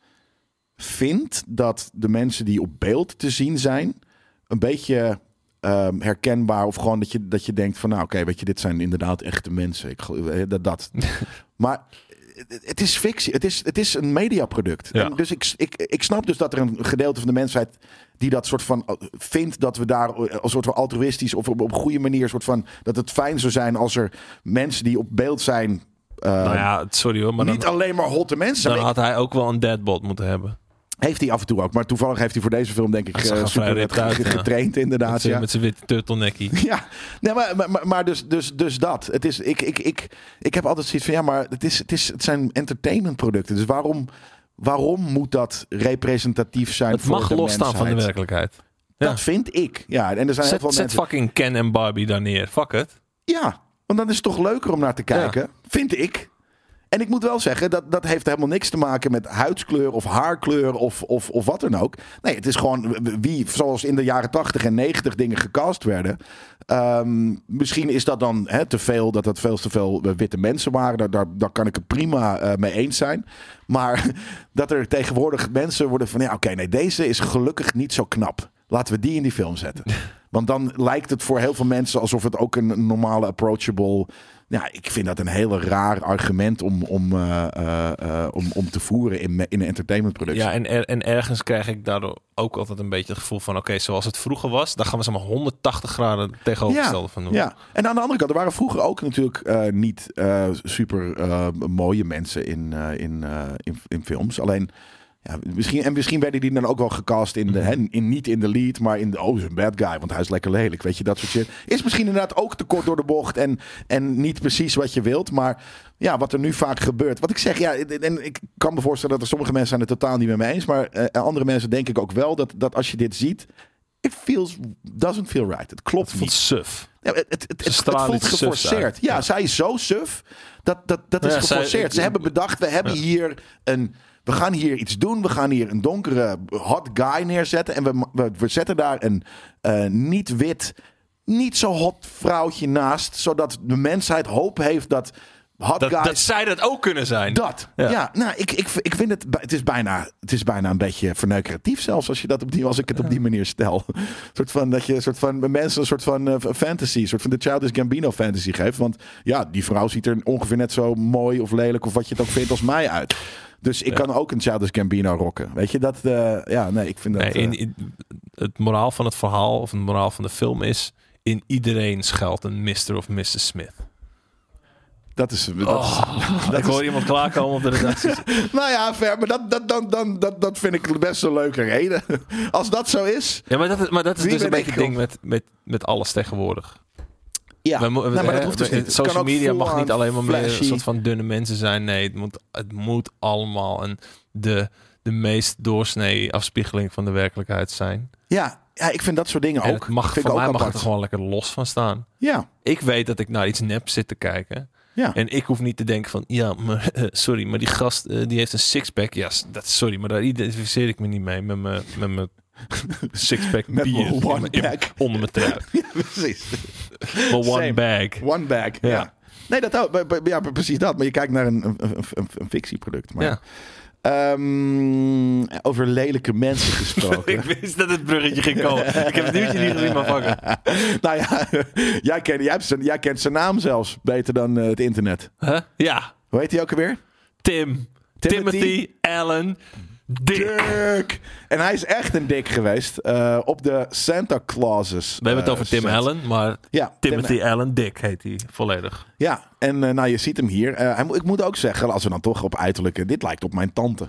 S2: vindt dat de mensen die op beeld te zien zijn, een beetje um, herkenbaar of gewoon dat je, dat je denkt van nou oké, okay, weet je, dit zijn inderdaad echte mensen. Ik, dat, dat. Maar het is fictie. Het is, het is een mediaproduct.
S3: Ja.
S2: En dus ik, ik, ik snap dus dat er een gedeelte van de mensheid die dat soort van vindt dat we daar als soort van altruïstisch of op een goede manier soort van dat het fijn zou zijn als er mensen die op beeld zijn. Uh,
S3: nou ja, sorry hoor, maar
S2: niet
S3: dan,
S2: alleen maar hotte mensen zijn.
S3: Dan had hij ook wel een deadbot moeten hebben.
S2: Heeft hij af en toe ook. Maar toevallig heeft hij voor deze film denk ik uh, super uit, getraind ja. inderdaad.
S3: Met,
S2: ja.
S3: met zijn witte turtleneckie.
S2: Ja, nee, maar, maar, maar dus, dus, dus dat. Het is, ik, ik, ik, ik heb altijd zoiets van ja, maar het, is, het, is, het zijn entertainmentproducten. Dus waarom, waarom moet dat representatief zijn
S3: het
S2: voor de
S3: mag losstaan
S2: mensheid?
S3: van de werkelijkheid. Ja.
S2: Dat vind ik. Ja, en er zijn
S3: zet,
S2: heel veel
S3: zet
S2: mensen...
S3: fucking Ken en Barbie daar neer. Fuck it.
S2: Ja, want dan is het toch leuker om naar te kijken. Ja. Vind ik. En ik moet wel zeggen, dat, dat heeft helemaal niks te maken met huidskleur of haarkleur of, of, of wat dan ook. Nee, het is gewoon wie, zoals in de jaren tachtig en negentig dingen gecast werden. Um, misschien is dat dan hè, te veel, dat het veel te veel witte mensen waren. Daar, daar, daar kan ik het prima uh, mee eens zijn. Maar dat er tegenwoordig mensen worden van, ja, oké, okay, nee, deze is gelukkig niet zo knap. Laten we die in die film zetten. Want dan lijkt het voor heel veel mensen alsof het ook een normale, approachable... Ja, ik vind dat een hele raar argument om, om, uh, uh, uh, om, om te voeren in, in een entertainmentproductie.
S3: Ja, en, er, en ergens krijg ik daardoor ook altijd een beetje het gevoel van... oké, okay, zoals het vroeger was, daar gaan we zomaar honderdtachtig graden tegenovergestelde
S2: ja,
S3: van doen.
S2: Ja, en aan de andere kant, er waren vroeger ook natuurlijk uh, niet uh, super uh, mooie mensen in, uh, in, uh, in, in films. Alleen... Ja, misschien, en misschien werden die dan ook wel gecast in de, mm-hmm. hè, in, niet in de lead, maar in de, oh, is een bad guy, want hij is lekker lelijk. Weet je, dat soort shit. Is misschien inderdaad ook te kort door de bocht en, en niet precies wat je wilt. Maar ja, wat er nu vaak gebeurt. Wat ik zeg, ja, en ik kan me voorstellen dat er sommige mensen zijn het totaal niet met me eens. Maar uh, andere mensen denk ik ook wel dat, dat als je dit ziet, it feels, doesn't feel right. Het klopt
S3: het
S2: niet.
S3: Suf.
S2: Ja, het, het, het, het, het voelt geforceerd. Ja, ja, zij is zo suf. Dat, dat, dat is ja, geforceerd. Zij, ik, Ze hebben bedacht, we hebben ja. hier een... We gaan hier iets doen. We gaan hier een donkere hot guy neerzetten. En we, we, we zetten daar een uh, niet wit, niet zo hot vrouwtje naast. Zodat de mensheid hoop heeft dat hot
S3: dat,
S2: guys...
S3: Dat zij dat ook kunnen zijn.
S2: Dat. Ja, ja nou, ik, ik, ik vind het... Het is, bijna, het is bijna een beetje verneukeratief zelfs als, je dat op die, als ik het op die manier stel. Een soort van dat je een soort van mensen een soort van uh, fantasy, een soort van de Childish Gambino fantasy geeft. Want ja, die vrouw ziet er ongeveer net zo mooi of lelijk of wat je het ook vindt als mij uit. Dus ik ja. kan ook een Childish Gambino rocken. Weet je, dat... Uh, ja, nee, ik vind dat...
S3: Nee, in, in, het moraal van het verhaal of het moraal van de film is... in iedereen schuilt een mister of missus Smith.
S2: Dat is... Dat
S3: oh,
S2: is dat
S3: ik hoor is... iemand klaarkomen op de redactie.
S2: Nou ja, ver, maar dat, dat, dat, dat, dat, dat vind ik best een leuke reden. Als dat zo is...
S3: Ja, maar dat, maar dat is dus een beetje het ding met, met, met alles tegenwoordig.
S2: Ja,
S3: we, we,
S2: nou, maar dat hoeft dus niet.
S3: Social media mag niet alleen maar meer een soort van dunne mensen zijn. Nee, het moet, het moet allemaal een, de, de meest doorsnee afspiegeling van de werkelijkheid zijn.
S2: Ja, ja, ik vind dat soort dingen
S3: en
S2: ook.
S3: Het mag,
S2: vind
S3: voor
S2: ik
S3: mij
S2: ook
S3: mag het er gewoon lekker los van staan.
S2: Ja.
S3: Ik weet dat ik naar iets nep zit te kijken.
S2: Ja.
S3: En ik hoef niet te denken van... Ja, maar, sorry, maar die gast uh, die heeft een sixpack. Ja, dat, sorry, maar daar identificeer ik me niet mee met mijn... Met mijn sixpack bier
S2: one
S3: in, in, onder mijn trui.
S2: Ja, precies.
S3: Maar one Same. bag.
S2: One bag, ja. ja. Nee, dat, ja, precies dat. Maar je kijkt naar een, een, een, een fictieproduct. Maar, ja. um, over lelijke mensen gesproken.
S3: Ik wist dat het bruggetje ging komen. Ik heb het nieuwtje niet gezien, maar fuck it.
S2: Nou ja, jij kent, jij, zijn, jij kent zijn naam zelfs beter dan uh, het internet.
S3: Huh? Ja.
S2: Hoe heet hij ook alweer?
S3: Tim. Timothy, Timothy Allen Dick.
S2: Dick. En hij is echt een dik geweest uh, op de Santa Clauses.
S3: We hebben het over
S2: uh,
S3: Tim Allen, maar
S2: ja,
S3: Timothy
S2: Tim
S3: Allen Dick heet hij volledig.
S2: Ja, en uh, nou je ziet hem hier. Uh, hij, ik moet ook zeggen, als we dan toch op uiterlijke... Dit lijkt op mijn tante.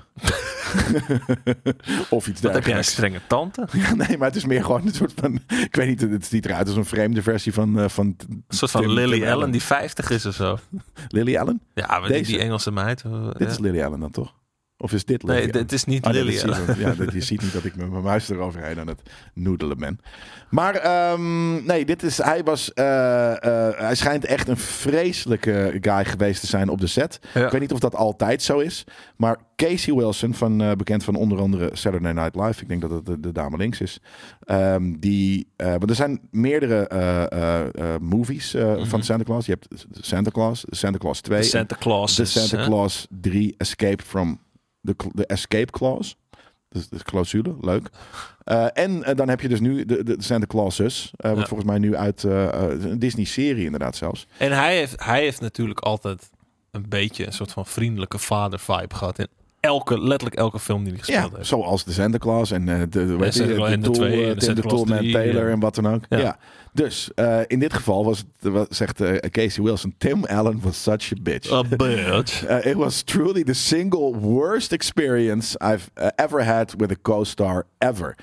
S2: Of iets dergelijks.
S3: Heb jij een strenge tante?
S2: Ja, nee, maar het is meer gewoon een soort van... Ik weet niet, het ziet eruit als een vreemde versie van... Uh, van
S3: een soort van Tim, Lily Tim Allen die vijftig is of zo.
S2: Lily Allen?
S3: Ja, maar die, die Engelse meid.
S2: Uh, Dit ja. is Lily Allen dan toch? Of is dit
S3: Nee,
S2: Lillian?
S3: het is niet
S2: Oh, nee,
S3: Lillian.
S2: dat zie je, ja, dat- je ziet niet dat ik met mijn muis eroverheen aan het noedelen ben. Maar ehm, nee, dit is, hij, was, uh, uh, hij schijnt echt een vreselijke guy geweest te zijn op de set.
S3: Ja.
S2: Ik weet niet of dat altijd zo is. Maar Casey Wilson, van, uh, bekend van onder andere Saturday Night Live. Ik denk dat het de, de dame links is. Um, die, uh, want er zijn meerdere uh, uh, uh, movies uh, mm-hmm. van Santa Claus. Je hebt Santa Claus, Santa Claus twee.
S3: De Santa Claus.
S2: De Santa Claus drie, Escape from the, the Escape Clause. Dus de clausule, leuk. Uh, en uh, dan heb je dus nu de, de Santa Clauses. Uh, wat
S3: ja.
S2: volgens mij nu uit uh, uh, een Disney-serie inderdaad zelfs.
S3: En hij heeft, hij heeft natuurlijk altijd een beetje een soort van vriendelijke vader-vibe gehad. In elke, letterlijk elke film die hij gespeeld
S2: Ja,
S3: heeft.
S2: zoals de Santa Claus en uh, de, de,
S3: Ja,
S2: weet je,
S3: Santa Claus
S2: de,
S3: en de
S2: Tool,
S3: twee,
S2: uh,
S3: en de Santa
S2: de
S3: Claus
S2: Toolman
S3: drie,
S2: Taylor
S3: ja.
S2: en wat dan ook. Ja.
S3: Ja.
S2: Dus uh, in dit geval was het, wat zegt uh, Casey Wilson, Tim Allen was such a bitch.
S3: A bitch.
S2: Uh, it was truly the single worst experience I've uh, ever had with a co-star ever.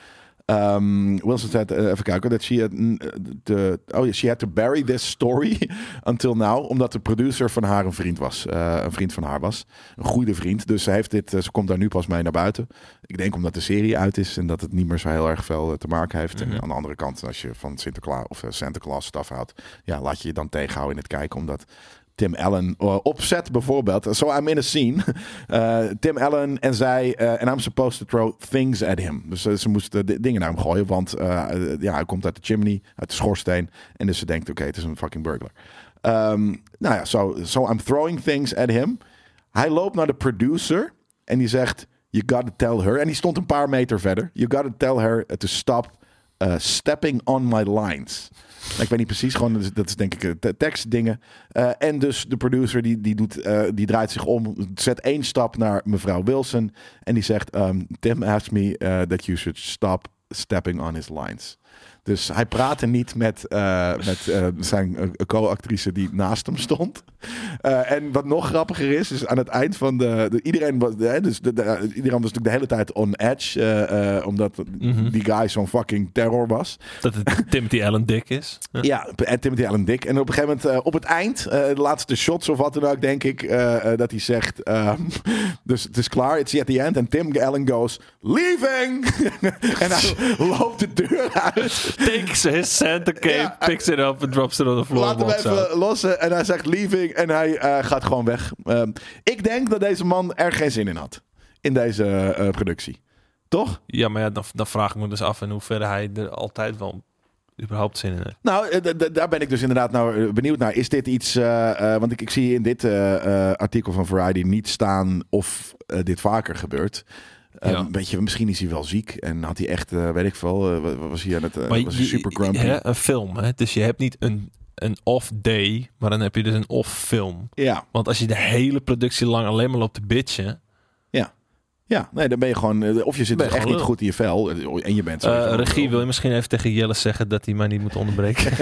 S2: Um, Wilson said, uh, even kijken, dat she had, uh, the, oh yeah, she had to bury this story until now, omdat de producer van haar een vriend was, uh, een vriend van haar was, een goede vriend. Dus ze heeft dit, uh, ze komt daar nu pas mee naar buiten. Ik denk omdat de serie uit is en dat het niet meer zo heel erg veel uh, te maken heeft. Mm-hmm. En aan de andere kant, als je van Sinterklaas of uh, Santa Claus stuff houdt, ja, laat je je dan tegenhouden in het kijken, omdat Tim Allen uh, op set bijvoorbeeld. So I'm in a scene. Uh, Tim Allen en zij en uh, I'm supposed to throw things at him. Dus uh, ze moesten de dingen naar hem gooien, want uh, uh, ja, hij komt uit de chimney, uit de schoorsteen, en dus ze denkt, oké, okay, het is een fucking burglar. Um, nou ja, so, so I'm throwing things at him. Hij loopt naar de producer en die zegt, you gotta tell her. En die stond een paar meter verder. You gotta tell her to stop uh, stepping on my lines. Ik weet niet precies, gewoon dat is denk ik de tekstdingen. Uh, en dus de producer die, die, doet, uh, die draait zich om, zet één stap naar mevrouw Wilson en die zegt, um, Tim asked me uh, that you should stop stepping on his lines. Dus hij praatte niet met, uh, met uh, zijn uh, co-actrice die naast hem stond. Uh, en wat nog grappiger is, is aan het eind van de... de iedereen, was, hè, dus de, de, iedereen was natuurlijk de hele tijd on edge. Uh, uh, omdat mm-hmm. die guy zo'n fucking terror was.
S3: Dat het Timothy Allen Dick is.
S2: Ja, ja, en Timothy Allen Dick. En op een gegeven moment, uh, op het eind, uh, de laatste shots of wat dan ook, denk ik, uh, uh, dat hij zegt... Uh, dus het is klaar, it's at the end. En Tim Allen goes, leaving! En hij loopt de deur uit.
S3: Takes his Santa cape, ja, picks it up and drops it on the floor.
S2: Laat hem even out. lossen en hij zegt leaving en hij uh, gaat gewoon weg. Uh, ik denk dat deze man er geen zin in had. In deze uh, productie. Toch?
S3: Ja, maar ja, dan, dan vraag ik me dus af in hoeverre hij er altijd wel überhaupt zin in heeft.
S2: Nou, d- d- daar ben ik dus inderdaad nou benieuwd naar. Is dit iets... Uh, uh, want ik, ik zie in dit uh, uh, artikel van Variety niet staan of uh, dit vaker gebeurt. Um, ja. Weet je, misschien is hij wel ziek en had hij echt, uh, weet ik veel, uh, was hij aan het, uh, was hij super grumpy.
S3: Hè, een film, hè? Dus je hebt niet een, een off day, maar dan heb je dus een off film.
S2: Ja.
S3: Want als je de hele productie lang alleen maar loopt te bitchen.
S2: Ja. Ja, nee, dan ben je gewoon, of je zit dus echt niet goed in je vel en je bent zo.
S3: Uh, regie, wil je misschien even tegen Jelle zeggen dat hij mij niet moet onderbreken?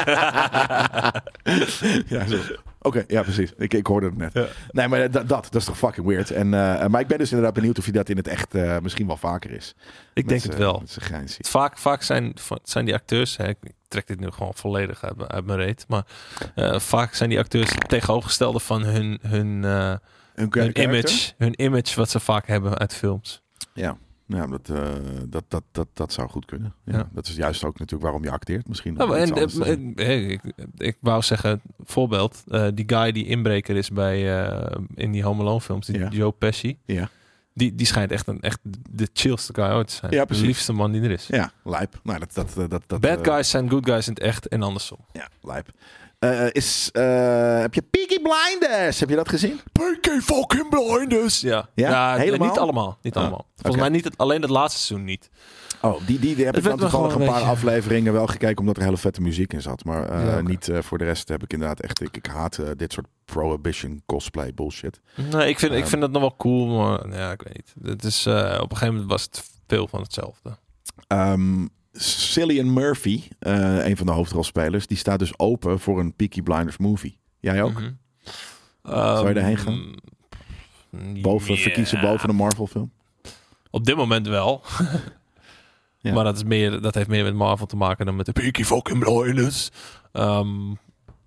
S2: Ja, zo. Oké, okay, ja, precies. Ik, ik hoorde het net. Ja. Nee, maar dat, dat, dat is toch fucking weird. En, uh, maar ik ben dus inderdaad benieuwd of je dat in het echt uh, misschien wel vaker is.
S3: Ik denk het wel.
S2: Het
S3: vaak vaak zijn, zijn die acteurs, hè, ik trek dit nu gewoon volledig uit, uit mijn reet, maar uh, vaak zijn die acteurs tegenovergestelde van hun, hun, uh, hun, hun image. Hun image wat ze vaak hebben uit films.
S2: Ja. Ja, dat, uh, dat, dat, dat, dat zou goed kunnen. Ja, ja. Dat is juist ook natuurlijk waarom je acteert misschien.
S3: Ja, en, en, en, ik, ik wou zeggen, voorbeeld, uh, die guy die inbreker is bij uh, in die Home Alone films, die ja. Joe Pesci.
S2: Ja.
S3: Die, die schijnt echt, een, echt de chillste guy ooit te zijn.
S2: Ja,
S3: de liefste man die er is.
S2: Ja, lijp. Nou, dat, dat, dat, dat,
S3: Bad guys zijn good guys in het echt en andersom.
S2: Ja, lijp. Uh, is, uh, heb je Peaky Blinders? Heb je dat gezien?
S3: Peaky fucking Blinders! Ja,
S2: ja?
S3: ja
S2: helemaal?
S3: Niet allemaal. Niet
S2: oh,
S3: allemaal. Volgens
S2: okay.
S3: mij niet het, alleen het laatste seizoen niet.
S2: Oh, die, die, die heb
S3: het
S2: ik dan toevallig een paar beetje... afleveringen wel gekeken omdat er hele vette muziek in zat. Maar uh, ja, okay. niet uh, voor de rest heb ik inderdaad echt... Ik, ik haat uh, dit soort Prohibition cosplay bullshit.
S3: Nee, ik vind, um, ik vind dat nog wel cool, maar ja, ik weet niet. Het is, uh, op een gegeven moment was het veel van hetzelfde.
S2: Um, Cillian Murphy, uh, een van de hoofdrolspelers, die staat dus open voor een Peaky Blinders movie. Jij ook?
S3: Mm-hmm.
S2: Zou je daarheen gaan? Um, boven, yeah. Verkiezen boven een Marvel film?
S3: Op dit moment wel. Ja. Maar dat, is meer, dat heeft meer met Marvel te maken dan met de Peaky fucking Blinders. Um,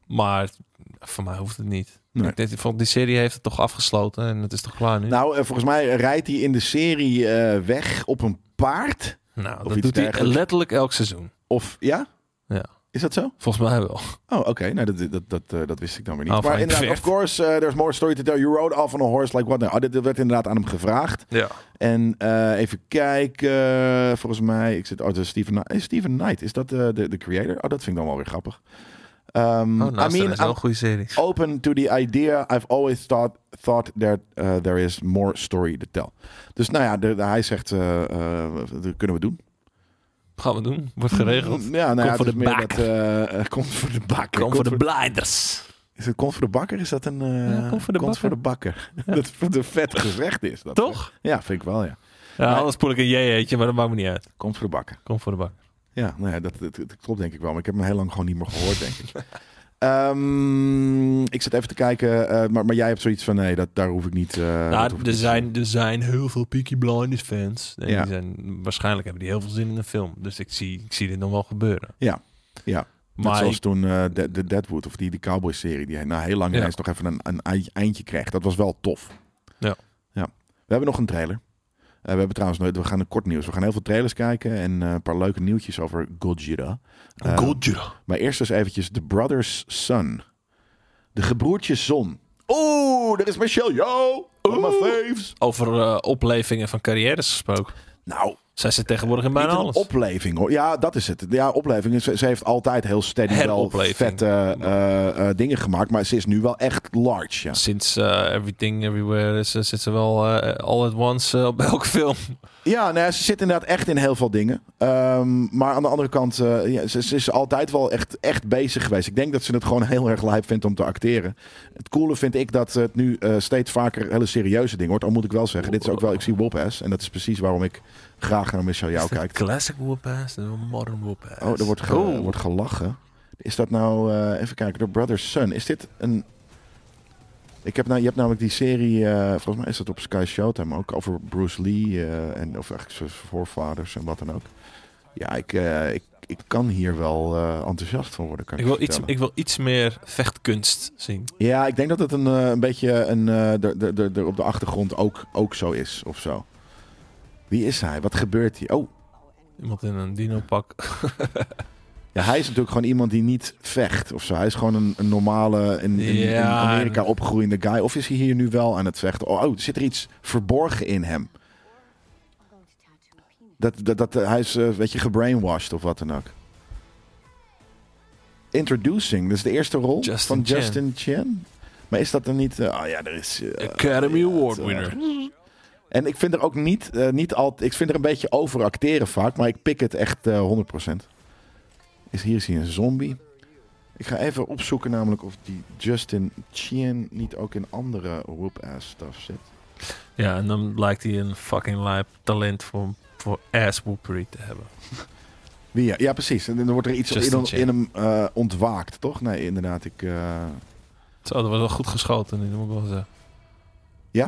S3: maar voor mij hoeft het niet.
S2: Nee.
S3: Ik, ik vond die serie heeft het toch afgesloten en het is toch klaar nu?
S2: Nou, uh, volgens mij rijdt hij in de serie uh, weg op een paard.
S3: Nou,
S2: of
S3: dat
S2: iets
S3: doet hij
S2: dergelijks.
S3: letterlijk elk seizoen.
S2: Of, ja?
S3: Ja.
S2: Is dat zo?
S3: Volgens mij wel.
S2: Oh, oké. Okay. Nou, dat, dat, dat, uh, dat wist ik dan weer niet.
S3: Oh,
S2: maar
S3: van
S2: inderdaad,
S3: vecht.
S2: of course, uh, there's more story to tell. You rode off on a horse like what? Nou, dit werd inderdaad aan hem gevraagd.
S3: Ja.
S2: En uh, even kijken. Uh, volgens mij, ik zit... Oh, de Steven, hey, Steven Knight. Is dat uh, de, de creator? Oh, dat vind ik dan wel weer grappig. Um,
S3: Oh, nou,
S2: I
S3: dat
S2: mean,
S3: is wel een goede serie.
S2: open to the idea. I've always thought, thought that uh, there is more story to tell. Dus nou ja, de, de, hij zegt, uh, uh, dat kunnen we doen.
S3: Gaan we doen. Wordt geregeld.
S2: Ja, nou ja,
S3: voor
S2: het is
S3: de
S2: meer
S3: bak.
S2: dat... Uh, uh, komt voor de bakker.
S3: Kom voor de blijders.
S2: Is het komt voor de bakker? Is dat een... Uh,
S3: Ja, komt voor de
S2: komt voor de bakker. Dat het voor de vet gezegd is. Dat
S3: Toch?
S2: Ja, vind ik wel, ja.
S3: Ja,
S2: Maar-
S3: anders poel ik een jeetje, maar dat maakt me niet uit.
S2: Komt voor de bakker.
S3: Kom voor de bak.
S2: Ja, nou ja, dat, dat, dat klopt denk ik wel. Maar ik heb hem heel lang gewoon niet meer gehoord, denk ik. Um, ik zit even te kijken, uh, maar, maar jij hebt zoiets van, nee, dat, daar hoef ik niet... Uh, dat
S3: Nou,
S2: hoef ik
S3: er
S2: niet te
S3: zijn, er zijn heel veel Peaky Blinders fans. En
S2: Ja.
S3: die zijn, waarschijnlijk hebben die heel veel zin in een film. Dus ik zie, ik zie dit nog wel gebeuren.
S2: Ja, ja. Net
S3: Maar
S2: zoals
S3: ik-
S2: toen uh, de, de Deadwood of die, die Cowboy-serie, die na heel lang
S3: Ja.
S2: ineens nog even een, een eind- eindje kreeg. Dat was wel tof.
S3: Ja.
S2: ja. We hebben nog een trailer. Uh, we hebben trouwens nooit, we gaan een kort nieuws. We gaan heel veel trailers kijken en uh, een paar leuke nieuwtjes over Gojira. Uh,
S3: Gojira.
S2: Maar eerst dus eventjes The Brothers Sun. De gebroertjes zon. Oeh, daar is Michelle Yeoh. One of my faves.
S3: Over uh, oplevingen van carrières gesproken.
S2: Nou,
S3: Zij zit tegenwoordig in
S2: niet
S3: bijna
S2: een
S3: alles.
S2: opleving hoor. Ja, dat is het. Ja, opleving. Ze, ze heeft altijd heel steady wel
S3: Heropleving.
S2: vette uh, uh, dingen gemaakt. Maar ze is nu wel echt large. Ja,
S3: Sinds uh, Everything Everywhere is, uh, zit ze wel uh, all at once uh, op elke film.
S2: ja nou, ze zit inderdaad echt in heel veel dingen. Um, maar aan de andere kant, uh, ja, ze, ze is altijd wel echt, echt bezig geweest. Ik denk dat ze het gewoon heel erg lijp vindt om te acteren. Het coole vind ik dat het nu uh, steeds vaker hele serieuze dingen wordt. Al moet ik wel zeggen, dit is ook wel, ik zie Whoop-ass. En dat is precies waarom ik graag naar Michelle Yeoh kijk.
S3: Classic whoop-ass en modern whoop-ass.
S2: Oh, er wordt, ge,
S3: Oeh.
S2: wordt gelachen. Is dat nou, uh, even kijken, The Brothers Sun. Is dit een... Ik heb nou, je hebt namelijk die serie, uh, volgens mij is dat op Sky Showtime ook, over Bruce Lee uh, en of eigenlijk zijn voorvaders en wat dan ook. Ja, ik, uh, ik, ik kan hier wel uh, enthousiast van worden, kan ik,
S3: Ik
S2: je
S3: wil, iets,
S2: vertellen.
S3: ik wil iets meer vechtkunst zien.
S2: Ja, ik denk dat het een, uh, een beetje een, uh, de, de, de, de, op de achtergrond ook, ook zo is, of zo. Wie is hij? Wat gebeurt hier? Oh,
S3: Iemand in een dino-pak.
S2: ja, hij is natuurlijk gewoon iemand die niet vecht of zo. Hij is gewoon een, een normale, in, in, in
S3: Ja,
S2: Amerika
S3: en-
S2: opgroeiende guy. Of is hij hier nu wel aan het vechten? Oh, oh, zit er iets verborgen in hem? Dat, dat, dat, hij is, uh, weet je, gebrainwashed of wat dan ook. Introducing, dat is de eerste rol
S3: Justin
S2: van
S3: Chen.
S2: Justin Chen. Maar is dat er niet... Uh, oh ja, er is... uh,
S3: Academy
S2: ja,
S3: Award
S2: het, uh,
S3: winner.
S2: En ik vind er ook niet, uh, niet altijd... Ik vind er een beetje over acteren vaak, maar ik pik het echt uh, honderd procent. Is hier is hij een zombie. Ik ga even opzoeken namelijk of die Justin Chen niet ook in andere whoop-ass stuff zit.
S3: Ja, en dan lijkt hij een fucking lijp talent voor, voor ass-whoopery te hebben.
S2: Wie, ja, ja, precies. En dan wordt er iets
S3: Justin
S2: in,
S3: Chen.
S2: in hem uh, ontwaakt, toch? Nee, inderdaad. Ik, uh...
S3: Zo, dat was wel goed geschoten nu, dat moet ik wel zeggen.
S2: Ja?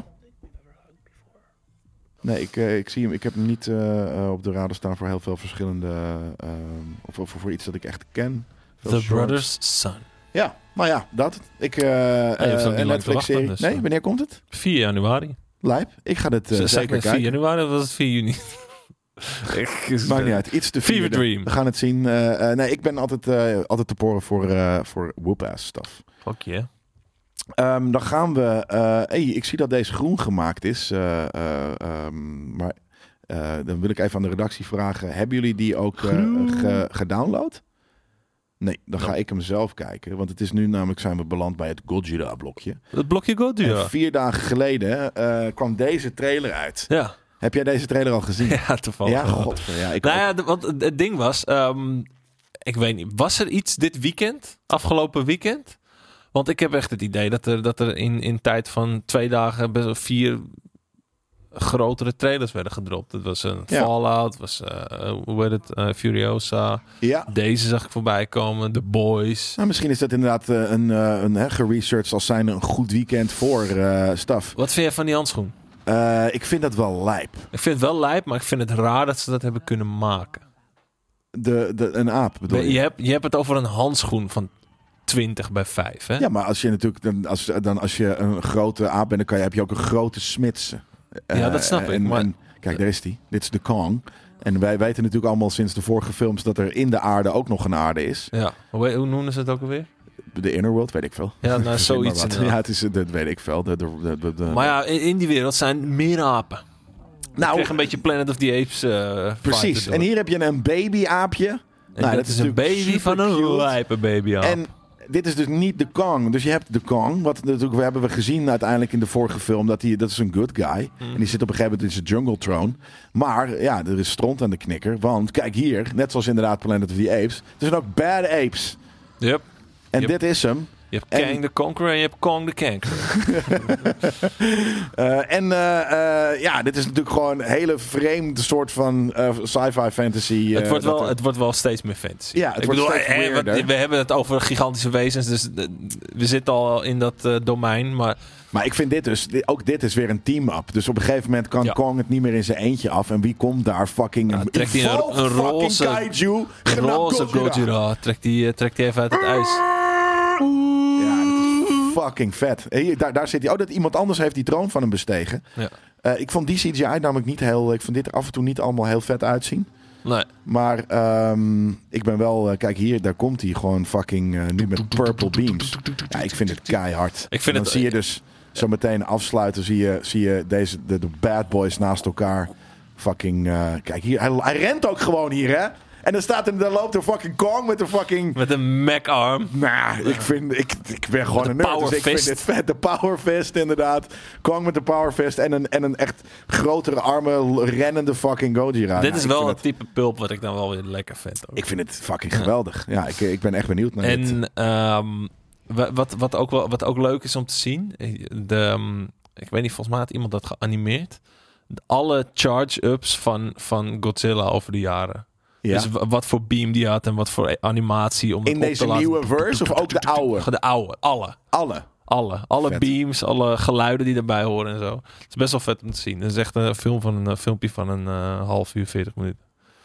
S2: Nee, ik, uh, ik zie hem. Ik heb hem niet uh, uh, op de radar staan voor heel veel verschillende... Uh, of, of voor iets dat ik echt ken. Veel
S3: The
S2: shorts.
S3: Brothers Son.
S2: Ja, maar ja, dat. Ik, uh,
S3: hoeft ook
S2: uh,
S3: niet lang
S2: een
S3: te
S2: Netflix-serie.
S3: wachten, dus,
S2: Nee,
S3: uh,
S2: wanneer komt het?
S3: vier januari.
S2: Lijp. Ik ga dit uh,
S3: Ze
S2: zeker
S3: zeggen
S2: kijken.
S3: vier januari of was het vier juni? Ik-
S2: Maakt niet uit. Iets te
S3: Fever
S2: vieren.
S3: Dream.
S2: We gaan het zien. Uh, uh, nee, ik ben altijd, uh, altijd te poren voor, uh, voor whoop-ass stuff.
S3: Fuck yeah.
S2: Um, dan gaan we... Uh, hey, ik zie dat deze groen gemaakt is. Uh, uh, um, maar uh, dan wil ik even aan de redactie vragen. Hebben jullie die ook uh, ge, gedownload? Nee, dan ga
S3: No.
S2: ik hem zelf kijken. Want het is nu namelijk zijn we beland bij het Godzilla-blokje.
S3: Het blokje Godzilla.
S2: En vier dagen geleden uh, kwam deze trailer uit.
S3: Ja.
S2: Heb jij deze trailer al gezien?
S3: Ja, toevallig.
S2: Ja,
S3: wel.
S2: godver. Ja, ik
S3: Nou
S2: ook.
S3: ja, de- want het- het ding was... Um, ik weet niet, was er iets dit weekend? Afgelopen weekend? Want ik heb echt het idee dat er, dat er in, in tijd van twee dagen best wel vier grotere trailers werden gedropt. Het was een
S2: Ja.
S3: Fallout, het was, uh, hoe heet het, uh, Furiosa.
S2: Ja.
S3: Deze zag ik voorbij komen, The Boys.
S2: Nou, misschien is dat inderdaad uh, een, uh, een hè, geresearched als zijn een goed weekend voor uh, staf.
S3: Wat vind jij van die handschoen?
S2: Uh, ik vind dat wel lijp.
S3: Ik vind het wel lijp, maar ik vind het raar dat ze dat hebben kunnen maken.
S2: De, de, een aap bedoel je?
S3: Je hebt, je hebt het over een handschoen van twintig bij vijf. Hè?
S2: Ja, maar als je natuurlijk dan als, dan als je een grote aap bent, dan kan je, heb je ook een grote smits. Uh,
S3: Ja, dat snap ik,
S2: En,
S3: maar-
S2: en, kijk, daar is die. Dit is de Kong. En wij weten natuurlijk allemaal sinds de vorige films dat er in de aarde ook nog een aarde is.
S3: Ja. Hoe, hoe noemen ze het ook alweer?
S2: De Innerworld, weet ik veel.
S3: Ja, nou,
S2: Verzin maar
S3: zoiets
S2: wat.
S3: inderdaad.
S2: Ja, het is, dat weet ik veel. De, de, de, de, de-
S3: Maar ja, in, in die wereld zijn meer apen. Ik
S2: nou,
S3: kreeg een beetje Planet of the Apes uh,
S2: precies.
S3: vibe
S2: En hier heb je een babyaapje.
S3: En
S2: Nou,
S3: dat, is een
S2: natuurlijk
S3: baby van een
S2: supercute.
S3: lijpe baby. Ja.
S2: En dit is dus niet de Kong. Dus je hebt de Kong. Wat natuurlijk we hebben we gezien uiteindelijk in de vorige film. Dat, hij, dat is een good guy.
S3: Mm.
S2: En die zit op een gegeven moment in zijn jungle throne. Maar ja, er is stront aan de knikker. Want kijk hier. Net zoals inderdaad Planet of the Apes. Er zijn ook bad apes.
S3: Yep.
S2: En
S3: Yep.
S2: dit is hem.
S3: Je hebt
S2: En-
S3: Kang de Conqueror en je hebt Kong de Kanker.
S2: Uh, en uh, uh, ja, dit is natuurlijk gewoon een hele vreemde soort van uh, sci-fi fantasy. Uh,
S3: het, wordt
S2: dat
S3: wel,
S2: er-
S3: het wordt wel steeds meer fantasy.
S2: Ja, het
S3: Ik
S2: wordt
S3: bedoel,
S2: steeds
S3: eh, wat-
S2: weirder.
S3: we hebben het over gigantische wezens, dus eh, we zitten al in dat eh, domein. Maar
S2: Maar ik vind dit dus, dit- ook dit is weer een team-up. Dus op een gegeven moment kan
S3: Ja.
S2: Kong het niet meer in zijn eentje af. En wie komt daar? Fucking
S3: Ja,
S2: een
S3: trekt hij een-
S2: evolved
S3: een
S2: fucking
S3: roze-
S2: kaiju.
S3: een
S2: genaamd
S3: roze
S2: Godzilla.
S3: Gojira, trekt die, eh, trekt die even uit het ijs.
S2: Ja, dat is fucking vet. Hier, daar, daar zit hij. Oh, dat iemand anders heeft die troon van hem bestegen.
S3: Ja.
S2: Uh, ik vond die C G I namelijk niet heel... Ik vond dit er af en toe niet allemaal heel vet uitzien.
S3: Nee.
S2: Maar ehm, ik ben wel... uh, kijk hier, daar komt hij gewoon fucking uh, nu met purple beams. Ja, ik vind het keihard.
S3: Ik vind
S2: en dan
S3: het-
S2: zie je dus zo meteen afsluiten. Zie je, zie je deze, de, de bad boys naast elkaar. Fucking... uh, kijk hier, hij, hij rent ook gewoon hier, hè? En dan staat er, dan loopt er fucking Kong met een fucking...
S3: Met een Mac-arm.
S2: Nou, ik vind, ik, ik ben gewoon
S3: De
S2: een nerd,
S3: power
S2: dus ik vind
S3: fist.
S2: dit vet. De power fist, inderdaad. Kong met de power fist en een, en een echt grotere armen rennende fucking Gojira.
S3: Dit
S2: Nou,
S3: is
S2: ik
S3: wel
S2: vind
S3: het type pulp wat ik dan wel weer lekker vind. Ook.
S2: Ik vind het fucking geweldig. Ja, ik, ik ben echt benieuwd naar dit.
S3: En ehm, wa- wat, wat, ook wel, wat ook leuk is om te zien, de, ehm, ik weet niet, volgens mij had iemand dat geanimeerd. Alle charge-ups van, van Godzilla over de jaren.
S2: Ja.
S3: Dus w- wat voor beam die had en wat voor animatie. Om het
S2: In
S3: op te
S2: deze
S3: laten-
S2: nieuwe verse of ook de oude?
S3: De oude, alle.
S2: Alle.
S3: Alle, alle
S2: Vet.
S3: beams, alle geluiden die erbij horen en zo. Het is best wel vet om te zien. Het is echt een film van een uh, filmpje van een uh, half uur, veertig minuten.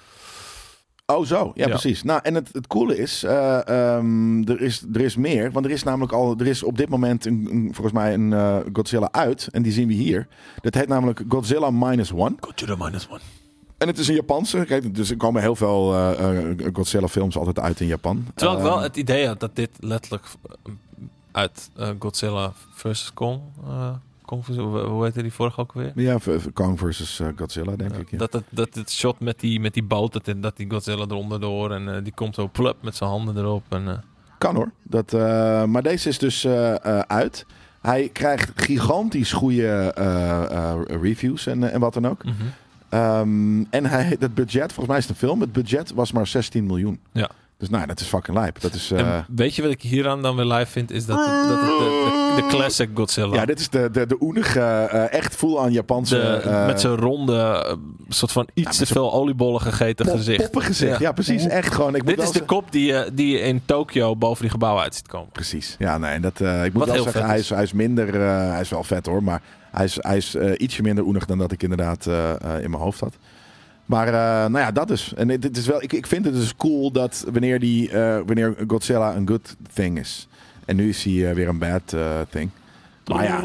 S2: Oh zo, ja,
S3: Ja.
S2: precies. Nou, en het, het coole is, eh, ehm, er is, er is meer. Want er is namelijk al, er is op dit moment een, een, volgens mij een uh, Godzilla uit. En die zien we hier. Dat heet namelijk Godzilla Minus One.
S3: Godzilla minus one.
S2: En het is een Japanse. Kijk, dus er komen heel veel uh, uh, Godzilla films altijd uit in Japan.
S3: Terwijl ik wel
S2: Ehm,
S3: het idee had dat dit letterlijk uh, uit uh, Godzilla versus Kong... Uh, Kong versus, hoe hoe heette die vorige ook weer?
S2: Ja, v- v- Kong versus uh, Godzilla, denk ik. Ja.
S3: Dat, het, dat het shot met die, met die boot, dat, dat die Godzilla eronder door en uh, die komt zo plup met zijn handen erop. En, uh,
S2: Kan hoor. Dat, uh, maar deze is dus uh, uh, uit. Hij krijgt gigantisch goede uh, uh, reviews en, uh, en wat dan ook.
S3: mm-hmm.
S2: Um, en hij, het budget, volgens mij is het een film, het budget was maar zestien miljoen.
S3: Ja.
S2: Dus nou, dat is fucking lijp. Dat is, uh,
S3: En weet je wat ik hieraan dan weer live vind? Is dat het, dat het de, de, de classic Godzilla.
S2: ja, dit is de, de, de oenige, uh, echt full aan Japanse...
S3: De,
S2: uh,
S3: met zijn ronde, uh, soort van iets
S2: Ja,
S3: te veel oliebollen gegeten
S2: pop-
S3: gezicht.
S2: poppengezicht. Ja. ja, precies. Echt gewoon. Ik moet
S3: Dit
S2: wel
S3: is de
S2: zeggen-
S3: kop die je, die je in Tokio boven die gebouwen uit ziet komen.
S2: Precies. Ja, nee, en dat, uh, ik moet
S3: Wat
S2: wel
S3: heel
S2: zeggen,
S3: vet
S2: hij
S3: is.
S2: is, hij is minder... Uh, hij is wel vet hoor, maar hij is, hij is uh, ietsje minder oenig dan dat ik inderdaad uh, uh, in mijn hoofd had. Maar uh, nou ja, dat is. En dit is wel, ik, ik vind het dus cool dat wanneer, die, uh, wanneer Godzilla een good thing is. En nu is hij uh, weer een bad uh, thing. Maar ja,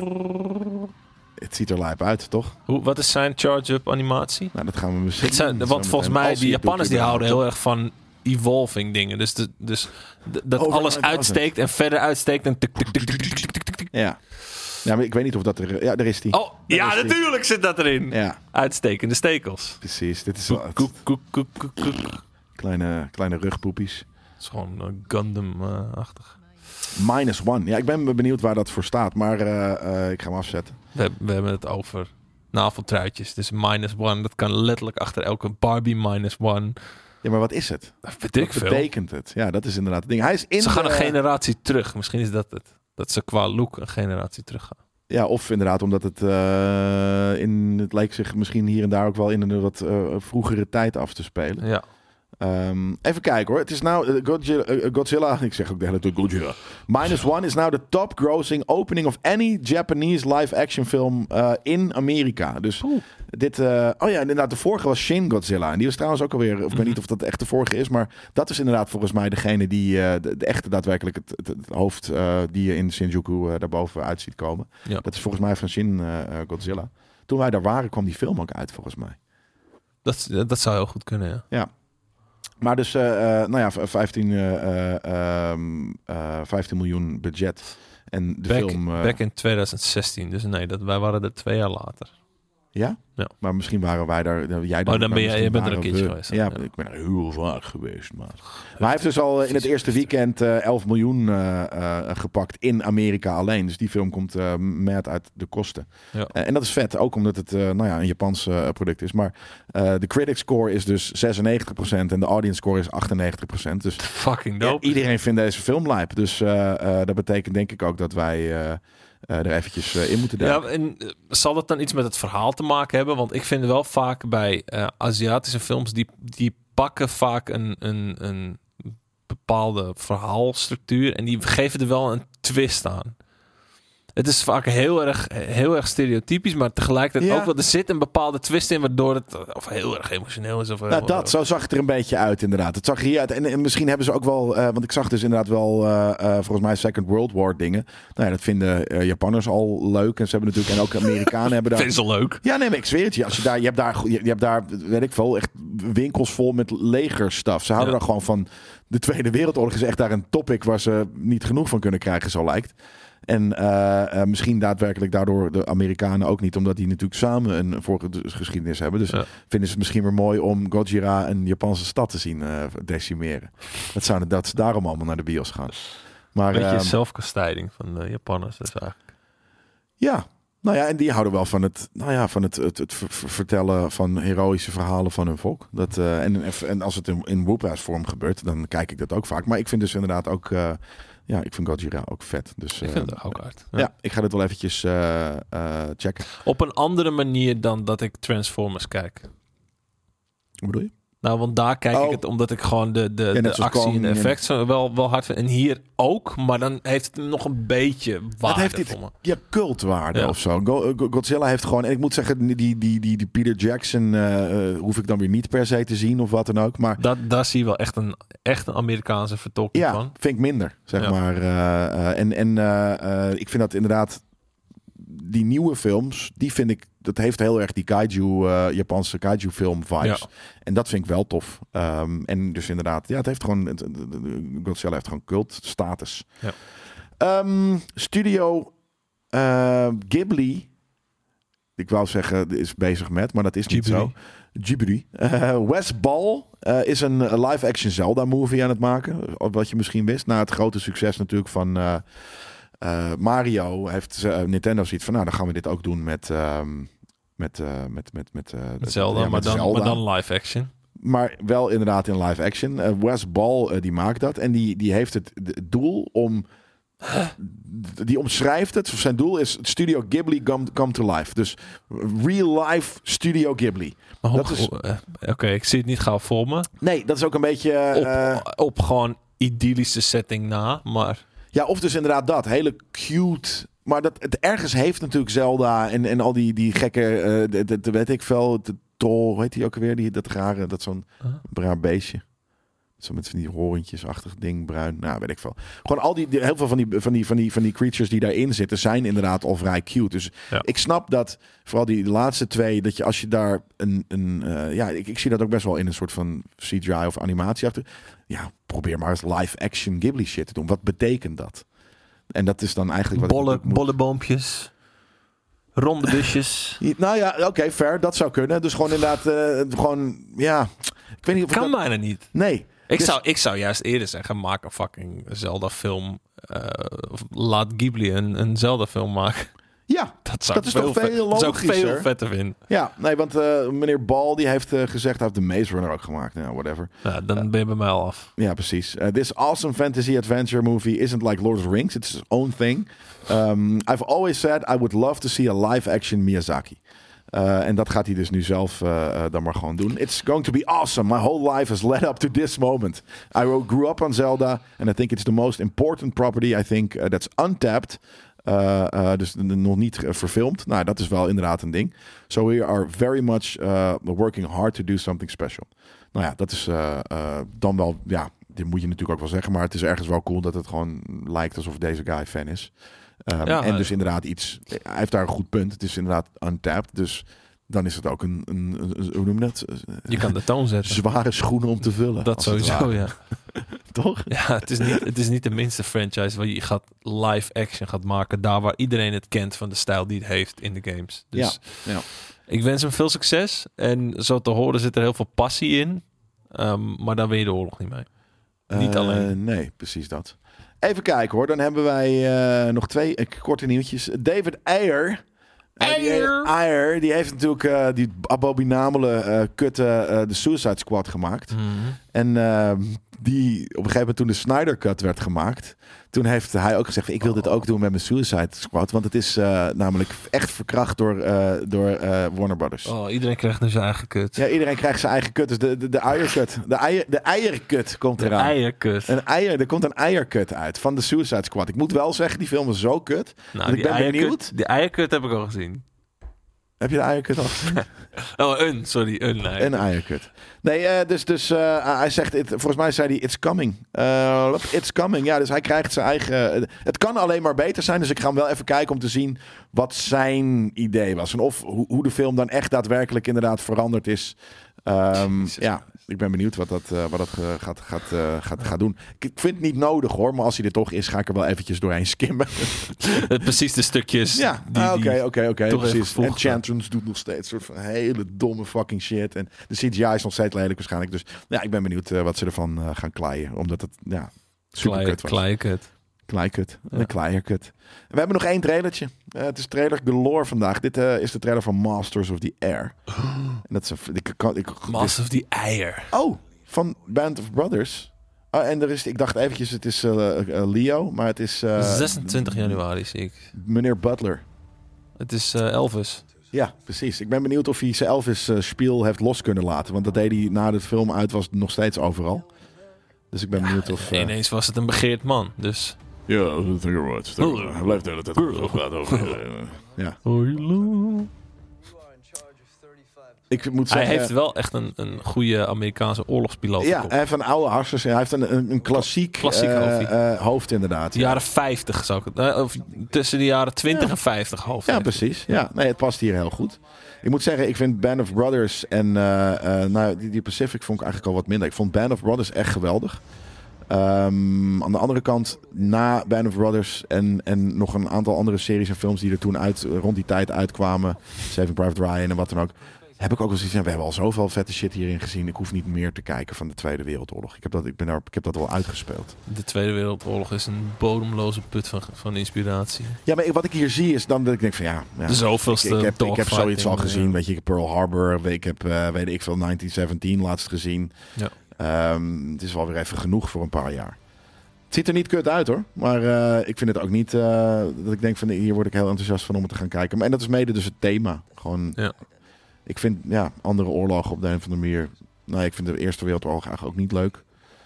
S2: het ziet er lijp uit, toch?
S3: Hoe, wat is zijn charge-up animatie?
S2: Nou, dat gaan we misschien...
S3: Het zijn,
S2: zo
S3: want volgens
S2: meteen.
S3: mij,
S2: Als
S3: die
S2: hij het
S3: Japanners
S2: doet,
S3: die houden
S2: überhaupt.
S3: heel erg van evolving dingen. Dus, de, dus d- dat
S2: Over
S3: alles
S2: en
S3: uitsteekt en verder uitsteekt. En tik, tik, tik, tik, tik, tik, tik, tik.
S2: Ja. Ja, maar ik weet niet of dat er... Ja, daar is die.
S3: Oh, ja,
S2: is die.
S3: natuurlijk zit dat erin.
S2: Ja,
S3: Uitstekende stekels.
S2: precies. Dit is wel
S3: Koek,
S2: het-
S3: koek, koek, koek, koek, koek.
S2: kleine, kleine rugpoepies.
S3: Het is gewoon uh, Gundam-achtig.
S2: Minus one. Ja, ik ben benieuwd waar dat voor staat. Maar uh, uh, ik ga hem afzetten.
S3: We, we hebben het over naveltruitjes. Dus minus one, dat kan letterlijk achter elke Barbie minus one.
S2: Ja, maar wat is het?
S3: Dat weet ik
S2: Wat
S3: veel.
S2: betekent het? Ja, dat is inderdaad het ding. Hij is in
S3: Ze gaan
S2: de-
S3: een generatie terug. Misschien is dat het. Dat ze qua look een generatie terug gaan.
S2: Ja, of inderdaad omdat het uh, in het lijkt zich misschien hier en daar ook wel in een wat uh, vroegere tijd af te spelen.
S3: Ja.
S2: Um, even kijken hoor. Het is nou uh, Godzilla, uh, Godzilla. Ik zeg ook de hele tijd Godzilla. Minus One is now the top grossing opening of any Japanese live action film uh, in Amerika. Dus Oeh. dit... Uh, oh ja, inderdaad. De vorige was Shin Godzilla. En die was trouwens ook alweer... Of mm-hmm. ik weet niet of dat echt de vorige is. Maar dat is inderdaad volgens mij degene die... Uh, de, de echte daadwerkelijk het, het, het hoofd uh, die je in Shinjuku uh, daarboven uit ziet komen. Ja. Dat is volgens mij van Shin uh, Godzilla. Toen wij daar waren kwam die film ook uit volgens mij.
S3: Dat, dat zou heel goed kunnen, ja.
S2: Ja. Maar dus, uh, uh, nou ja, vijftien, uh, uh, um, uh, vijftien miljoen budget. En de
S3: back,
S2: film... Uh,
S3: back in twintig zestien. Dus nee, dat, wij waren er twee jaar later.
S2: Ja?
S3: Ja.
S2: Maar misschien waren wij daar... Jij daar
S3: oh, dan ben jij, jij bent er een keertje
S2: we,
S3: geweest.
S2: Ja, ja, ik ben er heel vaak geweest. Maar, maar hij heeft dus al in het eerste weekend uh, elf miljoen uh, uh, gepakt in Amerika alleen. Dus die film komt uh, met uit de kosten. Ja. Uh, en dat is vet, ook omdat het uh, nou ja, een Japans uh, product is. Maar uh, de critic score is dus zesennegentig procent en de audience score is achtennegentig procent. Dus
S3: fucking dope.
S2: Ja, iedereen vindt deze film lijp. Dus uh, uh, dat betekent denk ik ook dat wij... Uh, Uh, er eventjes uh, in moeten duiken.
S3: Ja, en uh, zal dat dan iets met het verhaal te maken hebben? Want ik vind wel vaak bij uh, Aziatische films... die, die pakken vaak een, een, een bepaalde verhaalstructuur... en die geven er wel een twist aan. Het is vaak heel erg, heel erg stereotypisch... maar tegelijkertijd ja. ook wel... er zit een bepaalde twist in... waardoor het of heel erg emotioneel is. Of
S2: nou, heel, dat, zo zag het er een beetje uit inderdaad. Het zag hier uit. En, en misschien hebben ze ook wel... Uh, want ik zag dus inderdaad wel... Uh, uh, volgens mij Second World War dingen. Nou ja, dat vinden uh, Japanners al leuk. En ze hebben natuurlijk... en ook Amerikanen hebben daar...
S3: Vinden ze leuk?
S2: Ja, nee, maar ik zweer het je. Als je daar... Je hebt daar, je, je hebt daar weet ik veel... echt winkels vol met legerstaf. Ze houden ja. daar gewoon van... De Tweede Wereldoorlog is echt daar een topic... waar ze niet genoeg van kunnen krijgen, zo lijkt. En uh, uh, misschien daadwerkelijk daardoor de Amerikanen ook niet. Omdat die natuurlijk samen een vorige geschiedenis hebben. Dus ja. vinden ze het misschien weer mooi om Godzilla een Japanse stad te zien uh, decimeren. Dat zou dat ze daarom allemaal naar de bios gaan. Maar,
S3: Beetje
S2: uh,
S3: zelfkastijding van de Japanners dus eigenlijk.
S2: Ja, nou ja, en die houden wel van het, nou ja, van het, het, het ver- vertellen van heroïsche verhalen van hun volk. Dat, uh, en, en als het in, in Whoopa's vorm gebeurt, dan kijk ik dat ook vaak. Maar ik vind dus inderdaad ook... Uh, Ja, ik vind Godzilla ook vet. Dus,
S3: ik vind het
S2: uh,
S3: ook uit.
S2: Ja. ja, ik ga dit wel eventjes uh, uh, checken.
S3: Op een andere manier dan dat ik Transformers kijk.
S2: Hoe bedoel je?
S3: Nou, want daar kijk oh. ik het omdat ik gewoon de, de, ja, de actie en de effecten wel, wel hard vind. En hier ook, maar dan heeft het nog een beetje waarde.
S2: Het heeft dit, ja, cultwaarde ja. of zo. Go, Go, Godzilla heeft gewoon... En ik moet zeggen, die, die, die, die Peter Jackson uh, uh, hoef ik dan weer niet per se te zien of wat dan ook. Maar
S3: dat, daar zie je wel echt een, echt een Amerikaanse vertolking
S2: ja,
S3: van.
S2: Ja, vind ik minder, zeg ja. maar. Uh, uh, en en uh, uh, ik vind dat inderdaad... Die nieuwe films, die vind ik... Dat heeft heel erg die kaiju, uh, Japanse kaiju film vibes. Ja. En dat vind ik wel tof. Um, en dus inderdaad, ja, het heeft gewoon... Het, Godzilla heeft gewoon cult status. Ja. Um, Studio uh, Ghibli... Ik wou zeggen, is bezig met, maar dat is niet Ghibli. zo. Ghibli. Uh, Wes Ball uh, is een live-action Zelda-movie aan het maken. Wat je misschien wist. Na het grote succes natuurlijk van... Uh, Uh, Mario heeft uh, Nintendo zoiets van, nou dan gaan we dit ook doen met um, met uh, met met met, uh,
S3: met Zelda, ja, met maar, dan, Zelda. maar dan live action.
S2: Maar wel inderdaad in live action. Uh, Wes Ball uh, die maakt dat en die die heeft het, het doel om huh? die omschrijft het. Zijn doel is Studio Ghibli come, come to life. Dus real life Studio Ghibli.
S3: Oh, dat is... uh, Oké, okay, ik zie het niet gauw voor me.
S2: Nee, dat is ook een beetje uh,
S3: op, op gewoon idyllische setting na, maar
S2: ja, of dus inderdaad dat. Hele cute. Maar dat, het ergens heeft natuurlijk Zelda en, en al die, die gekke... Uh, de, de, de, weet ik veel, de tol, hoe heet die ook alweer? Die, dat rare, dat zo'n uh-huh. raar beestje. Zo met van die horentjesachtig ding, bruin. Nou, weet ik veel. Gewoon al die, die heel veel van die, van, die, van, die, van die creatures die daarin zitten... zijn inderdaad al vrij cute. Dus ja. ik snap dat, vooral die laatste twee... dat je als je daar een... een uh, ja, ik, ik zie dat ook best wel in een soort van C G I of animatie achter. Ja, probeer maar eens live-action Ghibli shit te doen. Wat betekent dat? En dat is dan eigenlijk... wat
S3: Bolle,
S2: ik moet...
S3: bolleboompjes... Ronde busjes.
S2: Nou ja, oké, okay, fair. Dat zou kunnen. Dus gewoon inderdaad... Uh, gewoon, ja... Ik weet niet of
S3: kan
S2: dat...
S3: bijna niet.
S2: Nee.
S3: Ik,
S2: dus...
S3: zou, ik zou juist eerder zeggen, maak een fucking Zelda-film. Uh, laat Ghibli een, een Zelda-film maken.
S2: Ja,
S3: dat, zou
S2: dat is toch veel logischer.
S3: Dat zou ik veel vetter vinden.
S2: Ja, nee, want uh, meneer Ball die heeft uh, gezegd... hij heeft de Maze Runner ook gemaakt. Ja, whatever.
S3: Ja, dan uh, ben je bij mij al af.
S2: Ja, precies. Uh, this awesome fantasy adventure movie isn't like Lord of the Rings. It's its own thing. Um, I've always said I would love to see a live-action Miyazaki. Uh, en dat gaat hij dus nu zelf uh, uh, dan maar gewoon doen. It's going to be awesome. My whole life has led up to this moment. I grew up on Zelda. And I think it's the most important property. I think uh, that's untapped. Uh, uh, dus nog niet uh, verfilmd. Nou, dat is wel inderdaad een ding. So we are very much uh, working hard to do something special. Nou ja, dat is uh, uh, dan wel... Ja, dit moet je natuurlijk ook wel zeggen. Maar het is ergens wel cool dat het gewoon lijkt alsof deze guy fan is. Um, ja, en dus inderdaad iets... Hij heeft daar een goed punt. Het is inderdaad untapped. Dus dan is het ook een... een, een hoe noem je dat?
S3: Je kan de toon zetten.
S2: Zware schoenen om te vullen.
S3: Dat sowieso, ja.
S2: Toch?
S3: Ja, het is, niet, het is niet de minste franchise waar je gaat live action gaat maken. Daar waar iedereen het kent van de stijl die het heeft in de games. Dus
S2: ja, ja.
S3: Ik wens hem veel succes. En zo te horen zit er heel veel passie in. Um, maar daar weet je de oorlog niet mee. Uh, niet alleen.
S2: Nee, precies dat. Even kijken hoor. Dan hebben wij uh, nog twee uh, korte nieuwtjes. David Ayer.
S3: Ayer.
S2: Uh, Ayer. Die heeft natuurlijk uh, die abominabele uh, kutte uh, de Suicide Squad gemaakt.
S3: Mm-hmm.
S2: En uh, die op een gegeven moment toen de Snyder Cut werd gemaakt... Toen heeft hij ook gezegd... ik wil dit ook doen met mijn Suicide Squad. Want het is uh, namelijk echt verkracht door, uh, door uh, Warner Brothers.
S3: Oh, iedereen krijgt nu zijn eigen kut.
S2: Ja, iedereen krijgt zijn eigen kut. Dus de, de, de eierkut. De, eier, de eierkut komt eraan.
S3: De eierkut.
S2: Een eier, er komt een eierkut uit van de Suicide Squad. Ik moet wel zeggen, die film is zo kut.
S3: Nou, die
S2: ik ben
S3: eierkut,
S2: benieuwd.
S3: Die eierkut heb ik al gezien.
S2: Heb je de eierkut al gezien?
S3: Oh, een. Sorry, een eierkut.
S2: Een eierkut. Nee, uh, dus, dus uh, hij zegt... It, volgens mij zei hij, it's coming. Uh, it's coming. Ja, dus hij krijgt zijn eigen... Uh, het kan alleen maar beter zijn. Dus ik ga hem wel even kijken om te zien wat zijn idee was. En of hoe, hoe de film dan echt daadwerkelijk inderdaad veranderd is. Um, ja, ik ben benieuwd wat dat, uh, wat dat uh, gaat, gaat, uh, gaat, gaat doen. Ik vind het niet nodig hoor, maar als hij er toch is, ga ik er wel eventjes doorheen skimmen.
S3: Precies de stukjes.
S2: Ja, oké, oké, oké. Precies. En Chantrons doet nog steeds soort van hele domme fucking shit. En de C G I is nog steeds lelijk waarschijnlijk. Dus ja, ik ben benieuwd uh, wat ze ervan uh, gaan kleien. Omdat het, ja, super kut was.
S3: Kleienkut.
S2: Kleikut.
S3: Ja.
S2: Een kleierkut. We hebben nog één trailertje. Uh, het is trailer galore vandaag. Dit uh, is de trailer van Masters of the Air.
S3: Oh.
S2: En dat is een, ik, ik, ik,
S3: Masters of the Air.
S2: Oh, van Band of Brothers. Oh, en er is, ik dacht eventjes, het is uh, uh, Leo, maar het is... Uh,
S3: zesentwintig januari zie ik.
S2: Meneer Butler.
S3: Het is uh, Elvis.
S2: Ja, precies. Ik ben benieuwd of hij zijn Elvis-spiel uh, heeft los kunnen laten. Want dat deed hij na de film uit, was nog steeds overal. Dus ik ben
S3: ja,
S2: benieuwd of... Uh...
S3: Ineens was het een begeerd man, dus...
S2: Ja, dat denk ik wel. Hij blijft de hele tijd over. Ja. Ik moet zeggen,
S3: hij heeft wel echt een, een goede Amerikaanse oorlogspiloot.
S2: Ja, hij heeft een oude harsers. Hij heeft een, een, een klassiek, klassiek uh, uh, hoofd inderdaad.
S3: De jaren vijftig zou ik het... Uh, of tussen de jaren twintig ja. en vijftig hoofd.
S2: Ja, precies. Ja. Nee, het past hier heel goed. Ik moet zeggen, ik vind Band of Brothers en uh, uh, nou, die, die Pacific vond ik eigenlijk al wat minder. Ik vond Band of Brothers echt geweldig. Um, aan de andere kant, na Band of Brothers en, en nog een aantal andere series en films die er toen uit, rond die tijd uitkwamen, Saving Private Ryan en wat dan ook, heb ik ook wel zoiets van, we hebben al zoveel vette shit hierin gezien. Ik hoef niet meer te kijken van de Tweede Wereldoorlog. Ik heb dat, ik ben daar, ik heb dat wel uitgespeeld.
S3: De Tweede Wereldoorlog is een bodemloze put van, van inspiratie.
S2: Ja, maar wat ik hier zie is dan dat ik denk van ja... ja
S3: de zoveelste
S2: ik, ik, heb, ik heb zoiets al gezien. Ja. Weet je, ik heb Pearl Harbor, ik heb uh, weet ik veel negentien zeventien laatst gezien.
S3: Ja.
S2: Um, het is wel weer even genoeg voor een paar jaar. Het ziet er niet kut uit hoor. Maar uh, ik vind het ook niet uh, dat ik denk van hier word ik heel enthousiast van om het te gaan kijken. Maar, en dat is mede dus het thema. Gewoon,
S3: ja.
S2: Ik vind ja, andere oorlogen op de een of andere manier... Nou, ik vind de Eerste Wereldoorlog eigenlijk ook niet leuk.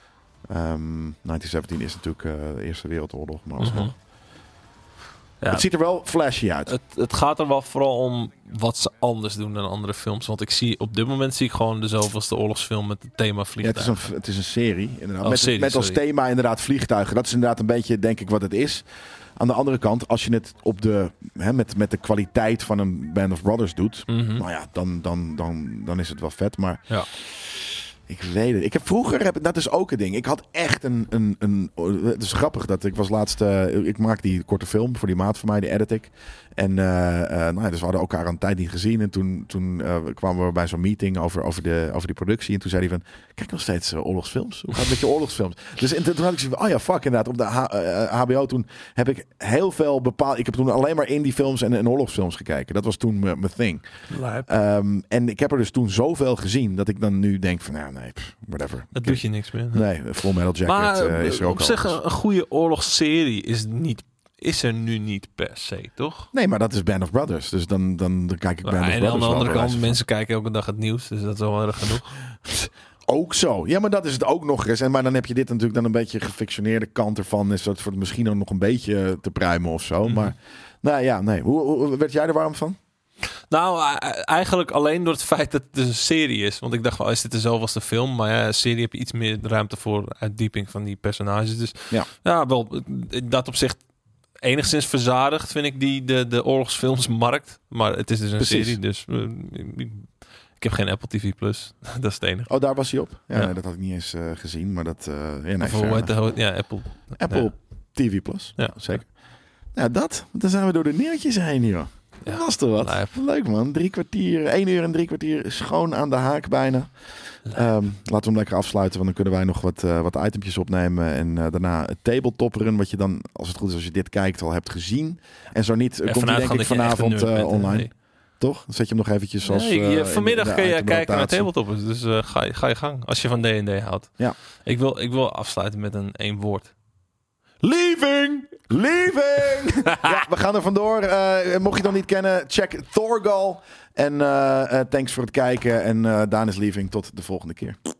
S2: Um, negentien zeventien is natuurlijk uh, de Eerste Wereldoorlog. Maar alsnog... Mm-hmm. Ja. Het ziet er wel flashy uit.
S3: Het, het gaat er wel vooral om wat ze anders doen dan andere films. Want ik zie op dit moment zie ik gewoon de zoveelste oorlogsfilm met het thema vliegtuigen.
S2: Ja, het, is een, het is een serie. Inderdaad.
S3: Oh,
S2: met
S3: serie,
S2: met als
S3: sorry.
S2: thema inderdaad vliegtuigen. Dat is inderdaad een beetje denk ik wat het is. Aan de andere kant, als je het op de, hè, met, met de kwaliteit van een Band of Brothers doet. Mm-hmm. Nou ja, dan, dan, dan, dan is het wel vet. Maar...
S3: Ja.
S2: Ik weet het. Ik heb vroeger, heb, dat is ook een ding. Ik had echt een, een, een het is grappig dat ik was laatst, uh, ik maak die korte film voor die maat van mij, die edit ik. En uh, uh, nou ja, dus we hadden elkaar een tijd niet gezien. En toen, toen uh, kwamen we bij zo'n meeting over, over, de, over die productie. En toen zei hij van, kijk nog steeds uh, oorlogsfilms. Hoe gaat het met je oorlogsfilms? Dus en toen had ik zoiets van, oh ja, fuck inderdaad. Op de H- uh, H B O toen heb ik heel veel bepaald... Ik heb toen alleen maar indie films en, en oorlogsfilms gekeken. Dat was toen mijn thing. Um, en ik heb er dus toen zoveel gezien dat ik dan nu denk van, nou nee, pff, whatever.
S3: Dat doet je niks meer.
S2: Nee, Full Metal Jacket
S3: maar,
S2: uh, is er ook
S3: op zich een, een goede oorlogsserie is niet is er nu niet per se, toch?
S2: Nee, maar dat is Band of Brothers. Dus dan, dan, dan kijk ik Band
S3: Ja,
S2: of
S3: en
S2: Brothers
S3: aan de
S2: wel
S3: andere
S2: bij
S3: kant,
S2: wijze van.
S3: mensen kijken elke dag het nieuws. Dus dat is wel erg genoeg.
S2: Ook zo. Ja, maar dat is het ook nog eens. En maar dan heb je dit natuurlijk dan een beetje gefictioneerde kant ervan. Is dat voor het misschien ook nog een beetje te pruimen of zo.
S3: Mm-hmm.
S2: Maar nou ja, nee. Hoe, hoe werd jij er warm van?
S3: Nou, e- eigenlijk alleen door het feit dat het dus een serie is. Want ik dacht, wel, is dit dezelfde film? Maar ja, een serie heb je iets meer ruimte voor uitdieping van die personages. Dus
S2: Ja.
S3: ja, wel, dat op zich enigszins verzadigd vind ik die de, de oorlogsfilmsmarkt. Maar het is dus een
S2: Precies.
S3: serie, dus uh, ik heb geen Apple T V Plus. Dat is het enige.
S2: Oh, daar was hij op? Ja,
S3: Ja.
S2: Nee, dat had ik niet eens uh, gezien. Maar dat... Uh, ja, nee,
S3: Of hoe
S2: fair
S3: heet de
S2: enough.
S3: ho- ja, Apple.
S2: Apple
S3: Ja.
S2: T V Plus.
S3: Ja.
S2: Zeker. Ja, dat. Dan zijn we door de neertjes heen, joh. Dat
S3: Ja.
S2: was toch wat?
S3: Lijp.
S2: Leuk, man. Drie kwartier, één uur en drie kwartier. Schoon aan de haak bijna. Um, laten we hem lekker afsluiten, want dan kunnen wij nog wat, uh, wat itempjes opnemen. En uh, daarna het tabletopperen, wat je dan, als het goed is, als je dit kijkt, al hebt gezien. En zo niet, uh,
S3: Ja,
S2: komt hij denk ik vanavond uh, online.
S3: Nee.
S2: Toch? Dan zet je hem nog eventjes als...
S3: Nee, je,
S2: uh,
S3: vanmiddag
S2: in de-
S3: kun
S2: de
S3: je kijken naar
S2: itemrotatie.
S3: tabletoppers. Dus uh, ga, je, ga je gang. Als je van D en D houdt.
S2: Ja.
S3: Ik wil, ik wil afsluiten met een één woord.
S2: Leaving! Leaving! Ja, we gaan er vandoor. Uh, mocht je het nog niet kennen, check Thorgal. En uh, uh, thanks voor het kijken. En uh, Daan is leaving. Tot de volgende keer.